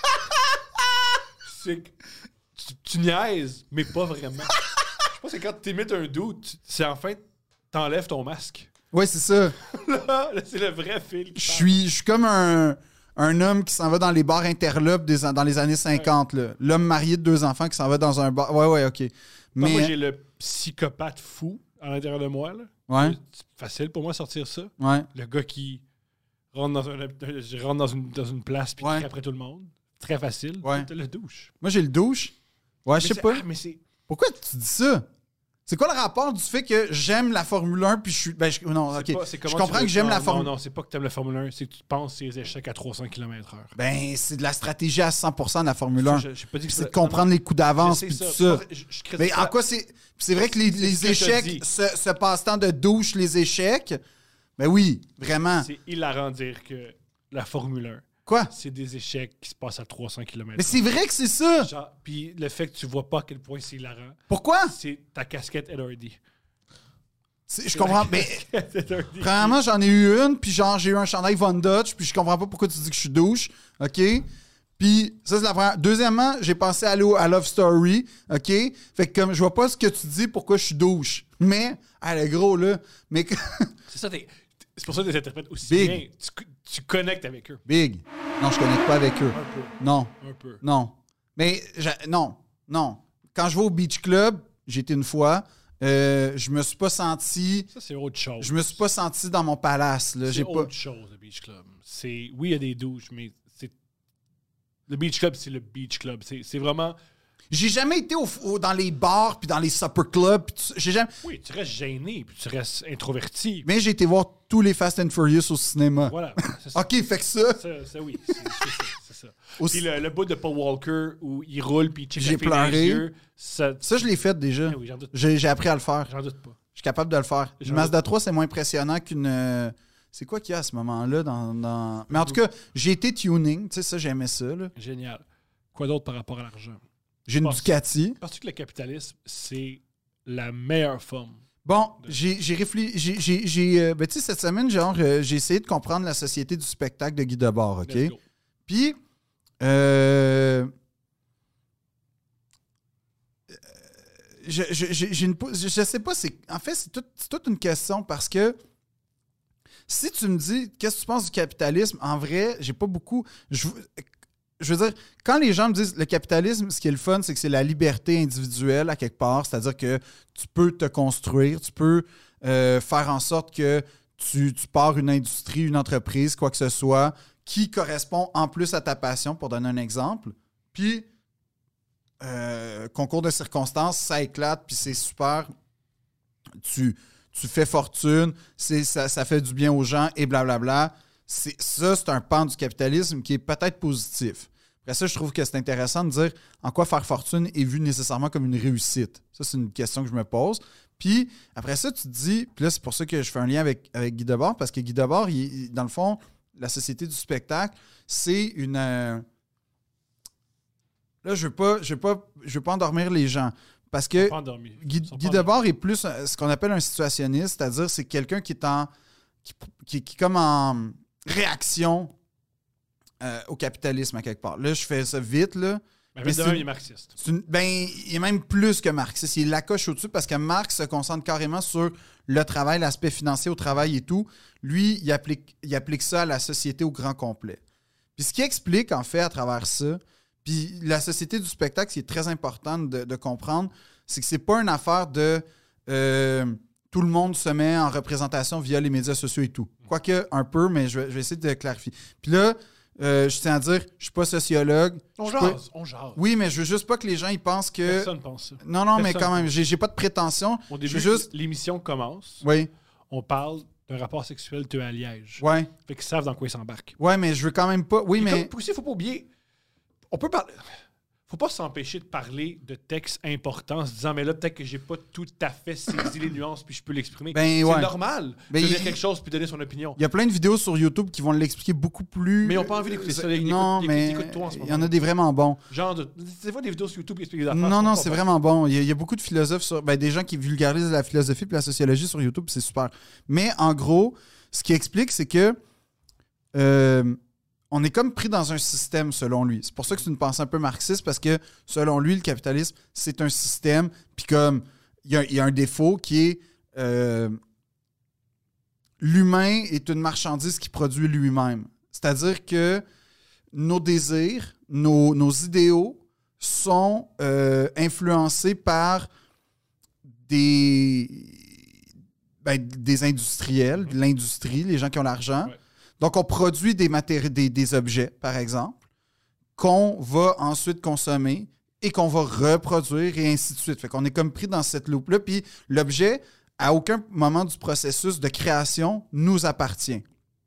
Speaker 3: C'est que tu niaises, mais pas vraiment. Je pense que quand tu imites un doute, c'est enfin t'enlèves ton masque.
Speaker 2: Oui, c'est ça.
Speaker 3: Là, c'est le vrai fil.
Speaker 2: Je suis comme un homme qui s'en va dans les bars interlopes dans les années 50. Là. L'homme marié de 2 enfants qui s'en va dans un bar. Ouais, OK.
Speaker 3: Moi,
Speaker 2: Mais,
Speaker 3: j'ai le psychopathe fou à l'intérieur de moi. Là.
Speaker 2: ouais,
Speaker 3: C'est facile pour moi de sortir ça.
Speaker 2: ouais.
Speaker 3: Le gars qui rentre dans une place puis
Speaker 2: Ouais.
Speaker 3: qui crie après tout le monde. Très facile.
Speaker 2: Ouais.
Speaker 3: T'as le douche.
Speaker 2: Moi, j'ai le douche. Ouais, je sais pas.
Speaker 3: Mais c'est...
Speaker 2: Pourquoi tu dis ça? C'est quoi le rapport du fait que j'aime la Formule 1 puis je suis... non, OK. Je comprends que j'aime la Formule 1.
Speaker 3: Non, c'est pas que t'aimes la Formule 1, c'est que tu penses ces échecs à 300 km/h.
Speaker 2: Ben, c'est de la stratégie à 100% de la Formule 1.
Speaker 3: J'ai pas dit que
Speaker 2: Puis c'est de comprendre les coups d'avance
Speaker 3: Je
Speaker 2: puis
Speaker 3: sais
Speaker 2: tout
Speaker 3: ça.
Speaker 2: ça.
Speaker 3: Je critique
Speaker 2: Mais en
Speaker 3: pas.
Speaker 2: quoi c'est... C'est vrai que les
Speaker 3: ce que je te
Speaker 2: échecs,
Speaker 3: dis.
Speaker 2: ce passe-temps de douche, les échecs, ben oui, vraiment.
Speaker 3: C'est hilarant de dire que la Formule 1,
Speaker 2: Quoi?
Speaker 3: c'est des échecs qui se passent à 300 km/h.
Speaker 2: Mais c'est vrai que c'est ça.
Speaker 3: Puis le fait que tu vois pas à quel point c'est hilarant,
Speaker 2: Pourquoi?
Speaker 3: c'est ta casquette Ed Hardy.
Speaker 2: Je comprends. Mais premièrement, j'en ai eu une, puis genre, j'ai eu un chandail Von Dutch, puis je comprends pas pourquoi tu dis que je suis douche. OK? Puis ça, c'est la première. Deuxièmement, j'ai pensé aller à Love Story. OK? Fait que comme je vois pas ce que tu dis, pourquoi je suis douche. Mais, le gros, là. Mais.
Speaker 3: C'est ça, c'est pour ça que tu les interprètes aussi
Speaker 2: Big.
Speaker 3: bien. Tu connectes avec eux.
Speaker 2: Big. Non, je connecte pas avec eux.
Speaker 3: Un peu.
Speaker 2: Non.
Speaker 3: Un peu.
Speaker 2: Non. Mais, non. Quand je vais au Beach Club, j'ai été une fois, je me suis pas senti...
Speaker 3: Ça, c'est autre chose.
Speaker 2: Je me suis pas senti dans mon palace. Là.
Speaker 3: C'est
Speaker 2: J'ai
Speaker 3: autre
Speaker 2: pas...
Speaker 3: chose, le Beach Club. Oui, il y a des douches, mais c'est... Le Beach Club, c'est le Beach Club. C'est vraiment...
Speaker 2: J'ai jamais été dans les bars puis dans les supper clubs. J'ai jamais...
Speaker 3: Oui, tu restes gêné, puis tu restes introverti.
Speaker 2: Mais j'ai été voir tous les Fast and Furious au cinéma.
Speaker 3: Voilà, c'est ça.
Speaker 2: OK, fait que ça...
Speaker 3: Ça, oui, c'est ça.
Speaker 2: Aussi-
Speaker 3: Puis le bout de Paul Walker où il roule puis il check
Speaker 2: J'ai
Speaker 3: la fille dans les
Speaker 2: pleuré.
Speaker 3: yeux, ça,
Speaker 2: Ça, je l'ai fait déjà.
Speaker 3: oui, j'en doute,
Speaker 2: J'ai appris à le faire.
Speaker 3: j'en doute pas.
Speaker 2: Je suis capable de le faire. Une
Speaker 3: J'en-
Speaker 2: Mazda 3, c'est moins impressionnant qu'une... C'est quoi qu'il y a à ce moment-là dans... Mais en tout cas, j'ai été tuning. Tu sais, ça, j'aimais ça. Là.
Speaker 3: Génial. Quoi d'autre par rapport à l'argent?
Speaker 2: J'ai une
Speaker 3: Pense-
Speaker 2: Ducati.
Speaker 3: Penses-tu que le capitalisme, c'est la meilleure forme?
Speaker 2: Bon, j'ai réfléchi. Ben, tu sais, cette semaine, genre, j'ai essayé de comprendre la société du spectacle de Guy Debord, OK?
Speaker 3: Let's go.
Speaker 2: Puis, je sais pas, en fait, c'est toute une question parce que si tu me dis qu'est-ce que tu penses du capitalisme, en vrai, j'ai pas beaucoup. Je veux dire, quand les gens me disent le capitalisme, ce qui est le fun, c'est que c'est la liberté individuelle à quelque part, c'est-à-dire que tu peux te construire, tu peux faire en sorte que tu pars une industrie, une entreprise, quoi que ce soit, qui correspond en plus à ta passion, pour donner un exemple. Puis, concours de circonstances, ça éclate, puis c'est super. Tu fais fortune, ça fait du bien aux gens, et blablabla. C'est un pan du capitalisme qui est peut-être positif. Après ça, je trouve que c'est intéressant de dire en quoi faire fortune est vu nécessairement comme une réussite. Ça, c'est une question que je me pose. Puis après ça, tu te dis, puis là, c'est pour ça que je fais un lien avec Guy Debord, parce que Guy Debord, dans le fond, la Société du spectacle, c'est une... là, je veux pas endormir les gens, parce que
Speaker 3: Pas endormi.
Speaker 2: Guy
Speaker 3: Ils sont pas
Speaker 2: Debord est plus ce qu'on appelle un situationniste, c'est-à-dire c'est quelqu'un qui est comme en réaction au capitalisme à quelque part. Là, je fais ça vite, là.
Speaker 3: Mais
Speaker 2: Mais
Speaker 3: évidemment,
Speaker 2: c'est-
Speaker 3: il est marxiste.
Speaker 2: Il est même plus que marxiste. Il la coche au-dessus parce que Marx se concentre carrément sur le travail, l'aspect financier au travail et tout. Lui, il applique ça à la société au grand complet. Puis ce qui explique, en fait, à travers ça, puis la société du spectacle, ce qui est très important de comprendre, c'est que c'est pas une affaire de tout le monde se met en représentation via les médias sociaux et tout. Quoique un peu, mais je vais essayer de clarifier. Puis là, je tiens à dire, je suis pas sociologue.
Speaker 3: On
Speaker 2: Je suis pas-
Speaker 3: jase, on jase.
Speaker 2: Oui, mais je veux juste pas que les gens ils pensent que...
Speaker 3: Personne pense ça.
Speaker 2: Non, mais
Speaker 3: Personne
Speaker 2: quand même, j'ai pas de prétention.
Speaker 3: Au
Speaker 2: Je
Speaker 3: début,
Speaker 2: veux juste...
Speaker 3: l'émission commence,
Speaker 2: Oui,
Speaker 3: on parle d'un rapport sexuel tué à Liège.
Speaker 2: ouais.
Speaker 3: Fait qu'ils savent dans quoi ils s'embarquent.
Speaker 2: Ouais, mais je veux quand même pas... Oui,
Speaker 3: Puis
Speaker 2: mais...
Speaker 3: comme, aussi, il faut pas oublier, on peut parler... Faut pas s'empêcher de parler de textes importants en se disant, mais là, peut-être que j'ai pas tout à fait saisi les nuances puis je peux l'exprimer.
Speaker 2: Ben,
Speaker 3: c'est
Speaker 2: ouais.
Speaker 3: normal
Speaker 2: Ben,
Speaker 3: de dire
Speaker 2: il-
Speaker 3: quelque chose puis donner son opinion.
Speaker 2: Il y a plein de vidéos sur YouTube qui vont l'expliquer beaucoup plus...
Speaker 3: Mais ils ont pas envie d'écouter ça. Écoute-
Speaker 2: Non, mais
Speaker 3: écoute-toi en ce
Speaker 2: il
Speaker 3: moment.
Speaker 2: y en a des vraiment bons.
Speaker 3: Genre, c'est pas des vidéos sur YouTube qui expliquent des affaires.
Speaker 2: Non,
Speaker 3: sont
Speaker 2: c'est
Speaker 3: pas
Speaker 2: vraiment bon. Il y a beaucoup de philosophes, des gens qui vulgarisent la philosophie et la sociologie sur YouTube, c'est super. Mais en gros, ce qui explique, c'est que on est comme pris dans un système, selon lui. C'est pour ça que c'est une pensée un peu marxiste, parce que, selon lui, le capitalisme, c'est un système. Puis comme, il y a un défaut qui est... l'humain est une marchandise qui produit lui-même. C'est-à-dire que nos désirs, nos idéaux sont influencés par des industriels, de l'industrie, les gens qui ont l'argent.
Speaker 3: Ouais.
Speaker 2: Donc, on produit des objets, par exemple, qu'on va ensuite consommer et qu'on va reproduire et ainsi de suite. Fait qu'on est comme pris dans cette loupe-là. Puis l'objet, à aucun moment du processus de création, nous appartient.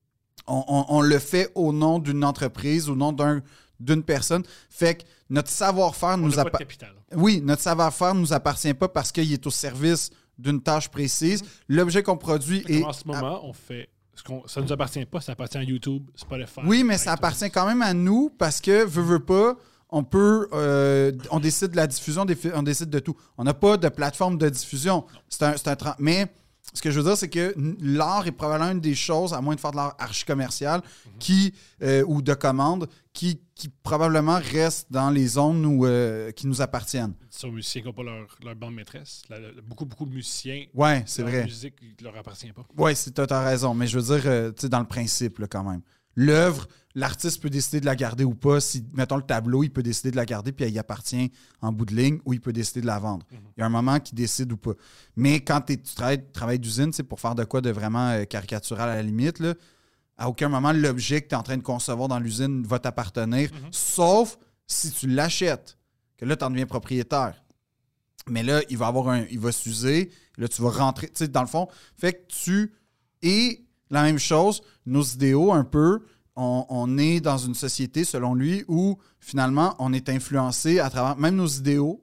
Speaker 2: On le fait au nom d'une entreprise, au nom d'une personne. Fait que notre savoir-faire
Speaker 3: On
Speaker 2: nous
Speaker 3: n'a pas de
Speaker 2: appartient.
Speaker 3: capital.
Speaker 2: Oui, notre savoir-faire ne nous appartient pas parce qu'il est au service d'une tâche précise. L'objet qu'on produit
Speaker 3: Fait
Speaker 2: est...
Speaker 3: qu'en ce moment, on fait... Ça nous appartient pas, ça appartient à YouTube, Spotify.
Speaker 2: Oui, mais ça
Speaker 3: iTunes.
Speaker 2: appartient quand même à nous parce que, veut pas, on peut... on décide de la diffusion, on décide de tout. On n'a pas de plateforme de diffusion. Mais ce que je veux dire, c'est que l'art est probablement une des choses, à moins de faire de l'art archi-commercial, ou de commande, qui probablement reste dans les zones qui nous appartiennent.
Speaker 3: Ils sont musiciens qui n'ont pas leur bande maîtresse. Beaucoup de musiciens,
Speaker 2: Ouais, c'est
Speaker 3: leur
Speaker 2: vrai.
Speaker 3: musique ne leur appartient pas.
Speaker 2: Oui, t'as raison, mais je veux dire, tu sais, dans le principe, là, quand même. L'œuvre, l'artiste peut décider de la garder ou pas. Si, mettons, le tableau, il peut décider de la garder puis elle y appartient en bout de ligne, ou il peut décider de la vendre. Il y a un moment qui décide ou pas. Mais quand tu travailles d'usine, c'est pour faire de quoi de vraiment caricatural à la limite, là, à aucun moment, l'objet que tu es en train de concevoir dans l'usine va t'appartenir, sauf si tu l'achètes, que là, tu en deviens propriétaire. Mais là, il va s'user. Là, tu vas rentrer, tu sais, dans le fond. Fait que Et la même chose, nos idéaux, un peu, on est dans une société, selon lui, où finalement, on est influencé à travers... Même nos idéaux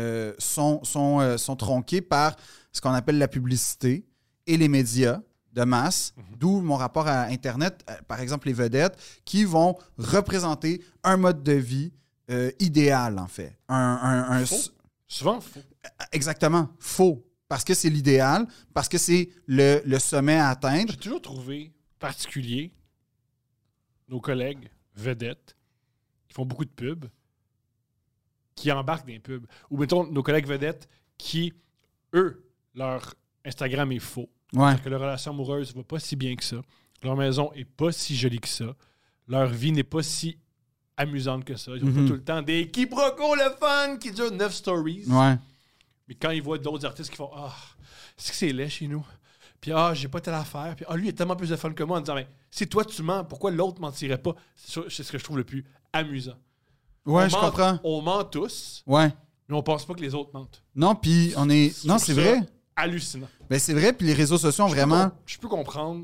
Speaker 2: sont tronqués par ce qu'on appelle la publicité et les médias de masse, d'où mon rapport à Internet, par exemple les vedettes, qui vont représenter un mode de vie idéal, en fait.
Speaker 3: Faux. Souvent, faux.
Speaker 2: Exactement, faux. Parce que c'est l'idéal, parce que c'est le sommet à atteindre.
Speaker 3: J'ai toujours trouvé particulier nos collègues vedettes qui font beaucoup de pubs, qui embarquent dans les pubs. Ou mettons nos collègues vedettes qui, eux, leur Instagram est faux.
Speaker 2: Ouais.
Speaker 3: C'est-à-dire que leur relation amoureuse va pas si bien que ça. Leur maison est pas si jolie que ça. Leur vie n'est pas si amusante que ça. Ils ont pas tout le temps des quiproquos le fun qui durent 9 stories.
Speaker 2: Ouais.
Speaker 3: Mais quand ils voient d'autres artistes qui font c'est que c'est laid chez nous. Puis j'ai pas telle affaire. Puis lui, il a tellement plus de fun que moi en disant mais si toi tu mens, pourquoi l'autre mentirait pas? C'est ce que je trouve le plus amusant.
Speaker 2: Ouais, je comprends.
Speaker 3: On ment tous,
Speaker 2: Ouais.
Speaker 3: mais on pense pas que les autres mentent.
Speaker 2: Non, puis on est. Non,
Speaker 3: Je
Speaker 2: c'est
Speaker 3: trouve ça
Speaker 2: vrai.
Speaker 3: Hallucinant.
Speaker 2: Ben, c'est vrai, puis les réseaux sociaux ont vraiment.
Speaker 3: Je peux comprendre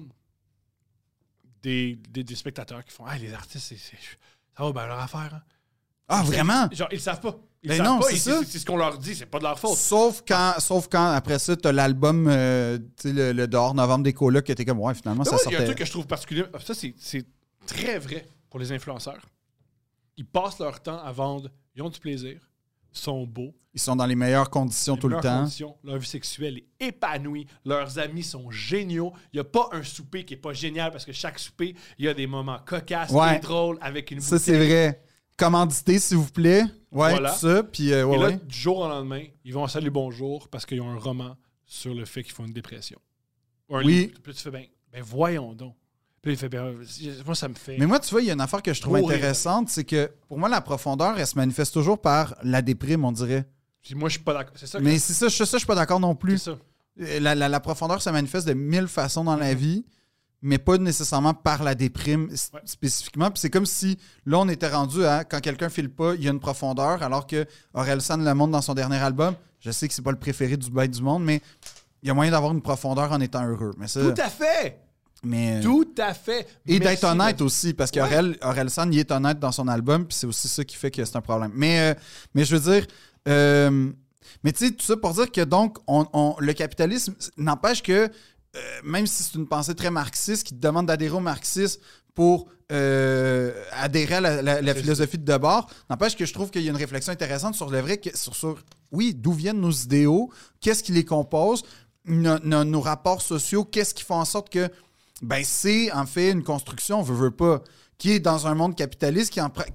Speaker 3: des spectateurs qui font les artistes, ça va bien leur affaire. Hein.
Speaker 2: Ah, vraiment?
Speaker 3: Genre, ils savent pas. Ils
Speaker 2: Ben
Speaker 3: savent
Speaker 2: non,
Speaker 3: pas,
Speaker 2: c'est ça.
Speaker 3: c'est ce qu'on leur dit, c'est pas de leur faute.
Speaker 2: Sauf quand après ça, t'as l'album, tu sais, le dehors novembre des colocs, que t'es comme, ouais, finalement,
Speaker 3: Ben
Speaker 2: ça
Speaker 3: moi, il y a un
Speaker 2: sortait.
Speaker 3: truc que je trouve particulier. Ça, c'est très vrai pour les influenceurs. Ils passent leur temps à vendre, ils ont du plaisir, sont beaux,
Speaker 2: Ils sont dans les meilleures conditions
Speaker 3: les
Speaker 2: tout le
Speaker 3: meilleures
Speaker 2: temps.
Speaker 3: conditions, leur vie sexuelle est épanouie, leurs amis sont géniaux. Il n'y a pas un souper qui n'est pas génial parce que chaque souper, il y a des moments cocasses
Speaker 2: Ouais.
Speaker 3: et drôles avec une
Speaker 2: Ça,
Speaker 3: bouteille.
Speaker 2: c'est vrai. Commandité, s'il vous plaît. Ouais,
Speaker 3: Voilà.
Speaker 2: tout ça. Puis, ouais,
Speaker 3: Et là,
Speaker 2: ouais.
Speaker 3: du jour au lendemain, ils vont à Salut Bonjour parce qu'ils ont un roman sur le fait qu'ils font une dépression. Ou un
Speaker 2: Oui.
Speaker 3: livre. Puis là, tu fais, ben voyons donc. Puis là, il fait, moi, ça me fait...
Speaker 2: Mais moi, tu vois, il y a une affaire que je trouve
Speaker 3: Mourir.
Speaker 2: intéressante, c'est que pour moi, la profondeur, elle se manifeste toujours par la déprime, on dirait.
Speaker 3: Puis moi, je suis pas d'accord. C'est ça que
Speaker 2: Mais c'est ça, je suis pas d'accord non
Speaker 3: c'est
Speaker 2: plus.
Speaker 3: ça.
Speaker 2: La profondeur se manifeste de 1000 façons dans la vie, mais pas nécessairement par la déprime
Speaker 3: Ouais.
Speaker 2: spécifiquement. Puis c'est comme si là, on était rendu à quand quelqu'un file pas, il y a une profondeur, alors que Orelsan le montre dans son dernier album. Je sais que c'est pas le préféré du bête du monde, mais il y a moyen d'avoir une profondeur en étant heureux. Mais ça,
Speaker 3: Tout à fait!
Speaker 2: mais,
Speaker 3: Tout à fait!
Speaker 2: et
Speaker 3: Merci,
Speaker 2: d'être honnête
Speaker 3: David.
Speaker 2: aussi, parce que
Speaker 3: Ouais.
Speaker 2: Orelsan, il est honnête dans son album, puis c'est aussi ça qui fait que c'est un problème. Mais je veux dire, mais tu sais, tout ça pour dire que donc, le capitalisme n'empêche que, même si c'est une pensée très marxiste qui te demande d'adhérer au marxisme pour adhérer à la philosophie de Debord, n'empêche que je trouve qu'il y a une réflexion intéressante sur le vrai, sur oui, d'où viennent nos idéaux, qu'est-ce qui les compose, nos rapports sociaux, qu'est-ce qui fait en sorte que ben c'est en fait une construction, veut pas, qui est dans un monde capitaliste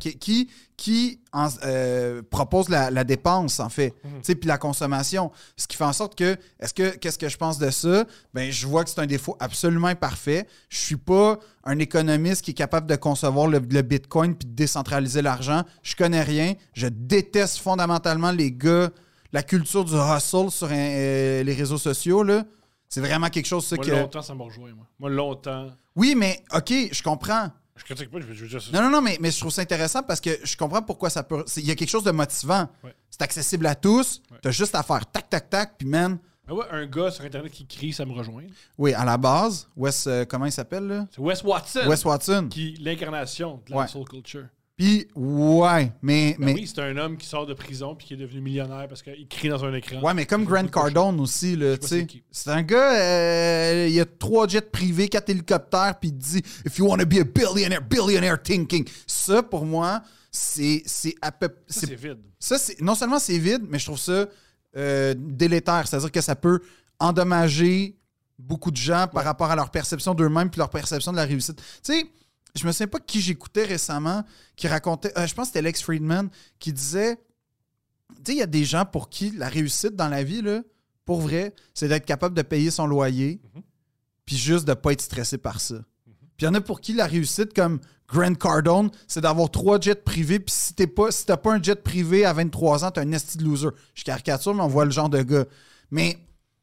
Speaker 2: qui propose la dépense, en fait, tu sais, puis la consommation. Ce qui fait en sorte que, qu'est-ce que je pense de ça? Ben, je vois que c'est un défaut absolument imparfait. Je suis pas un économiste qui est capable de concevoir le Bitcoin puis de décentraliser l'argent. Je connais rien. Je déteste fondamentalement les gars, la culture du hustle sur les réseaux sociaux, là. C'est vraiment quelque chose, ça,
Speaker 3: Moi,
Speaker 2: que...
Speaker 3: longtemps, ça m'a rejoint, moi. Moi, longtemps...
Speaker 2: Oui, mais, OK, je comprends.
Speaker 3: Je critique pas, je veux dire...
Speaker 2: Non, mais je trouve ça intéressant parce que je comprends pourquoi ça peut... Il y a quelque chose de motivant.
Speaker 3: Ouais.
Speaker 2: C'est accessible à tous.
Speaker 3: Ouais.
Speaker 2: T'as juste à faire tac, tac, tac, puis man...
Speaker 3: Ah ouais, un gars sur Internet qui crie, ça me rejoint.
Speaker 2: Oui, à la base, Wes... comment il s'appelle, là?
Speaker 3: C'est Wes Watson.
Speaker 2: Wes Watson.
Speaker 3: Qui l'incarnation de la
Speaker 2: Ouais.
Speaker 3: soul culture.
Speaker 2: Puis, ouais, mais...
Speaker 3: Ben oui, c'est un homme qui sort de prison puis qui est devenu millionnaire parce qu'il crie dans un écran.
Speaker 2: Ouais, mais comme Grant Cardone aussi, là,
Speaker 3: sais pas
Speaker 2: tu sais.
Speaker 3: c'est qui.
Speaker 2: C'est un gars, il a 3 jets privés, 4 hélicoptères, puis il dit « If you want to be a billionaire thinking ». Ça, pour moi, c'est à peu...
Speaker 3: Ça, c'est vide.
Speaker 2: Ça, non seulement c'est vide, mais je trouve ça délétère. C'est-à-dire que ça peut endommager beaucoup de gens par rapport à leur perception d'eux-mêmes puis leur perception de la réussite. Tu sais, je me souviens pas qui j'écoutais récemment qui racontait... je pense que c'était Lex Friedman qui disait... Tu sais, il y a des gens pour qui la réussite dans la vie, là, pour vrai, c'est d'être capable de payer son loyer puis juste de pas être stressé par ça. Puis il y en a pour qui la réussite, comme Grant Cardone, c'est d'avoir 3 jets privés. Puis si t'as pas un jet privé à 23 ans, t'es un esti de loser. Je caricature, mais on voit le genre de gars. Mais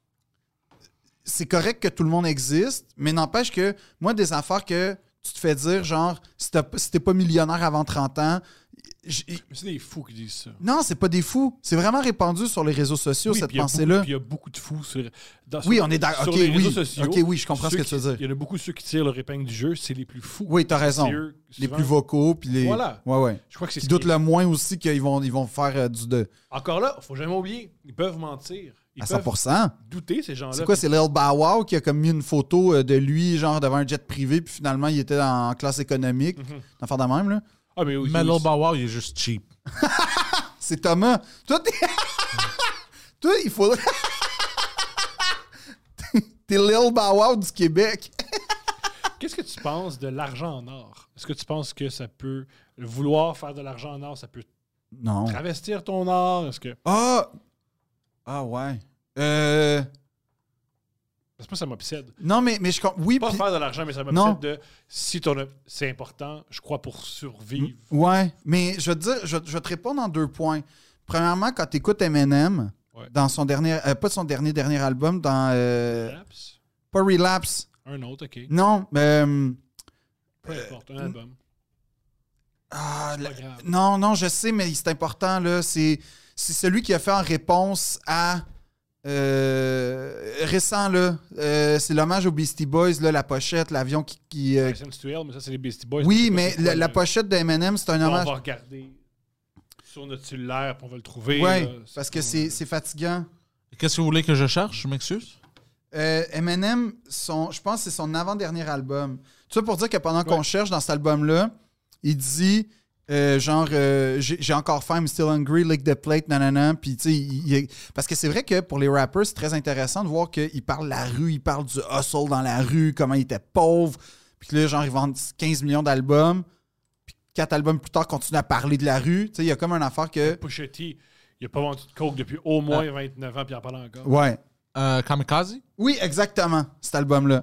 Speaker 2: c'est correct que tout le monde existe, mais n'empêche que moi, des affaires que tu te fais dire, genre, si t'es pas millionnaire avant 30 ans...
Speaker 3: Mais c'est des fous qui disent ça.
Speaker 2: Non, c'est pas des fous. C'est vraiment répandu sur les réseaux sociaux,
Speaker 3: Oui,
Speaker 2: cette
Speaker 3: puis il y a
Speaker 2: pensée-là.
Speaker 3: beaucoup- puis il y a beaucoup de fous sur...
Speaker 2: Oui, on est d'accord.
Speaker 3: Sur
Speaker 2: OK,
Speaker 3: les
Speaker 2: oui.
Speaker 3: réseaux sociaux.
Speaker 2: OK, oui, je comprends ce que tu veux dire.
Speaker 3: Il y en a beaucoup ceux qui tirent leur épingle du jeu, c'est les plus fous.
Speaker 2: Oui, t'as raison.
Speaker 3: C'est eux,
Speaker 2: Les
Speaker 3: souvent.
Speaker 2: plus vocaux, puis les...
Speaker 3: Voilà.
Speaker 2: Ouais.
Speaker 3: Je crois que c'est
Speaker 2: Qui
Speaker 3: ce
Speaker 2: doutent
Speaker 3: qui-
Speaker 2: le moins aussi qu'ils vont faire du de...
Speaker 3: Encore là, faut jamais oublier, ils peuvent mentir. Ils
Speaker 2: À
Speaker 3: peuvent
Speaker 2: 100%.
Speaker 3: douter, ces gens-là.
Speaker 2: C'est quoi, c'est Lil Bow Wow qui a comme mis une photo de lui, genre devant un jet privé, puis finalement, il était en classe économique. D'en faire de même, là.
Speaker 3: Ah, mais oui,
Speaker 1: Mais
Speaker 3: oui,
Speaker 1: Lil Bow Wow, il est juste cheap.
Speaker 2: C'est Thomas. Toi, Toi, il faudrait... T'es Lil Bow Wow du Québec.
Speaker 3: Qu'est-ce que tu penses de l'argent en or? Est-ce que tu penses que ça peut... Vouloir faire de l'argent en or, ça peut
Speaker 2: Non.
Speaker 3: travestir ton or? Est-ce que...
Speaker 2: Ah! Ah, ouais.
Speaker 3: Parce que moi, ça m'obsède.
Speaker 2: Non, mais je... Oui,
Speaker 3: Pas
Speaker 2: puis-
Speaker 3: faire de l'argent, mais ça
Speaker 2: Non.
Speaker 3: m'obsède de... Si c'est important, je crois, pour survivre.
Speaker 2: Ouais, mais je vais te dire, je vais te répondre en 2 points. Premièrement, quand tu écoutes Eminem,
Speaker 3: Ouais.
Speaker 2: dans son dernier, pas de son dernier album, dans
Speaker 3: Relapse.
Speaker 2: pas Relapse,
Speaker 3: Un autre, OK.
Speaker 2: non,
Speaker 3: Peu importe, un album.
Speaker 2: ah,
Speaker 3: C'est pas grave.
Speaker 2: non, je sais, mais c'est important là. C'est celui qui a fait en réponse à récent là. C'est l'hommage aux Beastie Boys là, la pochette, l'avion qui
Speaker 3: License to Hell, mais ça, c'est les Beastie Boys. Je
Speaker 2: oui,
Speaker 3: sais pas
Speaker 2: mais
Speaker 3: c'est quoi,
Speaker 2: la pochette de Eminem, c'est un
Speaker 3: On
Speaker 2: hommage.
Speaker 3: va regarder. sur notre cellulaire, puis on va le trouver.
Speaker 2: Ouais,
Speaker 3: là.
Speaker 2: parce que c'est fatigant.
Speaker 1: Qu'est-ce que vous voulez que je cherche? Je m'excuse.
Speaker 2: Eminem, je pense que c'est son avant-dernier album. Tout ça pour dire que pendant qu'on
Speaker 3: Ouais.
Speaker 2: cherche dans cet album-là, il dit j'ai encore faim, I'm still hungry, lick the plate, nanana. Puis tu sais, parce que c'est vrai que pour les rappers, c'est très intéressant de voir qu'ils parlent de la rue, ils parlent du hustle dans la rue, comment ils étaient pauvres. Puis que là, genre, ils vendent 15 millions d'albums. Puis 4 albums plus tard, ils continuent à parler de la rue. Tu sais, il y a comme une affaire que.
Speaker 3: Pusha T, il a pas vendu de coke depuis au moins 29 ans, puis il en parle encore.
Speaker 2: Ouais.
Speaker 1: Kamikaze?
Speaker 2: Oui, exactement, cet album-là.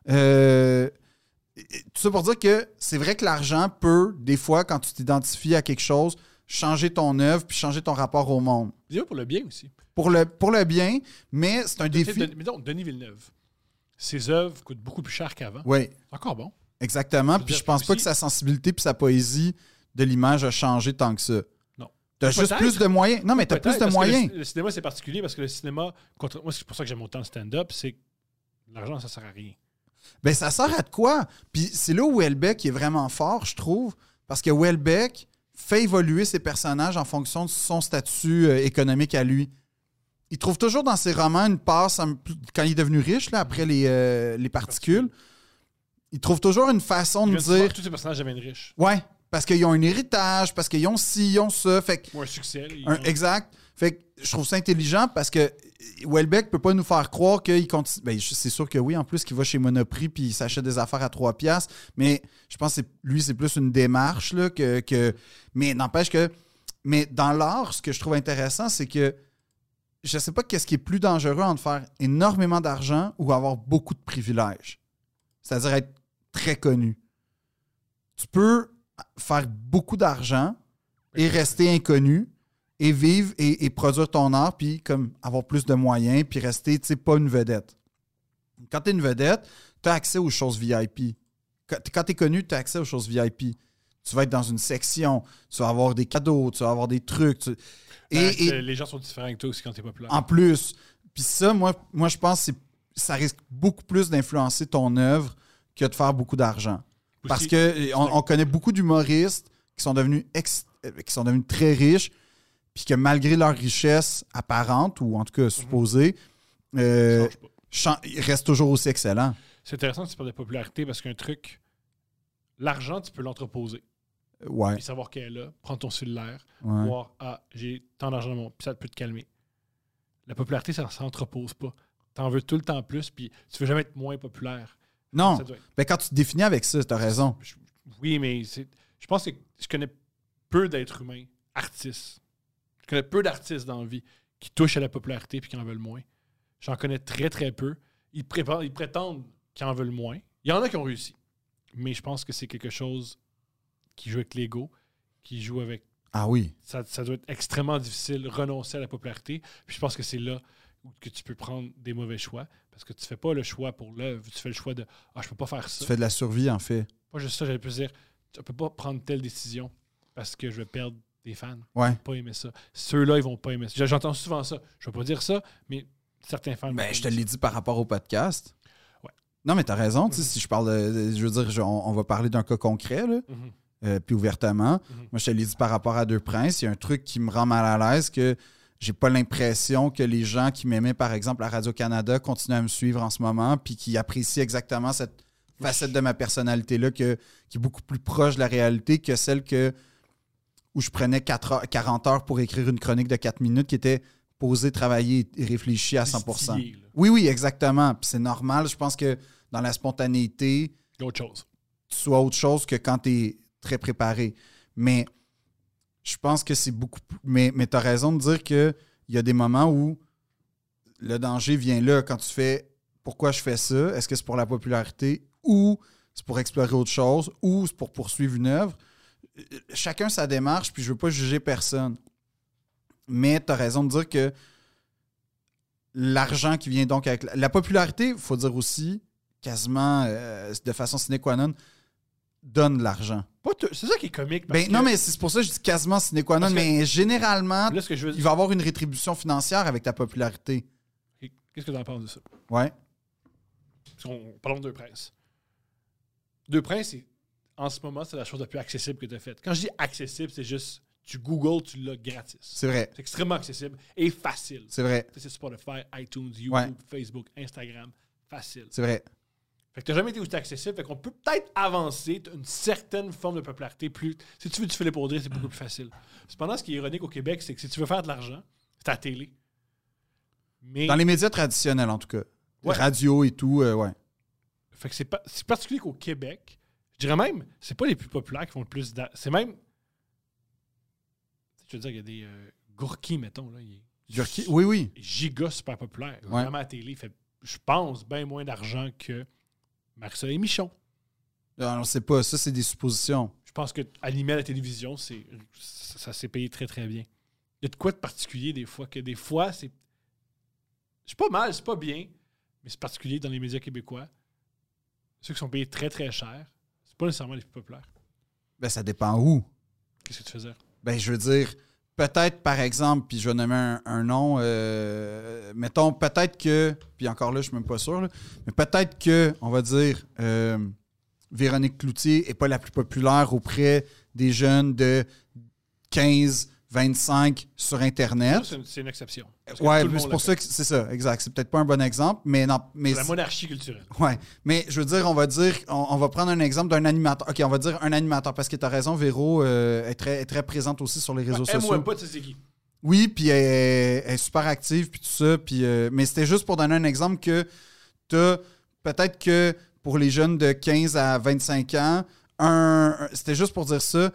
Speaker 2: Tout ça pour dire que c'est vrai que l'argent peut, des fois, quand tu t'identifies à quelque chose, changer ton œuvre puis changer ton rapport au monde.
Speaker 3: C'est pour le bien aussi.
Speaker 2: Pour le bien, mais c'est un défi.
Speaker 3: Mais donc, Denis Villeneuve, ses œuvres coûtent beaucoup plus cher qu'avant.
Speaker 2: Oui,
Speaker 3: C'est encore bon.
Speaker 2: exactement. Puis je pense pas que sa sensibilité puis sa poésie de l'image a changé tant que ça.
Speaker 3: Non.
Speaker 2: T'as juste
Speaker 3: Peut-être.
Speaker 2: plus de moyens. Non, mais t'as plus
Speaker 3: Peut-être,
Speaker 2: de
Speaker 3: parce que
Speaker 2: moyens.
Speaker 3: Le cinéma, c'est particulier parce que le cinéma, moi, c'est pour ça que j'aime autant le stand-up, c'est que l'argent, ça sert à rien.
Speaker 2: Ben, ça sert à de quoi? Puis c'est là où Houellebecq est vraiment fort, je trouve, parce que Houellebecq fait évoluer ses personnages en fonction de son statut économique à lui. Il trouve toujours dans ses romans une passe, quand il est devenu riche, là, après les particules, il trouve toujours une façon de dire...
Speaker 3: Tous ces personnages deviennent riches.
Speaker 2: Ouais, parce qu'ils ont un héritage, parce qu'ils ont ci, ils ont ça. Fait que,
Speaker 3: Ou un succès. Là,
Speaker 2: exact. Fait que je trouve ça intelligent parce que Houellebecq peut pas nous faire croire qu'il continue. Ben, c'est sûr que oui, en plus qu'il va chez Monoprix puis il s'achète des affaires à 3 piastres, mais je pense que lui, c'est plus une démarche là, que... Mais n'empêche que... Mais dans l'art, ce que je trouve intéressant, c'est que je sais pas qu'est-ce qui est plus dangereux entre faire énormément d'argent ou avoir beaucoup de privilèges. C'est-à-dire être très connu. Tu peux faire beaucoup d'argent et rester inconnu et vivre et produire ton art puis comme avoir plus de moyens puis rester, tu sais, pas une vedette. Quand tu es une vedette, tu as accès aux choses VIP. Quand tu es connu, tu as accès aux choses VIP. Tu vas être dans une section, tu vas avoir des cadeaux, tu vas avoir des trucs.
Speaker 3: Les gens sont différents que toi aussi quand t'es populaire.
Speaker 2: En plus, puis ça, moi je pense que ça risque beaucoup plus d'influencer ton œuvre que de faire beaucoup d'argent.
Speaker 3: Aussi,
Speaker 2: Parce qu'on connaît beaucoup d'humoristes qui sont devenus très riches, puis que malgré leur richesse apparente, ou en tout cas supposée, ils restent toujours aussi excellents.
Speaker 3: C'est intéressant que tu parles de popularité parce qu'un truc, l'argent, tu peux l'entreposer.
Speaker 2: Ouais.
Speaker 3: Puis savoir qu'elle est là, prendre ton cellulaire,
Speaker 2: Ouais.
Speaker 3: voir, j'ai tant d'argent dans mon... Puis ça peut te calmer. La popularité, ça ne s'entrepose pas. T'en veux tout le temps plus, puis tu veux jamais être moins populaire.
Speaker 2: Non.
Speaker 3: Ça doit être-
Speaker 2: Ben, quand tu te définis avec ça, t'as raison.
Speaker 3: Oui, mais je pense que je connais peu d'êtres humains, artistes. Je connais peu d'artistes dans la vie qui touchent à la popularité puis qui en veulent moins. J'en connais très, très peu. Ils prétendent qu'ils en veulent moins. Il y en a qui ont réussi. Mais je pense que c'est quelque chose qui joue avec l'ego, qui joue avec...
Speaker 2: Ah oui.
Speaker 3: Ça doit être extrêmement difficile, renoncer à la popularité. Puis je pense que c'est là que tu peux prendre des mauvais choix. Parce que tu fais pas le choix pour l'œuvre. Tu fais le choix de « Ah, je peux pas faire ça.
Speaker 2: Tu » fais de la survie, en fait.
Speaker 3: Pas juste ça, j'allais plus dire « Tu peux pas prendre telle décision parce que je vais perdre des fans.
Speaker 2: Ouais.
Speaker 3: Ils vont pas aimer ça. Ceux-là, ils vont pas aimer ça. J'entends souvent ça. Je vais pas dire ça, mais certains fans... vont
Speaker 2: Ben,
Speaker 3: pas
Speaker 2: je te
Speaker 3: aimer
Speaker 2: l'ai dit par rapport au podcast.
Speaker 3: Ouais.
Speaker 2: Non, mais t'as raison. Tu sais, si je parle je veux dire, on va parler d'un cas concret, là.
Speaker 3: ça. Mhm.
Speaker 2: Puis ouvertement.
Speaker 3: Mhm.
Speaker 2: Moi, je te l'ai dit par rapport à Deux Princes, il y a un truc qui me rend mal à l'aise, que j'ai pas l'impression que les gens qui m'aimaient, par exemple, à Radio-Canada, continuent à me suivre en ce moment, puis qui apprécient exactement cette facette de ma personnalité-là qui est beaucoup plus proche de la réalité que celle où je prenais 40 heures pour écrire une chronique de 4 minutes qui était posée, travaillée et réfléchie à 100%.
Speaker 3: Distillé, là.
Speaker 2: Oui, exactement. Puis c'est normal. Je pense que dans la spontanéité,
Speaker 3: Il y a autre chose.
Speaker 2: tu sois autre chose que quand tu es très préparé. Mais je pense que c'est beaucoup plus... Mais tu as raison de dire qu'il y a des moments où le danger vient là quand tu fais « Pourquoi je fais ça? Est-ce que c'est pour la popularité? Ou c'est pour explorer autre chose? Ou c'est pour poursuivre une œuvre? » Chacun sa démarche, puis je veux pas juger personne. Mais tu as raison de dire que l'argent qui vient donc avec... La popularité, il faut dire aussi, quasiment de façon sine qua non, donne de l'argent.
Speaker 3: C'est ça qui est comique. Parce
Speaker 2: Ben,
Speaker 3: que-
Speaker 2: non, mais c'est pour ça que je dis quasiment sine qua non,
Speaker 3: Parce que-
Speaker 2: mais généralement,
Speaker 3: Là, ce que je veux
Speaker 2: il va y avoir une rétribution financière avec ta popularité.
Speaker 3: Qu'est-ce que tu en penses de ça?
Speaker 2: Ouais.
Speaker 3: Parlons de Deux Princes. Deux Princes, en ce moment, c'est la chose la plus accessible que tu as faite. Quand je dis accessible, c'est juste tu googles, tu l'as gratis.
Speaker 2: C'est vrai.
Speaker 3: C'est extrêmement accessible et facile.
Speaker 2: C'est vrai.
Speaker 3: C'est Spotify, iTunes, YouTube,
Speaker 2: Ouais.
Speaker 3: Facebook, Instagram. Facile.
Speaker 2: C'est vrai.
Speaker 3: Fait que t'as jamais été aussi accessible. Fait qu'on peut peut-être avancer. T'as une certaine forme de popularité. Plus, si tu veux du Philippe Audrey, c'est beaucoup plus facile. Cependant, ce qui est ironique au Québec, c'est que si tu veux faire de l'argent, c'est à la télé. Mais,
Speaker 2: Dans les médias traditionnels, en tout cas.
Speaker 3: Ouais.
Speaker 2: Radio et tout, ouais.
Speaker 3: fait que c'est particulier qu'au Québec, je dirais même, c'est pas les plus populaires qui font le plus c'est même. Je veux dire, il y a des Gourki, mettons. Là, il est
Speaker 2: Gurki? Oui, oui.
Speaker 3: giga super populaire.
Speaker 2: Ouais.
Speaker 3: Vraiment à la télé. Il fait, je pense, bien moins d'argent que Marie-Soleil Michon.
Speaker 2: On ne sait pas. Ça, c'est des suppositions.
Speaker 3: Je pense qu'animer à la télévision, ça s'est payé très, très bien. Il y a de quoi de particulier des fois, que des fois, c'est pas mal, c'est pas bien, mais c'est particulier dans les médias québécois. Ceux qui sont payés très, très cher, c'est pas nécessairement les plus populaires.
Speaker 2: Ben, ça dépend où.
Speaker 3: Qu'est-ce que tu faisais?
Speaker 2: Ben, je veux dire, peut-être, par exemple, puis je vais nommer un nom, mettons, peut-être que, puis encore là, je suis même pas sûr, là, mais peut-être que, on va dire, Véronique Cloutier n'est pas la plus populaire auprès des jeunes de 15, 25 sur Internet.
Speaker 3: Ça, c'est une exception. Parce que
Speaker 2: Ouais,
Speaker 3: tout le
Speaker 2: c'est
Speaker 3: monde
Speaker 2: pour
Speaker 3: l'a
Speaker 2: ça
Speaker 3: fait.
Speaker 2: que c'est ça, exact. C'est peut-être pas un bon exemple, mais non. Mais
Speaker 3: C'est la monarchie culturelle.
Speaker 2: ouais, mais je veux dire, on va prendre un exemple d'un animateur. OK, on va dire un animateur, parce que tu as raison, Véro est très présente aussi sur les réseaux
Speaker 3: Aime ou
Speaker 2: sociaux.
Speaker 3: aime pas, tu sais c'est qui.
Speaker 2: Oui, puis elle est super active, puis tout ça. Puis, mais c'était juste pour donner un exemple que t'as peut-être que pour les jeunes de 15 à 25 ans, c'était juste pour dire ça,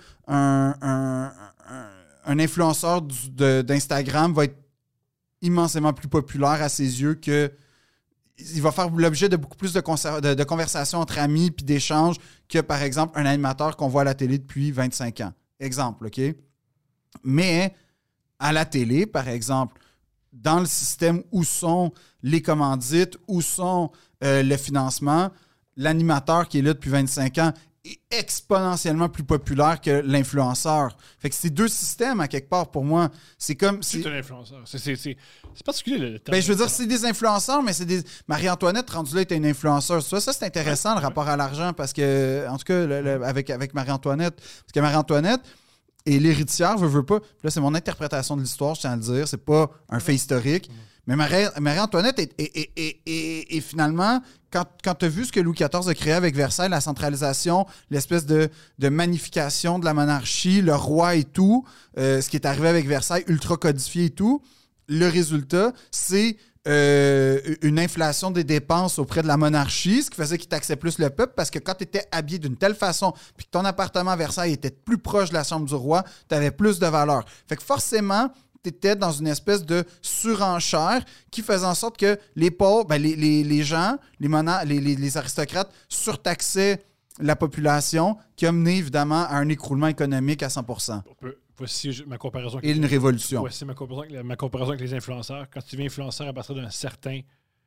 Speaker 2: un influenceur d'Instagram va être immensément plus populaire à ses yeux que il va faire l'objet de beaucoup plus de conversations entre amis puis d'échanges que, par exemple, un animateur qu'on voit à la télé depuis 25 ans. Exemple, OK? Mais à la télé, par exemple, dans le système où sont les commandites, où sont le financement, l'animateur qui est là depuis 25 ans est exponentiellement plus populaire que l'influenceur. Fait que c'est deux systèmes, à quelque part, pour moi. C'est comme...
Speaker 3: C'est un influenceur. C'est particulier, le terme.
Speaker 2: Ben, je veux dire, c'est des influenceurs, mais c'est des... Marie-Antoinette, rendue là, était une influenceuse. Ça, c'est intéressant, le rapport à l'argent, parce que, en tout cas, avec Marie-Antoinette, parce que Marie-Antoinette est l'héritière, veut pas. Puis là, c'est mon interprétation de l'histoire, je tiens à le dire. C'est pas un fait historique. Mais Marie-Antoinette est finalement, quand tu as vu ce que Louis XIV a créé avec Versailles, la centralisation, l'espèce de magnification de la monarchie, le roi et tout, ce qui est arrivé avec Versailles, ultra codifié et tout, le résultat, c'est une inflation des dépenses auprès de la monarchie, ce qui faisait qu'il taxait plus le peuple, parce que quand tu étais habillé d'une telle façon, puis que ton appartement à Versailles était plus proche de la chambre du roi, tu avais plus de valeur. Fait que forcément, tu étais dans une espèce de surenchère qui faisait en sorte que les pauvres, ben les gens, les aristocrates surtaxaient la population, qui a mené évidemment à un écroulement économique à 100%.
Speaker 3: Voici ma comparaison.
Speaker 2: Et une révolution.
Speaker 3: Voici ma comparaison avec les influenceurs. Quand tu deviens influenceur à partir d'une certaine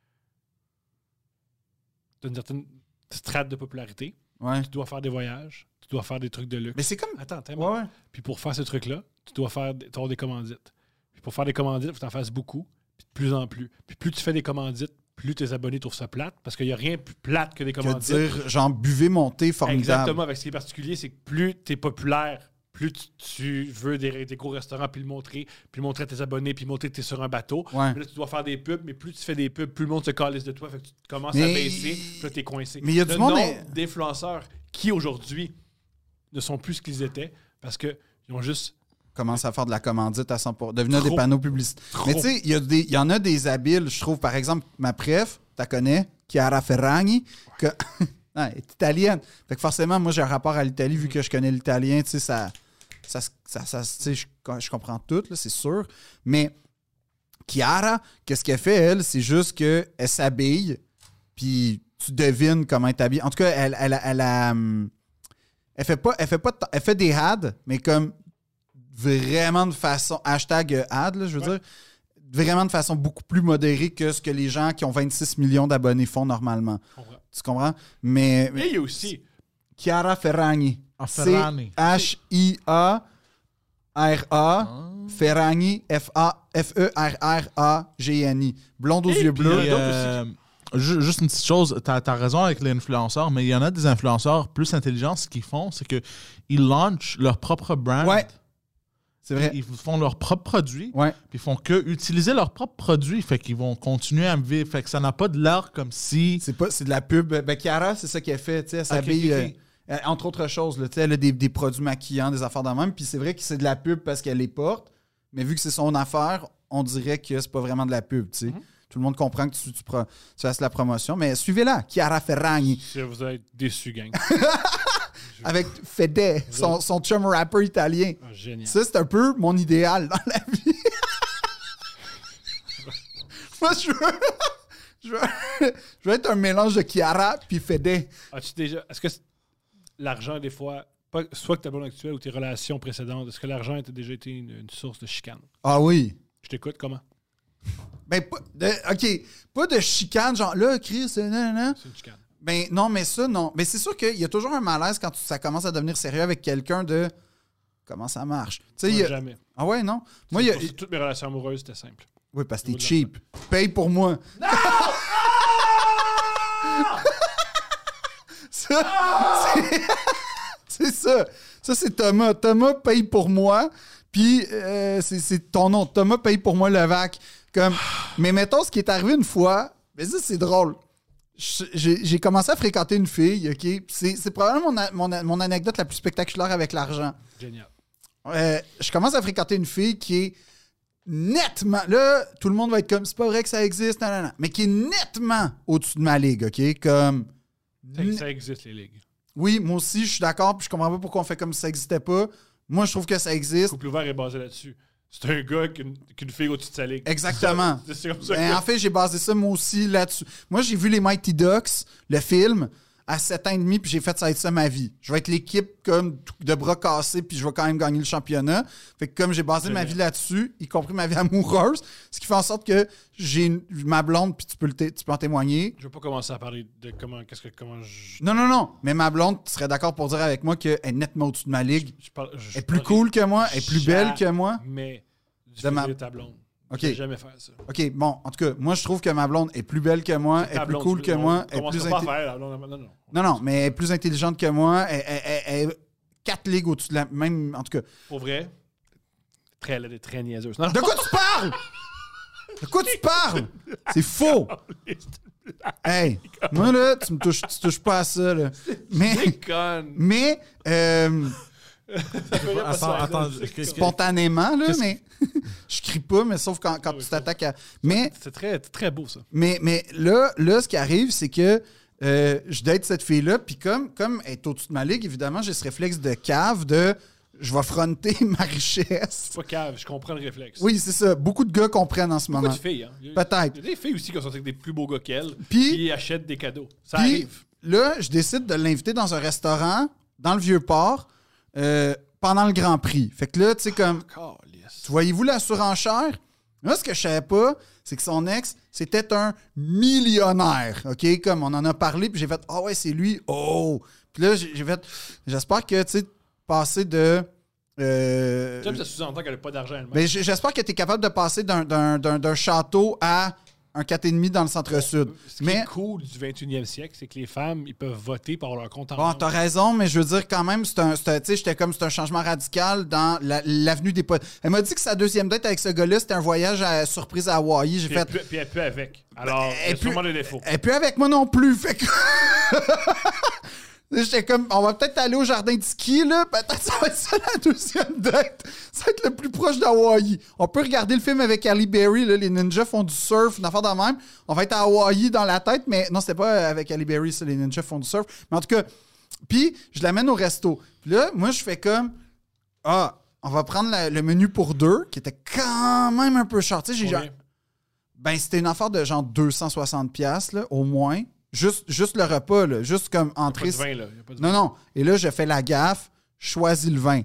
Speaker 3: strate de popularité,
Speaker 2: Ouais.
Speaker 3: tu dois faire des voyages, tu dois faire des trucs de luxe.
Speaker 2: Mais c'est comme...
Speaker 3: Attends.
Speaker 2: Ouais.
Speaker 3: Puis pour faire ce truc-là, tu dois avoir des commandites. Puis pour faire des commandites, il faut que tu en fasses beaucoup, puis de plus en plus. Puis plus tu fais des commandites, plus tes abonnés trouvent ça plate, parce qu'il n'y a rien de plus plate que des
Speaker 2: Que
Speaker 3: commandites.
Speaker 2: dire, genre, buvez, montez, formidable.
Speaker 3: Exactement. Avec ce qui est particulier, c'est que plus tu es populaire, plus tu veux des gros restaurants, puis le montrer à tes abonnés, puis montrer que tu es sur un bateau.
Speaker 2: Ouais.
Speaker 3: Puis là, tu dois faire des pubs, mais plus tu fais des pubs, plus le monde se calisse de toi. Fait que tu commences
Speaker 2: Mais-
Speaker 3: à baisser, puis là, tu es coincé.
Speaker 2: Mais il y a du
Speaker 3: Le
Speaker 2: monde...
Speaker 3: nombre d'influenceurs qui, aujourd'hui, ne sont plus ce qu'ils étaient, parce qu'ils ont juste...
Speaker 2: commence à faire de la commandite à 100%, devenir
Speaker 3: Trop.
Speaker 2: des panneaux publicitaires.
Speaker 3: Trop.
Speaker 2: Mais tu sais, il y en a des habiles, je trouve. Par exemple, ma préf, tu la connais, Chiara Ferragni, que... non, elle est italienne. Fait que forcément, moi, j'ai un rapport à l'Italie, vu que je connais l'italien, tu sais, tu sais, je comprends tout, là, c'est sûr. Mais Chiara, qu'est-ce qu'elle fait, elle? C'est juste qu'elle s'habille, puis tu devines comment elle t'habille. En tout cas, elle fait des ads, mais comme vraiment de façon hashtag ad, là, je veux dire, vraiment de façon beaucoup plus modérée que ce que les gens qui ont 26 millions d'abonnés font normalement.
Speaker 3: Je comprends.
Speaker 2: Tu comprends? Mais
Speaker 3: Mais il y a aussi...
Speaker 2: Chiara Ferragni.
Speaker 1: Ah, Ferragni.
Speaker 2: Chiara Ferragni, Ferragni. Blonde aux
Speaker 3: Et
Speaker 2: yeux
Speaker 3: puis,
Speaker 2: bleus.
Speaker 3: il y a d'autres
Speaker 1: Juste une petite chose, t'as raison avec les influenceurs, mais il y en a des influenceurs plus intelligents. Ce qu'ils font, c'est qu'ils lancent leur propre brand.
Speaker 2: Ouais. C'est vrai.
Speaker 1: Ils font leurs propres produits.
Speaker 2: Ouais.
Speaker 1: Puis ils font que utiliser leurs propres produits. Fait qu'ils vont continuer à me vivre. Fait que ça n'a pas de l'air comme si.
Speaker 2: C'est de la pub. Ben, Chiara, c'est ça qu'elle fait. Tu sais, elle s'habille, entre autres choses. Là, tu sais, elle a des produits maquillants, des affaires de même. Puis c'est vrai que c'est de la pub parce qu'elle les porte. Mais vu que c'est son affaire, on dirait que c'est pas vraiment de la pub. Tu sais. Tout le monde comprend que tu fasses la promotion. Mais suivez-la, Chiara Ferragni.
Speaker 3: Vous allez être déçus, gang.
Speaker 2: Avec Fede, son chum rapper italien.
Speaker 3: Ah, génial.
Speaker 2: Ça, c'est un peu mon idéal dans la vie. Moi, je veux être un mélange de Chiara puis Fede.
Speaker 3: As-tu déjà. Est-ce que l'argent, des fois, soit que ta blonde actuelle ou tes relations précédentes, est-ce que l'argent a déjà été une source de chicane?
Speaker 2: Ah oui.
Speaker 3: Je t'écoute, comment?
Speaker 2: Ben, pas de chicane, genre là, Chris, non.
Speaker 3: C'est une chicane.
Speaker 2: Ben non, mais ça, non. Mais c'est sûr qu'il y a toujours un malaise quand ça commence à devenir sérieux avec quelqu'un de comment ça marche. Tu sais,
Speaker 3: Moi, jamais.
Speaker 2: Ah ouais, non?
Speaker 3: Moi, toutes mes relations amoureuses, c'était simple.
Speaker 2: Oui, parce que t'es
Speaker 3: Au bout de
Speaker 2: cheap. Paye pour moi. Non! C'est ça. Ça, c'est Thomas. Thomas paye pour moi. Puis, c'est ton nom. Thomas paye pour moi Levac. Mais mettons, ce qui est arrivé une fois, mais ça, c'est drôle. J'ai commencé à fréquenter une fille, OK? C'est probablement mon anecdote la plus spectaculaire avec l'argent.
Speaker 3: Génial.
Speaker 2: Je commence à fréquenter une fille qui est nettement... Là, tout le monde va être comme, c'est pas vrai que ça existe, non. Mais qui est nettement au-dessus de ma ligue, OK? Comme...
Speaker 3: Ça existe, les ligues.
Speaker 2: Oui, moi aussi, je suis d'accord, puis je comprends pas pourquoi on fait comme si ça existait pas. Moi, je trouve que ça existe.
Speaker 3: Le couple ouvert est basé là-dessus. C'est un gars qu'une fille au-dessus de sa ligue.
Speaker 2: Exactement.
Speaker 3: C'est comme ça.
Speaker 2: En fait, j'ai basé ça, moi aussi, là-dessus. Moi, j'ai vu les Mighty Ducks, le film, à 7 ans et demi, puis j'ai fait ça être ça ma vie. Je vais être l'équipe comme de bras cassés, puis je vais quand même gagner le championnat. Fait que comme j'ai basé ma vie là-dessus, y compris ma vie amoureuse, ce qui fait en sorte que j'ai ma blonde, puis tu peux en témoigner.
Speaker 3: Je veux pas commencer à parler de comment je...
Speaker 2: Non. Mais ma blonde, tu serais d'accord pour dire avec moi qu'elle est nettement au-dessus de ma ligue. Elle est plus
Speaker 3: parlerai
Speaker 2: cool que moi, elle est plus belle que moi.
Speaker 3: Mais du
Speaker 2: De ma-
Speaker 3: de ta blonde.
Speaker 2: OK.
Speaker 3: Je vais jamais faire ça.
Speaker 2: OK, bon, en tout cas, moi, je trouve que ma blonde est plus belle que moi, elle est plus cool que moi, elle est plus
Speaker 3: pas à faire. Non.
Speaker 2: Non, mais elle est plus intelligente que moi, elle est 4 ligues au-dessus de la même, en tout cas.
Speaker 3: Pour vrai, elle est très niaiseuse. Non,
Speaker 2: De quoi tu parles? De quoi tu parles? C'est faux! Hey, moi, là, tu touches pas à ça, là. Mais,
Speaker 1: Attends.
Speaker 2: spontanément, là, mais je crie pas, mais sauf quand tu t'attaques à... Mais...
Speaker 3: C'est très, très beau, ça.
Speaker 2: Mais là, ce qui arrive, c'est que je date cette fille-là, puis comme elle est au-dessus de ma ligue, évidemment, j'ai ce réflexe de cave de je vais fronter ma richesse.
Speaker 3: C'est pas cave, je comprends le réflexe.
Speaker 2: Oui, c'est ça. Beaucoup de gars comprennent en ce moment.
Speaker 3: Beaucoup de filles, hein.
Speaker 2: Peut-être.
Speaker 3: Il y a des filles aussi qui sont avec des plus beaux gars qu'elles,
Speaker 2: Puis-
Speaker 3: qui achètent des cadeaux. Ça
Speaker 2: Puis
Speaker 3: arrive.
Speaker 2: là, je décide de l'inviter dans un restaurant dans le Vieux-Port pendant le Grand Prix. Fait que là, tu sais, comme...
Speaker 3: Calisse.
Speaker 2: Voyez-vous la surenchère? Là, ce que je savais pas, c'est que son ex, c'était un millionnaire. OK? Comme on en a parlé, puis j'ai fait « Ah ouais, c'est lui. Oh! » Puis là, j'ai fait... J'espère que, tu sais, passer de...
Speaker 3: J'aime ça sous-entend qu'elle n'a pas d'argent elle-même.
Speaker 2: Ben, j'espère que tu es capable de passer d'un château à un 4,5 dans le centre-sud.
Speaker 3: Ce qui
Speaker 2: Mais
Speaker 3: est cool du 21e siècle, c'est que les femmes, ils peuvent voter par leur compte en
Speaker 2: bon,
Speaker 3: banque.
Speaker 2: t'as raison, mais je veux dire quand même, tu sais, j'étais comme c'est un changement radical dans l'avenue des potes. Elle m'a dit que sa deuxième date avec ce gars-là, c'était un voyage à surprise à Hawaï. J'ai
Speaker 3: Puis
Speaker 2: fait.
Speaker 3: puis elle peut avec. Alors, il y
Speaker 2: elle
Speaker 3: a sûrement des défauts.
Speaker 2: Elle est plus avec moi non plus. Fait que. J'étais comme, on va peut-être aller au jardin de ski, là. Peut-être ça va être ça la deuxième date. Ça va être le plus proche d'Hawaï. On peut regarder le film avec Halle Berry, là. Les ninjas font du surf, une affaire de même. On va être à Hawaï dans la tête, mais non, c'était pas avec Halle Berry, ça, les ninjas font du surf. Mais en tout cas, puis je l'amène au resto. Puis là, moi, je fais comme, on va prendre le menu pour deux, qui était quand même un peu cher. Tu sais,
Speaker 3: Combien?
Speaker 2: Ben, c'était une affaire de genre 260$, là, au moins. Juste le repas, là. Juste comme
Speaker 3: Il n'y a
Speaker 2: entrée.
Speaker 3: pas de vin, là. Il y a pas de
Speaker 2: Non,
Speaker 3: vin.
Speaker 2: non. Et là, je fais la gaffe, je choisis le vin.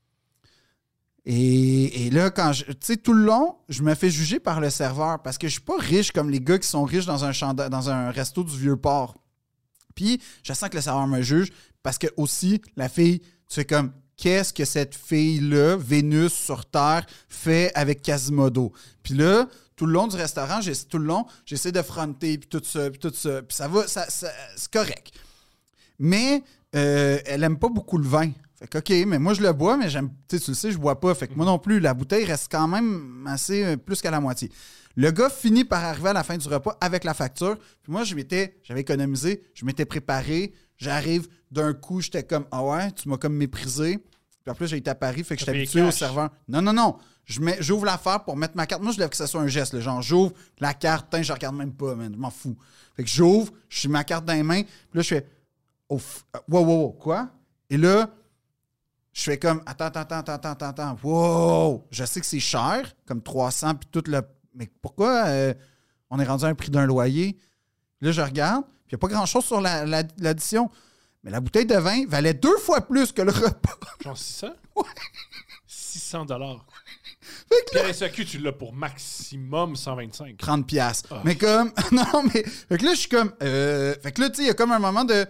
Speaker 2: Et là, tu sais, tout le long, je me fais juger par le serveur parce que je suis pas riche comme les gars qui sont riches dans un resto du Vieux-Port. Puis, je sens que le serveur me juge parce que aussi, la fille, tu fais comme, qu'est-ce que cette fille-là, Vénus sur Terre, fait avec Quasimodo? Puis là, tout le long du restaurant, j'essaie de fronter, puis tout ça. Puis ça va, c'est correct. Mais elle aime pas beaucoup le vin. Fait que, OK, mais moi, je le bois, mais j'aime, tu le sais, je bois pas. Fait que moi non plus, la bouteille reste quand même assez plus qu'à la moitié. Le gars finit par arriver à la fin du repas avec la facture. Puis moi, j'avais économisé, je m'étais préparé. J'arrive d'un coup, j'étais comme, ah ouais, tu m'as comme méprisé. Puis en plus, j'ai été à Paris, fait que j'étais habitué au serveur. Non. J'ouvre l'affaire pour mettre ma carte. Moi, je voulais que ça soit un geste. Là. Genre, j'ouvre la carte, je regarde même pas, man. Je m'en fous. Fait que j'ouvre, j'ai ma carte dans les mains. Puis là, je fais, wow, quoi? Et là, je fais comme, attends. Wow! Je sais que c'est cher, comme 300, puis tout le. Mais pourquoi on est rendu à un prix d'un loyer? Là, je regarde, puis il n'y a pas grand-chose sur l'addition. Mais la bouteille de vin valait 2 fois plus que le repas.
Speaker 3: Genre 600?
Speaker 2: Ouais.
Speaker 3: 600 $.
Speaker 2: Fait que
Speaker 3: Puis à SAQ, tu l'as pour maximum 125.
Speaker 2: 30 piastres.
Speaker 3: Ah.
Speaker 2: Mais comme... Non, mais... Fait que là, je suis comme... Fait que là, tu sais, il y a comme un moment de...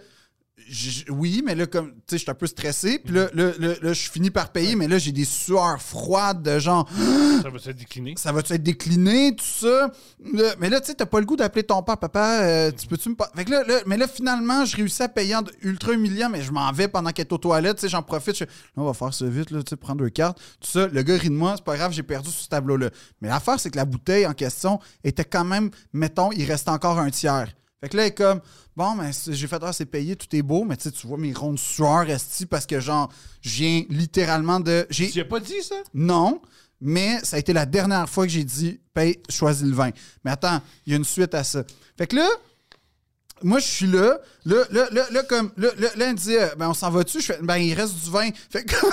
Speaker 2: Oui, mais là, comme... Tu sais, je suis un peu stressé. Puis là, je finis par payer, mais là, j'ai des sueurs froides de genre...
Speaker 3: Ça va se décliner.
Speaker 2: Ça va-tu être décliné, tout ça? Mais là, tu sais, t'as pas le goût d'appeler ton père, papa, tu peux-tu me... Fait que là, mais là, finalement, je réussis à payer ultra humiliant, mais je m'en vais pendant qu'elle est aux toilettes, tu sais, j'en profite, là, on va faire ça vite, là, tu sais, prendre 2 cartes, tout ça. Le gars rit de moi, c'est pas grave, j'ai perdu sur ce tableau-là. Mais l'affaire, c'est que la bouteille en question était quand même, mettons, il reste encore un tiers. Fait que là, elle est comme, bon, mais j'ai fait, c'est payé, tout est beau, mais tu sais, tu vois mes rondes sueurs esti parce que, genre, je viens littéralement de...
Speaker 3: Tu as pas dit ça?
Speaker 2: Non, mais ça a été la dernière fois que j'ai dit, paye, choisis le vin. Mais attends, il y a une suite à ça. Fait que là, moi, je suis là, comme, là, elle me dit, ben, on s'en va-tu? Je fais, ben, il reste du vin. Fait que...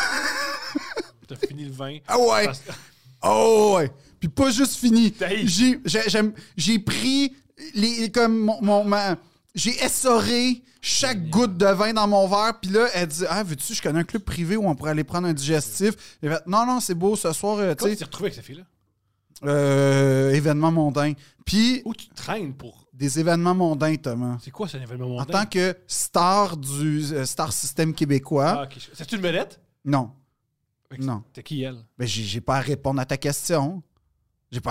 Speaker 3: T'as fini le vin.
Speaker 2: Ah ouais!
Speaker 3: Parce-
Speaker 2: Oh ouais! Puis pas juste fini.
Speaker 3: Hey.
Speaker 2: J'ai pris comme j'ai essoré chaque goutte de vin dans mon verre. Puis là, elle dit, veux-tu, je connais un club privé où on pourrait aller prendre un digestif. J'ai fait, non, c'est beau, ce soir, tu
Speaker 3: Comment tu
Speaker 2: sais,
Speaker 3: t'es retrouvé avec cette fille-là?
Speaker 2: événement mondain. Puis
Speaker 3: Où tu traînes pour...
Speaker 2: des événements mondains, Thomas.
Speaker 3: C'est quoi, cet événement
Speaker 2: En
Speaker 3: mondain?
Speaker 2: tant que star du Star System québécois,
Speaker 3: Ah, ok. C'est une vedette?
Speaker 2: non.
Speaker 3: Fait que
Speaker 2: Non.
Speaker 3: T'es qui, elle?
Speaker 2: Ben, j'ai pas à répondre à ta question. Elle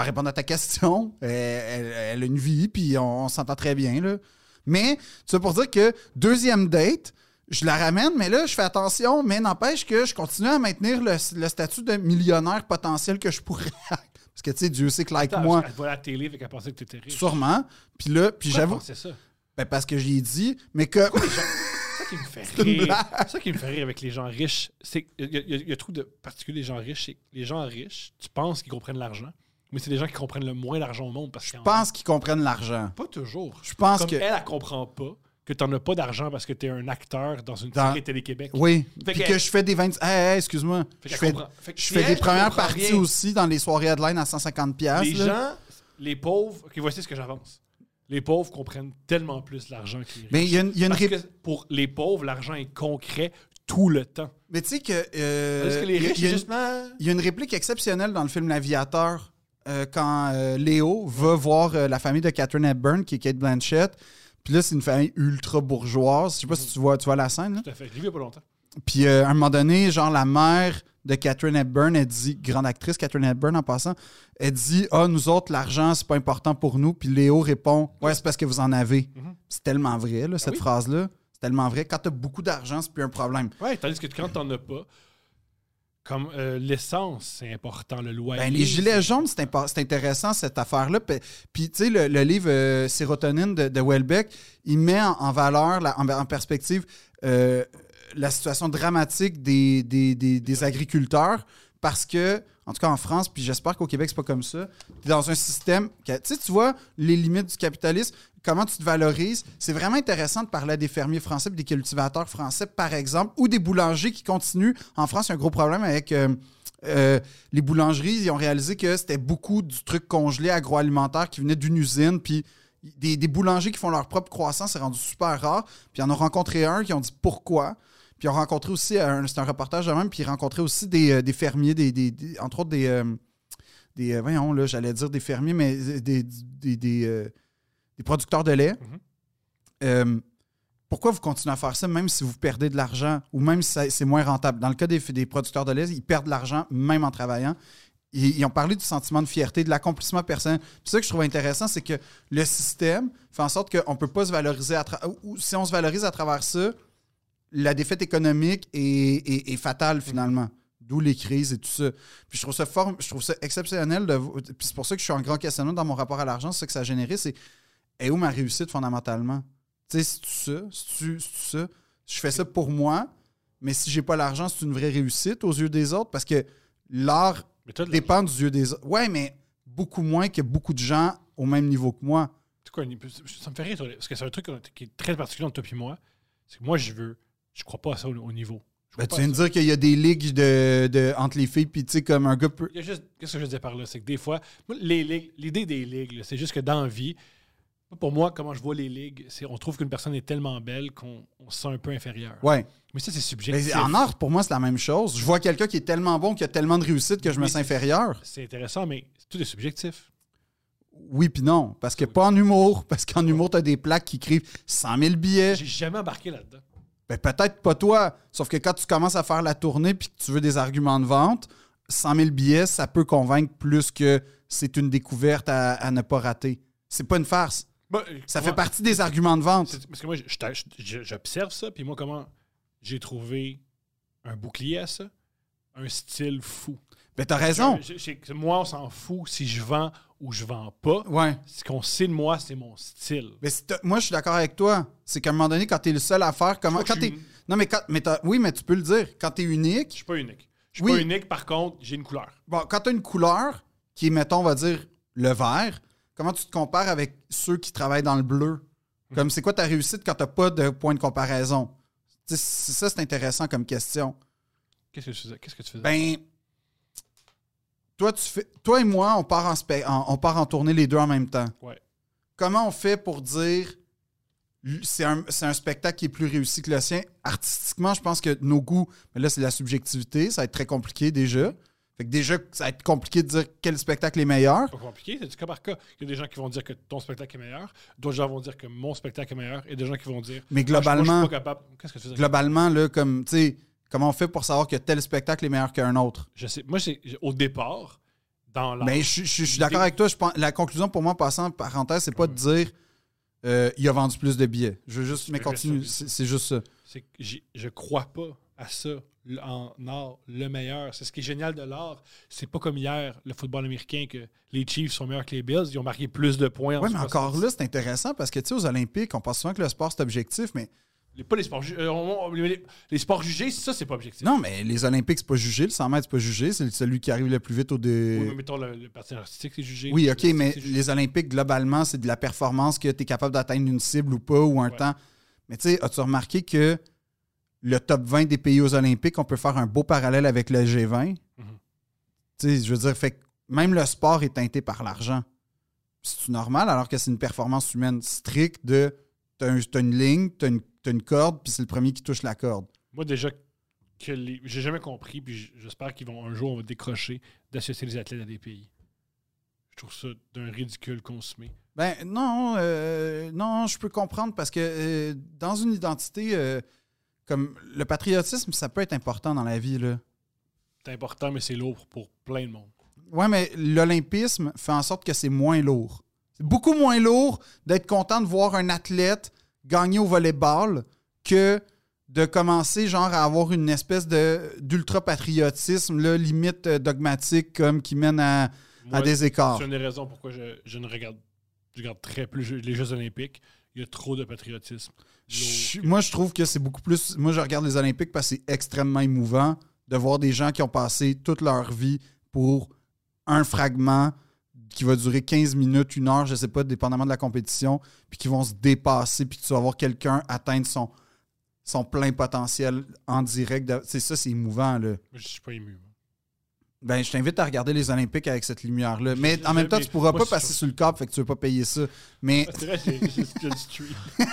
Speaker 2: a une vie, puis on s'entend très bien, là. Mais, ça pour dire que deuxième date, je la ramène, mais là, je fais attention, mais n'empêche que je continue à maintenir le statut de millionnaire potentiel que je pourrais. Parce que, tu sais, Dieu sait que, like
Speaker 3: Attends,
Speaker 2: moi,
Speaker 3: elle voit la télé, fait qu'elle pensait que t'étais riche.
Speaker 2: sûrement. Puis là, puis
Speaker 3: Pourquoi elle
Speaker 2: j'avoue,
Speaker 3: pensait ça?
Speaker 2: ben, parce que je l'ai dit, mais que...
Speaker 3: C'est ça qui me fait
Speaker 2: une
Speaker 3: rire.
Speaker 2: blague.
Speaker 3: C'est ça qui me fait rire avec les gens riches. C'est il y a un truc de particulier des gens riches. C'est que les gens riches, tu penses qu'ils comprennent l'argent, mais c'est les gens qui comprennent le moins l'argent au monde. Parce
Speaker 2: Je pense qu'ils comprennent l'argent.
Speaker 3: Pas toujours.
Speaker 2: Je pense
Speaker 3: Comme
Speaker 2: que...
Speaker 3: elle comprend pas que t'en as pas d'argent parce que t'es un acteur dans une
Speaker 2: Dans-
Speaker 3: série Télé-Québec.
Speaker 2: Oui,
Speaker 3: Fait
Speaker 2: puis
Speaker 3: que-
Speaker 2: que je fais des 20... Hey, excuse-moi.
Speaker 3: Fait
Speaker 2: Je
Speaker 3: qu'elle
Speaker 2: fais,
Speaker 3: comprend. Fait que
Speaker 2: je
Speaker 3: si
Speaker 2: fais
Speaker 3: elle,
Speaker 2: des
Speaker 3: je
Speaker 2: premières
Speaker 3: comprends
Speaker 2: parties
Speaker 3: rien.
Speaker 2: aussi dans les soirées headline à 150$.
Speaker 3: Les
Speaker 2: là.
Speaker 3: gens, les pauvres... OK, voici ce que j'avance. Les pauvres comprennent tellement plus l'argent que les riches.
Speaker 2: Mais il y a une
Speaker 3: Parce que pour les pauvres, l'argent est concret tout le temps.
Speaker 2: Mais tu sais que...
Speaker 3: Parce que les
Speaker 2: il y a-
Speaker 3: riches,
Speaker 2: il y a
Speaker 3: c'est
Speaker 2: une-
Speaker 3: justement...
Speaker 2: Il y a une réplique exceptionnelle dans le film L'Aviateur quand Léo va voir la famille de Katharine Hepburn, qui est Kate Blanchett. Puis là, c'est une famille ultra bourgeoise. Je sais pas si tu vois la scène. Là.
Speaker 3: Tout à fait. Je l'ai vu il y a pas longtemps.
Speaker 2: Puis à un moment donné, genre la mère de Katharine Hepburn, elle dit, grande actrice Katharine Hepburn en passant, elle dit, nous autres, l'argent, c'est pas important pour nous. Puis Léo répond, ouais, c'est parce que vous en avez. C'est tellement vrai, là, cette
Speaker 3: oui.
Speaker 2: phrase-là. C'est tellement vrai. Quand t'as beaucoup d'argent, c'est plus un problème.
Speaker 3: Ouais, tandis que quand t'en as pas, comme l'essence, c'est important, le loyer.
Speaker 2: Ben, les gilets jaunes, c'est intéressant, cette affaire-là. Puis, tu sais, le livre Sérotonine de Houellebecq, il met en valeur, en perspective, la situation dramatique des agriculteurs parce que, en tout cas en France, puis j'espère qu'au Québec, c'est pas comme ça, tu es dans un système... Tu sais, tu vois les limites du capitalisme, comment tu te valorises. C'est vraiment intéressant de parler à des fermiers français et des cultivateurs français, par exemple, ou des boulangers qui continuent. En France, il y a un gros problème avec... les boulangeries, ils ont réalisé que c'était beaucoup du truc congelé agroalimentaire qui venait d'une usine, puis des boulangers qui font leur propre croissant, c'est rendu super rare. Puis ils en ont rencontré un qui ont dit pourquoi. Puis ils ont rencontré aussi, c'est un reportage de même, puis ils rencontraient aussi des fermiers, entre autres voyons, là, j'allais dire des fermiers, mais des producteurs de lait. Pourquoi vous continuez à faire ça, même si vous perdez de l'argent ou même si c'est moins rentable? Dans le cas des producteurs de lait, ils perdent de l'argent même en travaillant. Ils ont parlé du sentiment de fierté, de l'accomplissement personnel. Puis ça que je trouve intéressant, c'est que le système fait en sorte qu'on ne peut pas se valoriser ou si on se valorise à travers ça, la défaite économique est fatale, finalement. D'où les crises et tout ça. Puis je trouve ça exceptionnel. Puis c'est pour ça que je suis en grand questionnement dans mon rapport à l'argent. C'est ça que ça a généré. C'est où ma réussite, fondamentalement? Tu sais, c'est-tu ça? Je fais ça pour moi, mais si j'ai pas l'argent, c'est une vraie réussite aux yeux des autres, parce que l'art dépend des yeux des autres. Ouais, mais beaucoup moins que beaucoup de gens au même niveau que moi.
Speaker 3: C'est quoi, ça me fait rire, parce que c'est un truc qui est très particulier entre toi et moi. C'est que moi, je crois pas à ça au niveau.
Speaker 2: Ben, tu viens de dire qu'il y a des ligues entre les filles, puis tu sais, comme un gars peut...
Speaker 3: Qu'est-ce que je disais par là? C'est que des fois, moi, l'idée des ligues, là, c'est juste que dans la vie, pour moi, comment je vois les ligues, c'est on trouve qu'une personne est tellement belle qu'on se sent un peu inférieur.
Speaker 2: Ouais.
Speaker 3: Mais ça, c'est subjectif.
Speaker 2: En art, pour moi, c'est la même chose. Je vois quelqu'un qui est tellement bon, qui a tellement de réussite que je me sens inférieur.
Speaker 3: C'est intéressant, mais tout est subjectif.
Speaker 2: Oui puis non. Parce que pas en humour. Parce qu'en humour, t'as des plaques qui écrivent 100 000 billets.
Speaker 3: J'ai jamais embarqué là-dedans.
Speaker 2: Ben, peut-être pas toi. Sauf que quand tu commences à faire la tournée puis que tu veux des arguments de vente, 100 000 billets, ça peut convaincre plus que c'est une découverte à ne pas rater. C'est pas une farce. Ça fait partie des arguments de vente.
Speaker 3: Parce que moi, j'observe ça, puis moi, comment j'ai trouvé un bouclier à ça? Un style fou.
Speaker 2: Ben, t'as raison.
Speaker 3: Moi, on s'en fout si je vends ou je vends pas.
Speaker 2: Ouais.
Speaker 3: Ce qu'on sait de moi, c'est mon style.
Speaker 2: Mais moi, je suis d'accord avec toi. C'est qu'à un moment donné, quand t'es le seul à faire... Non, mais oui, mais tu peux le dire. Quand t'es unique...
Speaker 3: Je suis pas unique. Je suis pas unique, par contre, j'ai une couleur.
Speaker 2: Bon, quand t'as une couleur qui est, mettons, on va dire, le vert, comment tu te compares avec ceux qui travaillent dans le bleu? Comme, c'est quoi ta réussite quand t'as pas de point de comparaison? C'est intéressant comme question.
Speaker 3: Qu'est-ce que tu faisais?
Speaker 2: Ben... Toi et moi, on part en tournée les deux en même temps.
Speaker 3: Ouais.
Speaker 2: Comment on fait pour dire c'est un spectacle qui est plus réussi que le sien? Artistiquement, je pense que nos goûts, mais là, c'est la subjectivité, ça va être très compliqué déjà. Fait que déjà, ça va être compliqué de dire quel spectacle est meilleur.
Speaker 3: C'est pas compliqué, c'est du cas par cas. Il y a des gens qui vont dire que ton spectacle est meilleur, d'autres gens vont dire que mon spectacle est meilleur, et des gens qui vont dire...
Speaker 2: Mais globalement,
Speaker 3: moi, je suis pas capable. Qu'est-ce que tu veux dire?
Speaker 2: Globalement, là, comme, tu sais... Comment on fait pour savoir que tel spectacle est meilleur qu'un autre?
Speaker 3: Je sais. Moi, au départ, dans l'art...
Speaker 2: Mais je suis d'accord avec toi. La conclusion pour moi, passant en parenthèse, c'est pas de dire il a vendu plus de billets. Je veux juste... Mais continue. C'est juste ça.
Speaker 3: C'est que je crois pas à ça en art, le meilleur. C'est ce qui est génial de l'art. C'est pas comme hier, le football américain, que les Chiefs sont meilleurs que les Bills. Ils ont marqué plus de points.
Speaker 2: Oui, mais encore là, c'est intéressant parce que, tu sais, aux Olympiques, on pense souvent que le sport, c'est objectif, mais...
Speaker 3: Pas les sports les sports jugés, ça, c'est pas objectif.
Speaker 2: Non, mais les Olympiques, c'est pas jugé. Le 100 mètres, c'est pas jugé. C'est celui qui arrive le plus vite
Speaker 3: Oui, mais mettons, le patinage artistique, c'est jugé.
Speaker 2: Oui, OK, mais les Olympiques, globalement, c'est de la performance que tu es capable d'atteindre une cible ou pas, ou un temps. Mais tu sais, as-tu remarqué que le top 20 des pays aux Olympiques, on peut faire un beau parallèle avec le G20? Tu sais, je veux dire, fait que même le sport est teinté par l'argent. C'est normal, alors que c'est une performance humaine stricte de... T'as une ligne, t'as une corde, puis c'est le premier qui touche la corde.
Speaker 3: Moi, déjà, j'ai jamais compris, puis j'espère qu'ils vont un jour, on va décrocher d'associer les athlètes à des pays. Je trouve ça d'un ridicule consumé.
Speaker 2: Ben non, non, je peux comprendre parce que dans une identité, comme le patriotisme, ça peut être important dans la vie, là.
Speaker 3: C'est important, mais c'est lourd pour plein de monde.
Speaker 2: Ouais, mais l'olympisme fait en sorte que c'est moins lourd. C'est beaucoup moins lourd d'être content de voir un athlète gagner au volleyball que de commencer genre à avoir une espèce d'ultra-patriotisme, là, limite dogmatique, comme qui mène à des écarts.
Speaker 3: C'est une des raisons pourquoi je regarde très peu les Jeux olympiques. Il y a trop de patriotisme.
Speaker 2: Moi, je trouve que c'est beaucoup plus... Moi, je regarde les Olympiques parce que c'est extrêmement émouvant de voir des gens qui ont passé toute leur vie pour un fragment qui va durer 15 minutes, 1 heure, je ne sais pas, dépendamment de la compétition, puis qui vont se dépasser, puis tu vas voir quelqu'un atteindre son plein potentiel en direct. C'est ça, c'est émouvant, là.
Speaker 3: Je ne suis pas ému.
Speaker 2: Ben, je t'invite à regarder les Olympiques avec cette lumière-là. Mais en même temps, tu ne pourras pas passer sur le câble, fait que tu ne veux pas payer ça. Mais...
Speaker 3: C'est vrai, c'est le street.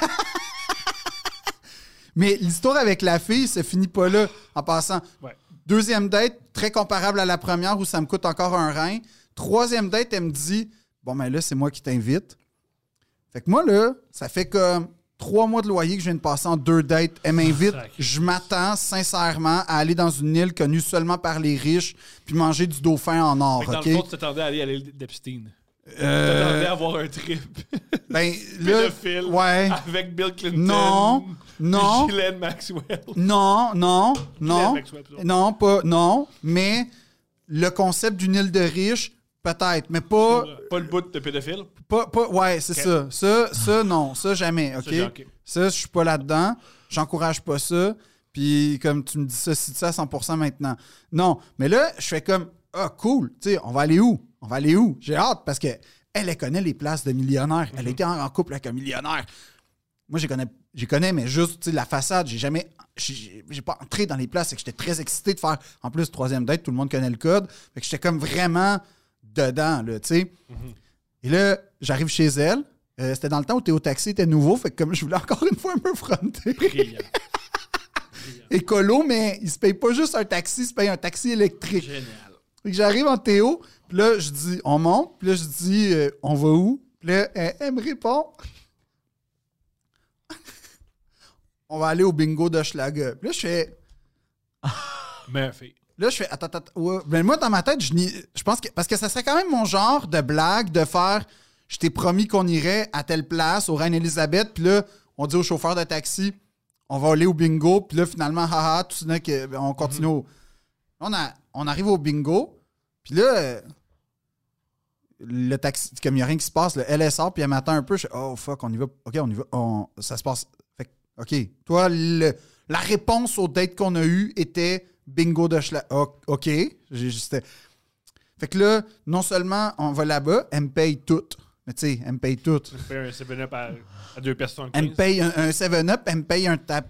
Speaker 2: Mais l'histoire avec la fille, ça finit pas là, en passant.
Speaker 3: Ouais.
Speaker 2: Deuxième date, très comparable à la première, où ça me coûte encore un rein. Troisième date, elle me dit « Bon, ben là, c'est moi qui t'invite. » Fait que moi, là, ça fait comme 3 mois de loyer que je viens de passer en 2 dates. Elle m'invite. Je m'attends sincèrement à aller dans une île connue seulement par les riches puis manger du dauphin en or.
Speaker 3: Dans
Speaker 2: OK?
Speaker 3: le fond, tu t'attendais à aller à l'île d'Epstein. T'attendais à avoir un trip
Speaker 2: Ben, là,
Speaker 3: pédophile
Speaker 2: ouais.
Speaker 3: avec Bill Clinton.
Speaker 2: Non.
Speaker 3: Ghislaine Maxwell.
Speaker 2: Non.
Speaker 3: Ghislaine Maxwell, plutôt.
Speaker 2: Non, mais le concept d'une île de riches, peut-être, mais pas,
Speaker 3: Pas le bout de pédophile.
Speaker 2: ouais, c'est
Speaker 3: Ok.
Speaker 2: ça, non, ça jamais, ok?
Speaker 3: Ok.
Speaker 2: Ça, je suis pas là-dedans, j'encourage pas ça, puis comme tu me dis ça, c'est ça à 100% maintenant. Non, mais là, je fais comme, ah, cool, tu sais, on va aller où? J'ai hâte, parce que elle connaît les places de millionnaires, elle était en couple avec un millionnaire. Moi, j'y connais, mais juste tu sais, la façade, j'ai pas entré dans les places. C'est que j'étais très excité de faire, en plus, troisième date, tout le monde connaît le code. Fait que j'étais comme vraiment dedans, là, tu sais. Et là, j'arrive chez elle. C'était dans le temps où Théo Taxi était nouveau, fait que comme je voulais encore une fois me fronter.
Speaker 3: Brillant.
Speaker 2: Écolo, mais il se paye pas juste un taxi, il se paye un taxi électrique.
Speaker 3: Génial.
Speaker 2: Fait que j'arrive en Théo, puis là, je dis, on monte, puis là, je dis, on va où? Puis là, elle me répond, on va aller au bingo de Schlager. Puis là, je fais,
Speaker 3: Murphy.
Speaker 2: attends, ouais. Ben moi, dans ma tête, je pense que, parce que ça serait quand même mon genre de blague de faire, je t'ai promis qu'on irait à telle place, au Reine-Élisabeth, puis là, on dit au chauffeur de taxi, on va aller au bingo, puis là, finalement, haha, tout ça, on continue au... On arrive au bingo, puis là, le taxi, comme il n'y a rien qui se passe, elle sort, puis elle m'attend un peu, je fais, oh fuck, on y va, ok, on y va, ça se passe. Fait que, ok, toi, la réponse au date qu'on a eu était bingo de Schlager. Ok, fait que là, non seulement on va là-bas, elle me paye tout. Mais tu sais, elle me paye tout.
Speaker 3: Tu fais un 7-up à 2 personnes.
Speaker 2: Elle me paye un 7-Up, elle me paye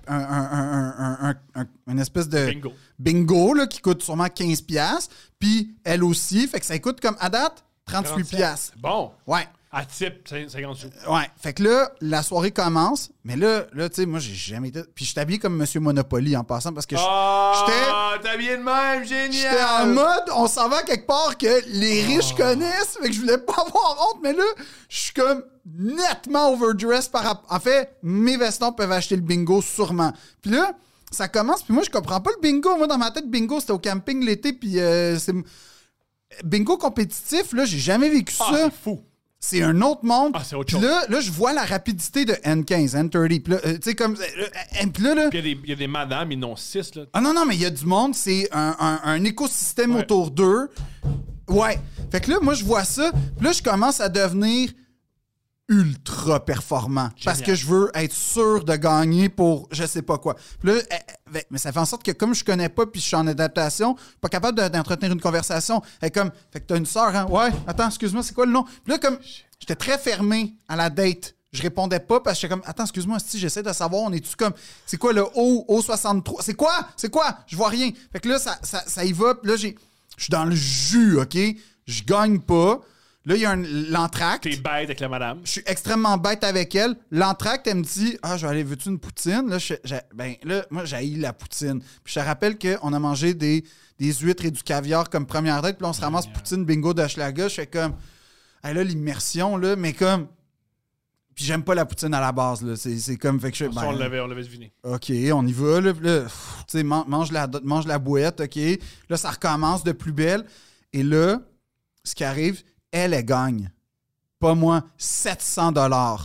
Speaker 2: une espèce de
Speaker 3: Bingo.
Speaker 2: bingo là, qui coûte sûrement 15$. Puis elle aussi, fait que ça coûte comme à date 38$.
Speaker 3: Bon.
Speaker 2: Ouais.
Speaker 3: À type, 50 sous.
Speaker 2: Ouais. Fait que là, la soirée commence. Mais là tu sais, moi, j'ai jamais été. Puis je suis habillé comme Monsieur Monopoly en passant parce que
Speaker 3: T'es habillé de même, génial!
Speaker 2: j'étais en mode, on s'en va quelque part que les riches connaissent. Fait que je voulais pas avoir honte. Mais là, je suis comme nettement overdressed par rapport. En fait, mes vestons peuvent acheter le bingo sûrement. Puis là, ça commence. Puis moi, je comprends pas le bingo. Moi, dans ma tête, bingo, c'était au camping l'été. Puis c'est. Bingo compétitif, là, j'ai jamais vécu ça.
Speaker 3: C'est fou.
Speaker 2: C'est un autre monde.
Speaker 3: Ah, c'est autre
Speaker 2: Puis
Speaker 3: chose.
Speaker 2: là, je vois la rapidité de N15, N30. Puis là, tu sais, comme. Puis là.
Speaker 3: Puis il y a des madames, ils n'ont 6, là.
Speaker 2: Ah non, mais il y a du monde. C'est un écosystème
Speaker 3: Ouais.
Speaker 2: autour d'eux. Ouais. Fait que là, moi, je vois ça. Puis là, je commence à devenir ultra performant. Parce que je veux être sûr de gagner pour je sais pas quoi. Puis là, mais ça fait en sorte que comme je connais pas puis je suis en adaptation, je suis pas capable d'entretenir une conversation. Elle est comme, fait que t'as une sœur, hein? Ouais, attends, excuse-moi, c'est quoi le nom? Puis là, comme, j'étais très fermé à la date. Je répondais pas parce que j'étais comme, attends, excuse-moi, si j'essaie de savoir, on est-tu comme, c'est quoi le O63? C'est quoi? Je vois rien. Fait que là, ça y va. Puis là, je suis dans le jus, OK? Je gagne pas. Là, il y a l'entracte.
Speaker 3: T'es bête avec la madame.
Speaker 2: Je suis extrêmement bête avec elle. L'entracte, elle me dit, je vais aller, veux-tu une poutine? Là, moi, j'haïs la poutine. Puis je te rappelle qu'on a mangé des huîtres et du caviar comme première date. Puis là, on se ramasse poutine bingo de Schlager. Je fais comme, là, l'immersion, là, mais comme. Puis j'aime pas la poutine à la base, là. C'est comme, fait que je
Speaker 3: Ça, on l'avait deviné.
Speaker 2: OK, on y va, là. Puis là, tu sais, mange la bouette, OK. Là, ça recommence de plus belle. Et là, ce qui arrive, elle gagne. Pas moi, 700 $.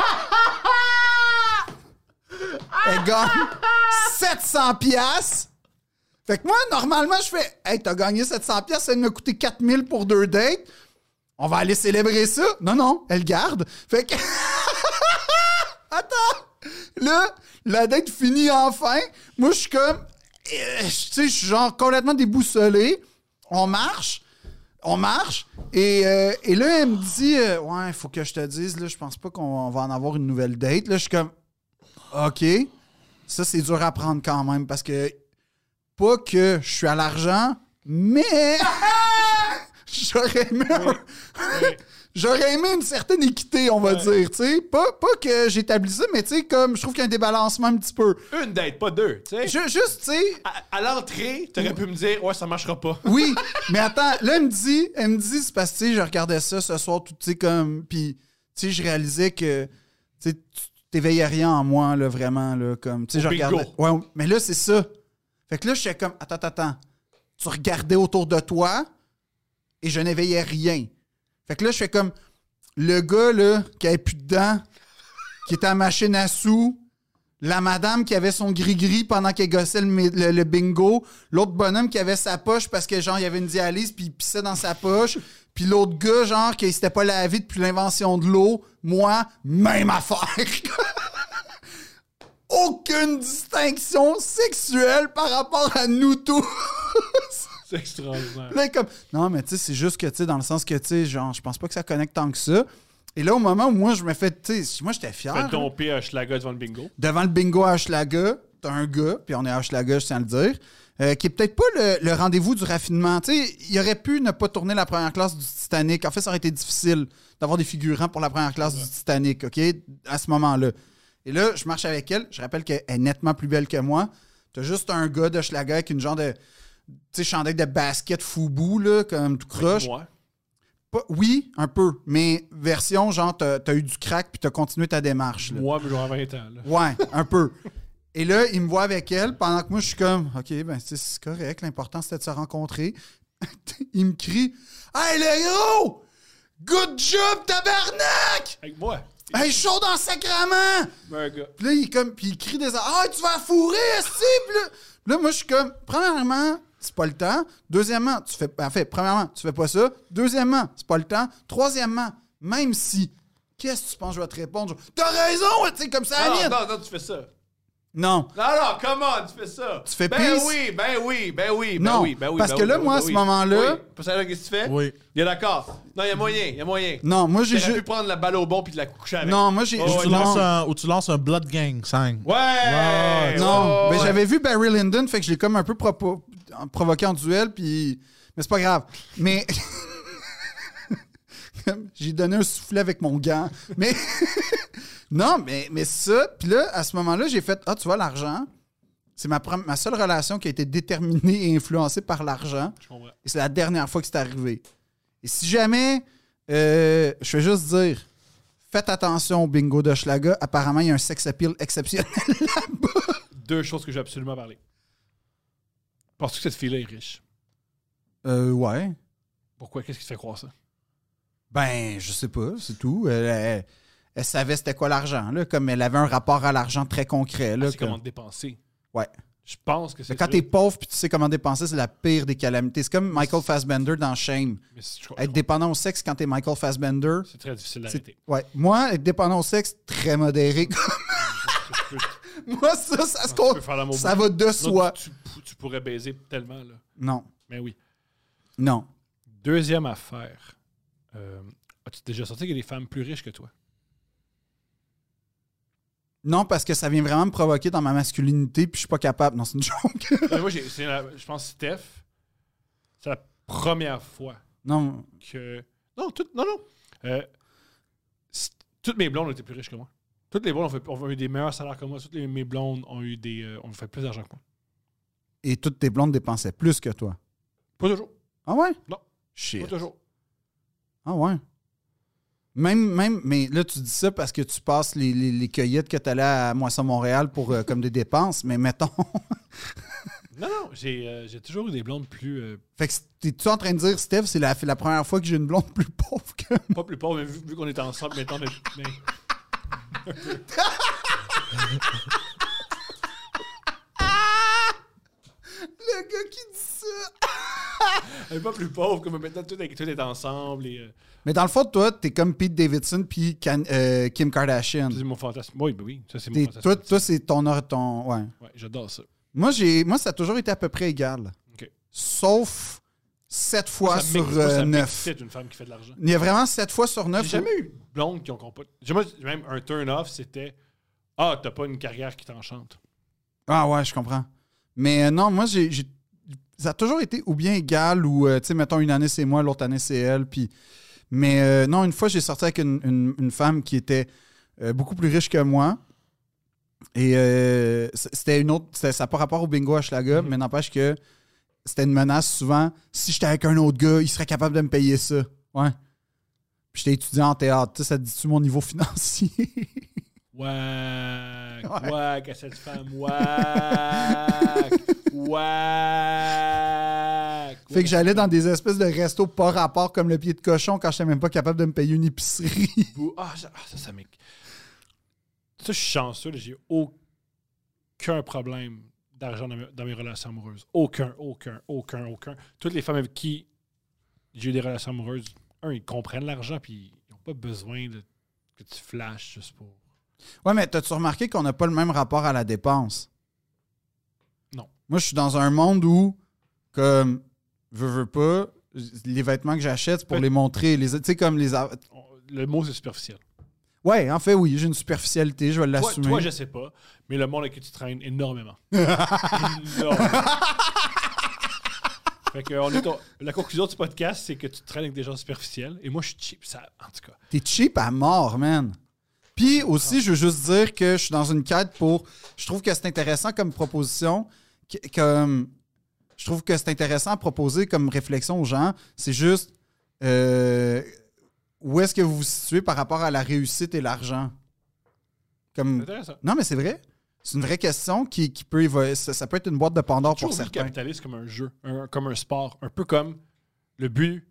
Speaker 2: Elle gagne 700 $. Fait que moi, normalement, je fais, hey, t'as gagné 700 $, ça me coûter 4000 pour 2 dates. On va aller célébrer ça. Non, elle garde. Fait que. Attends! Là, la date finit enfin. Moi, je suis comme. Tu sais, je suis genre complètement déboussolé. On marche. Et là, elle me dit, ouais, il faut que je te dise, là, je pense pas qu'on va en avoir une nouvelle date. Là, je suis comme, OK. Ça, c'est dur à prendre quand même parce que, pas que je suis à l'argent, mais j'aurais aimé j'aurais aimé une certaine équité, on va dire, tu sais. Pas que j'établis ça, mais tu sais, comme, je trouve qu'il y a un débalancement un petit peu.
Speaker 3: Une date, pas deux, tu sais.
Speaker 2: Juste, tu sais.
Speaker 3: À l'entrée, t'aurais pu me dire, ouais, ça marchera pas.
Speaker 2: Oui, mais attends, là, elle me dit, c'est parce que, tu sais, je regardais ça ce soir, tout, tu sais, comme, puis, tu sais, je réalisais que, tu sais, tu t'éveillais rien en moi, là, vraiment, là, comme, tu sais, je regardais. Ouais, mais là, c'est ça. Fait que là, je suis comme, attends, tu regardais autour de toi et je n'éveillais rien. Fait que là, je fais comme le gars là, qui avait plus de dents, qui était à la machine à sous, la madame qui avait son gris-gris pendant qu'elle gossait le bingo, l'autre bonhomme qui avait sa poche parce que genre il y avait une dialyse puis il pissait dans sa poche, puis l'autre gars genre qui s'était pas lavé depuis l'invention de l'eau, moi, même affaire. Aucune distinction sexuelle par rapport à nous tous.
Speaker 3: C'est extraordinaire.
Speaker 2: Là, comme, non, mais tu sais, c'est juste que, tu sais, dans le sens que, tu sais, genre, je pense pas que ça connecte tant que ça. Et là, au moment où moi, je me fais, tu sais, moi, j'étais fier.
Speaker 3: Fais domper un Schlager devant le bingo.
Speaker 2: Devant le bingo à Hochelaga, t'as un gars, puis on est à Hochelaga, je tiens à le dire, qui est peut-être pas le rendez-vous du raffinement. Tu sais, il aurait pu ne pas tourner la première classe du Titanic. En fait, ça aurait été difficile d'avoir des figurants pour la première classe du Titanic, OK, à ce moment-là. Et là, je marche avec elle. Je rappelle qu'elle est nettement plus belle que moi. T'as juste un gars d'Hochelaga avec une genre de, tu sais, chandail de basket foubou, là, comme tout croche.
Speaker 3: Moi.
Speaker 2: Oui, un peu, mais version, genre, t'as eu du crack puis t'as continué ta démarche. Là.
Speaker 3: Moi, mais j'aurais 20 ans. Là.
Speaker 2: Ouais, un peu. Et là, il me voit avec elle pendant que moi, je suis comme, OK, ben c'est correct, l'important, c'était de se rencontrer. Il me crie, « Hey, le gros! Good job, tabarnak!
Speaker 3: Avec moi.
Speaker 2: Hey, chaud dans le sacrament! »
Speaker 3: Un gars.
Speaker 2: Puis là, il crie des... « Ah, tu vas fourrer, esti! » Puis là, moi, je suis comme, premièrement, c'est pas le temps. Deuxièmement, premièrement, tu fais pas ça. Deuxièmement, c'est pas le temps. Troisièmement, même si, qu'est-ce que tu penses que je vais te répondre? T'as raison, tu sais, comme ça, Aline.
Speaker 3: Non, tu fais ça.
Speaker 2: Non.
Speaker 3: Non, comment tu fais ça?
Speaker 2: Tu fais
Speaker 3: ben
Speaker 2: peace?
Speaker 3: oui.
Speaker 2: Non, parce que là, moi, à ce moment-là...
Speaker 3: Oui. Parce que là, qu'est-ce que tu fais?
Speaker 1: Oui.
Speaker 3: Il est d'accord. Non, il y a moyen.
Speaker 2: Non, moi, j'ai
Speaker 3: J'aurais pu
Speaker 2: juste...
Speaker 3: prendre la balle au bon puis de la coucher avec.
Speaker 2: Non, moi, j'ai...
Speaker 3: Oh,
Speaker 1: Ou tu lances un Blood Gang 5.
Speaker 3: Ouais!
Speaker 2: Non,
Speaker 3: ouais.
Speaker 2: ben, j'avais vu Barry Lyndon, fait que je l'ai comme un peu provoqué en duel, puis... Mais c'est pas grave. Mais... J'ai donné un soufflet avec mon gant. Mais... non, mais ça... Puis là, à ce moment-là, j'ai fait... Ah, tu vois, l'argent, c'est ma seule relation qui a été déterminée et influencée par l'argent.
Speaker 3: Je comprends.
Speaker 2: Et c'est la dernière fois que c'est arrivé. Et si jamais... je vais juste dire... Faites attention au bingo d'Hochelaga. Apparemment, il y a un sex appeal exceptionnel là-bas.
Speaker 3: 2 choses que je vais absolument parler. Penses-tu que cette fille-là est riche?
Speaker 2: Ouais.
Speaker 3: Pourquoi? Qu'est-ce qui te fait croire ça?
Speaker 2: Ben, je sais pas, c'est tout. Elle savait c'était quoi l'argent, là. Comme elle avait un rapport à l'argent très concret, là.
Speaker 3: C'est comment te dépenser.
Speaker 2: Ouais.
Speaker 3: Je pense que c'est
Speaker 2: Mais quand t'es pauvre puis tu sais comment dépenser, c'est la pire des calamités. C'est comme Michael Fassbender dans Shame. Être dépendant au sexe quand t'es Michael Fassbender.
Speaker 3: C'est très difficile d'arrêter.
Speaker 2: Ouais. Moi, être dépendant au sexe, très modéré. Moi, ça se compte. Ça va de soi.
Speaker 3: Tu pourrais baiser tellement, là.
Speaker 2: Non.
Speaker 3: Mais oui.
Speaker 2: Non.
Speaker 3: Deuxième affaire. As-tu déjà senti qu'il y a des femmes plus riches que toi?
Speaker 2: Non, parce que ça vient vraiment me provoquer dans ma masculinité puis je suis pas capable. Non, c'est une joke.
Speaker 3: Moi, je pense que Steph, c'est la première fois
Speaker 2: Non.
Speaker 3: que... Non. Toutes mes blondes étaient plus riches que moi. Toutes les blondes ont eu des meilleurs salaires que moi. Toutes mes blondes ont fait plus d'argent que moi.
Speaker 2: Et toutes tes blondes dépensaient plus que toi.
Speaker 3: Pas toujours.
Speaker 2: Ah ouais?
Speaker 3: Non.
Speaker 2: Shit.
Speaker 3: Pas toujours.
Speaker 2: Ah ouais? Même, mais là, tu dis ça parce que tu passes les cueillettes que tu allais à Moisson Montréal pour comme des dépenses, mais mettons.
Speaker 3: Non, j'ai toujours eu des blondes plus...
Speaker 2: Fait que t'es-tu en train de dire, Steph, c'est la première fois que j'ai une blonde plus pauvre que moi?
Speaker 3: Pas plus pauvres, mais vu qu'on est ensemble, mettons... Mais...
Speaker 2: Le gars qui dit ça!
Speaker 3: Elle est pas plus pauvre, comme maintenant tout est ensemble.
Speaker 2: Mais dans le fond, toi, t'es comme Pete Davidson puis Kim Kardashian.
Speaker 3: C'est mon fantasme. Oui, ça c'est mon fantasme.
Speaker 2: Toi, c'est ton... Ouais.
Speaker 3: Ouais, j'adore ça.
Speaker 2: Moi, ça a toujours été à peu près égal.
Speaker 3: OK.
Speaker 2: Sauf 7 fois
Speaker 3: Ça
Speaker 2: sur
Speaker 3: ça
Speaker 2: 9.
Speaker 3: C'est une femme qui fait de l'argent.
Speaker 2: Il y a vraiment 7 fois sur 9.
Speaker 3: J'ai jamais eu de blonde qui ont compas. Moi, même un turn-off, c'était « Ah, t'as pas une carrière qui t'enchante. »
Speaker 2: Ah ouais, je comprends. Mais non, moi, ça a toujours été ou bien égal ou, tu sais, mettons, une année c'est moi, l'autre année c'est elle. Puis... Mais non, une fois, j'ai sorti avec une femme qui était beaucoup plus riche que moi. Et c'était une autre... Ça n'a pas rapport au bingo à Hochelaga, mais n'empêche que c'était une menace souvent. Si j'étais avec un autre gars, il serait capable de me payer ça. Ouais. Puis j'étais étudiant en théâtre. Tu sais, ça te dit-tu mon niveau financier?
Speaker 3: Wack à cette femme. Wack.
Speaker 2: Fait que j'allais dans des espèces de restos pas rapport comme le pied de cochon quand j'étais même pas capable de me payer une épicerie.
Speaker 3: Ça m'éc... Ça, je suis chanceux. Là, j'ai aucun problème d'argent dans mes relations amoureuses. Aucun. Toutes les femmes avec qui j'ai eu des relations amoureuses, ils comprennent l'argent, puis ils n'ont pas besoin que tu flashes juste pour...
Speaker 2: Ouais, mais t'as-tu remarqué qu'on n'a pas le même rapport à la dépense?
Speaker 3: Non.
Speaker 2: Moi, je suis dans un monde où, comme, veux pas, les vêtements que j'achète, c'est pour les montrer. Tu sais, comme les...
Speaker 3: Le mot, c'est superficiel.
Speaker 2: Ouais, en fait, oui, j'ai une superficialité, je vais l'assumer.
Speaker 3: Toi, je sais pas, mais le monde avec qui tu traînes énormément. Énormément. Fait que la conclusion du podcast, c'est que tu traînes avec des gens superficiels. Et moi, je suis cheap, ça, en tout cas.
Speaker 2: T'es cheap à mort, man. Puis aussi, je veux juste dire que je suis dans une quête pour... Je trouve que c'est intéressant comme proposition. Je trouve que c'est intéressant à proposer comme réflexion aux gens. C'est juste... où est-ce que vous vous situez par rapport à la réussite et l'argent? Comme...
Speaker 3: C'est intéressant.
Speaker 2: Non, mais c'est vrai. C'est une vraie question qui peut évoluer. Ça peut être une boîte de Pandore
Speaker 3: J'ai
Speaker 2: pour
Speaker 3: toujours vu le
Speaker 2: certains.
Speaker 3: capitalisme comme un jeu, comme un sport. Un peu comme le but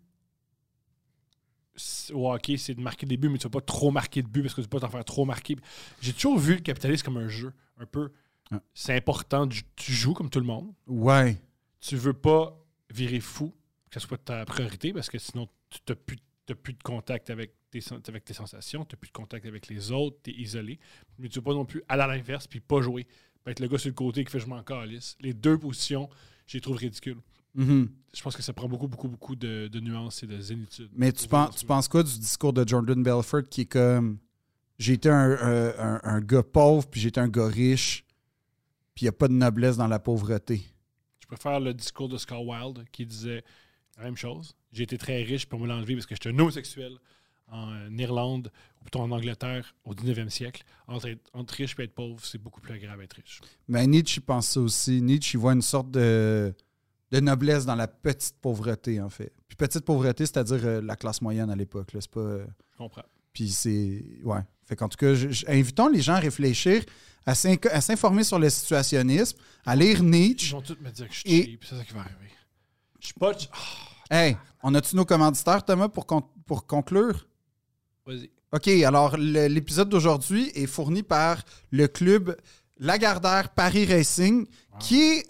Speaker 3: au hockey, c'est de marquer des buts, mais tu ne vas pas trop marquer de buts parce que tu ne vas pas t'en faire trop marquer. J'ai toujours vu le capitalisme comme un jeu. Un peu.
Speaker 2: Ah.
Speaker 3: C'est important. Tu joues comme tout le monde.
Speaker 2: Ouais.
Speaker 3: Tu veux pas virer fou, que ce soit ta priorité, parce que sinon, tu n'as plus de contact avec tes sensations, tu n'as plus de contact avec les autres, tu es isolé. Mais tu ne veux pas non plus aller à l'inverse puis pas jouer. Être le gars sur le côté qui fait je m'en calisse. Les deux positions, je les trouve ridicules.
Speaker 2: Mm-hmm.
Speaker 3: Je pense que ça prend beaucoup de nuances et de zénitude.
Speaker 2: Mais tu penses quoi du discours de Jordan Belfort qui est comme j'ai été un gars pauvre puis j'ai été un gars riche puis il n'y a pas de noblesse dans la pauvreté?
Speaker 3: Je préfère le discours de Oscar Wilde qui disait la même chose. J'ai été très riche pour me l'enlever parce que j'étais un homosexuel en Irlande ou plutôt en Angleterre au 19e siècle. Entre riche et être pauvre, c'est beaucoup plus agréable d'être riche.
Speaker 2: Mais Nietzsche pense ça aussi. Nietzsche, il voit une sorte de noblesse dans la petite pauvreté, en fait. Puis petite pauvreté, c'est-à-dire la classe moyenne à l'époque. Là. C'est pas...
Speaker 3: Je comprends.
Speaker 2: Puis c'est... Ouais. Fait qu'en tout cas, invitons les gens à réfléchir, à s'informer sur le situationnisme, à lire Nietzsche.
Speaker 3: Ils vont tous me dire que je suis cheap. C'est ça qui va arriver. Je suis pas...
Speaker 2: Hey, on a-tu nos commanditaires, Thomas, pour conclure?
Speaker 3: Vas-y.
Speaker 2: OK, alors l'épisode d'aujourd'hui est fourni par le club Lagardère Paris Racing, qui est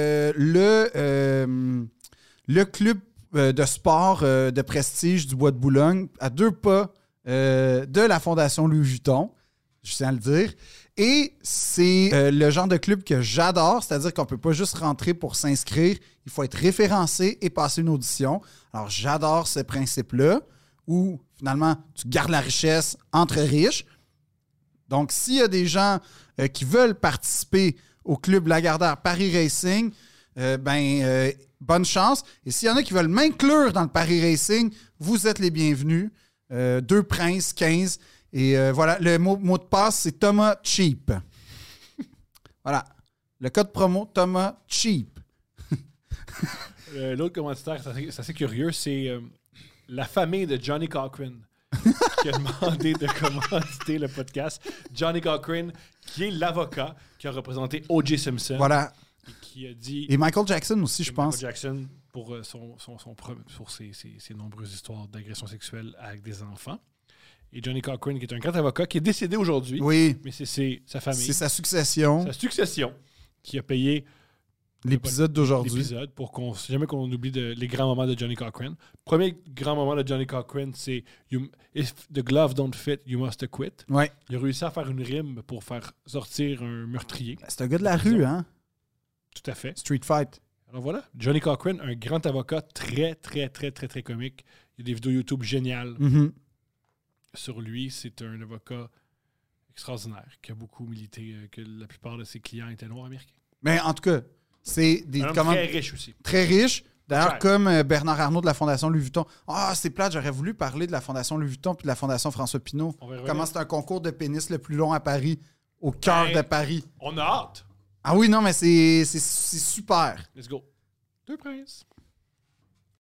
Speaker 2: le club de sport de prestige du Bois de Boulogne, à 2 pas de la Fondation Louis Vuitton, je tiens à le dire. Et c'est le genre de club que j'adore, c'est-à-dire qu'on ne peut pas juste rentrer pour s'inscrire, il faut être référencé et passer une audition. Alors, j'adore ce principe-là, où finalement, tu gardes la richesse entre riches. Donc, s'il y a des gens qui veulent participer au club Lagardère Paris Racing, bonne chance. Et s'il y en a qui veulent m'inclure dans le Paris Racing, vous êtes les bienvenus. 2 Princes 15. Et voilà, le mot de passe, c'est Thomas Cheap. Voilà. Le code promo, Thomas Cheap.
Speaker 3: L'autre commanditaire, c'est assez curieux, c'est la famille de Johnny Cochran qui a demandé de commanditer le podcast. Johnny Cochran, qui est l'avocat qui a représenté O.J. Simpson.
Speaker 2: Voilà.
Speaker 3: Et qui a dit...
Speaker 2: Et Michael Jackson aussi, je pense.
Speaker 3: Michael Jackson pour ses nombreuses histoires d'agression sexuelle avec des enfants. Et Johnny Cochran, qui est un grand avocat, qui est décédé aujourd'hui.
Speaker 2: Oui.
Speaker 3: Mais c'est sa famille.
Speaker 2: C'est sa succession.
Speaker 3: Sa succession qui a payé
Speaker 2: l'épisode d'aujourd'hui.
Speaker 3: L'épisode pour jamais qu'on oublie les grands moments de Johnny Cochran. Premier grand moment de Johnny Cochran, c'est If the glove don't fit, you must quit.
Speaker 2: Ouais.
Speaker 3: Il a réussi à faire une rime pour faire sortir un meurtrier.
Speaker 2: C'est un gars de la rue, hein?
Speaker 3: Tout à fait.
Speaker 2: Street fight.
Speaker 3: Alors voilà, Johnny Cochran, un grand avocat très, très, très, très, très comique. Il y a des vidéos YouTube géniales sur lui. C'est un avocat extraordinaire qui a beaucoup milité, que la plupart de ses clients étaient noirs américains.
Speaker 2: Mais en tout cas, c'est des
Speaker 3: commandes très riche aussi.
Speaker 2: Très riche. D'ailleurs,
Speaker 3: Cher.
Speaker 2: comme Bernard Arnault de la Fondation Louis Vuitton. Ah, c'est plate, j'aurais voulu parler de la Fondation Louis Vuitton puis de la Fondation François Pinault. Comment c'est un concours de pénis le plus long à Paris, au cœur de Paris.
Speaker 3: On a hâte.
Speaker 2: Ah oui, non, mais c'est super.
Speaker 3: Let's go. 2 Princes.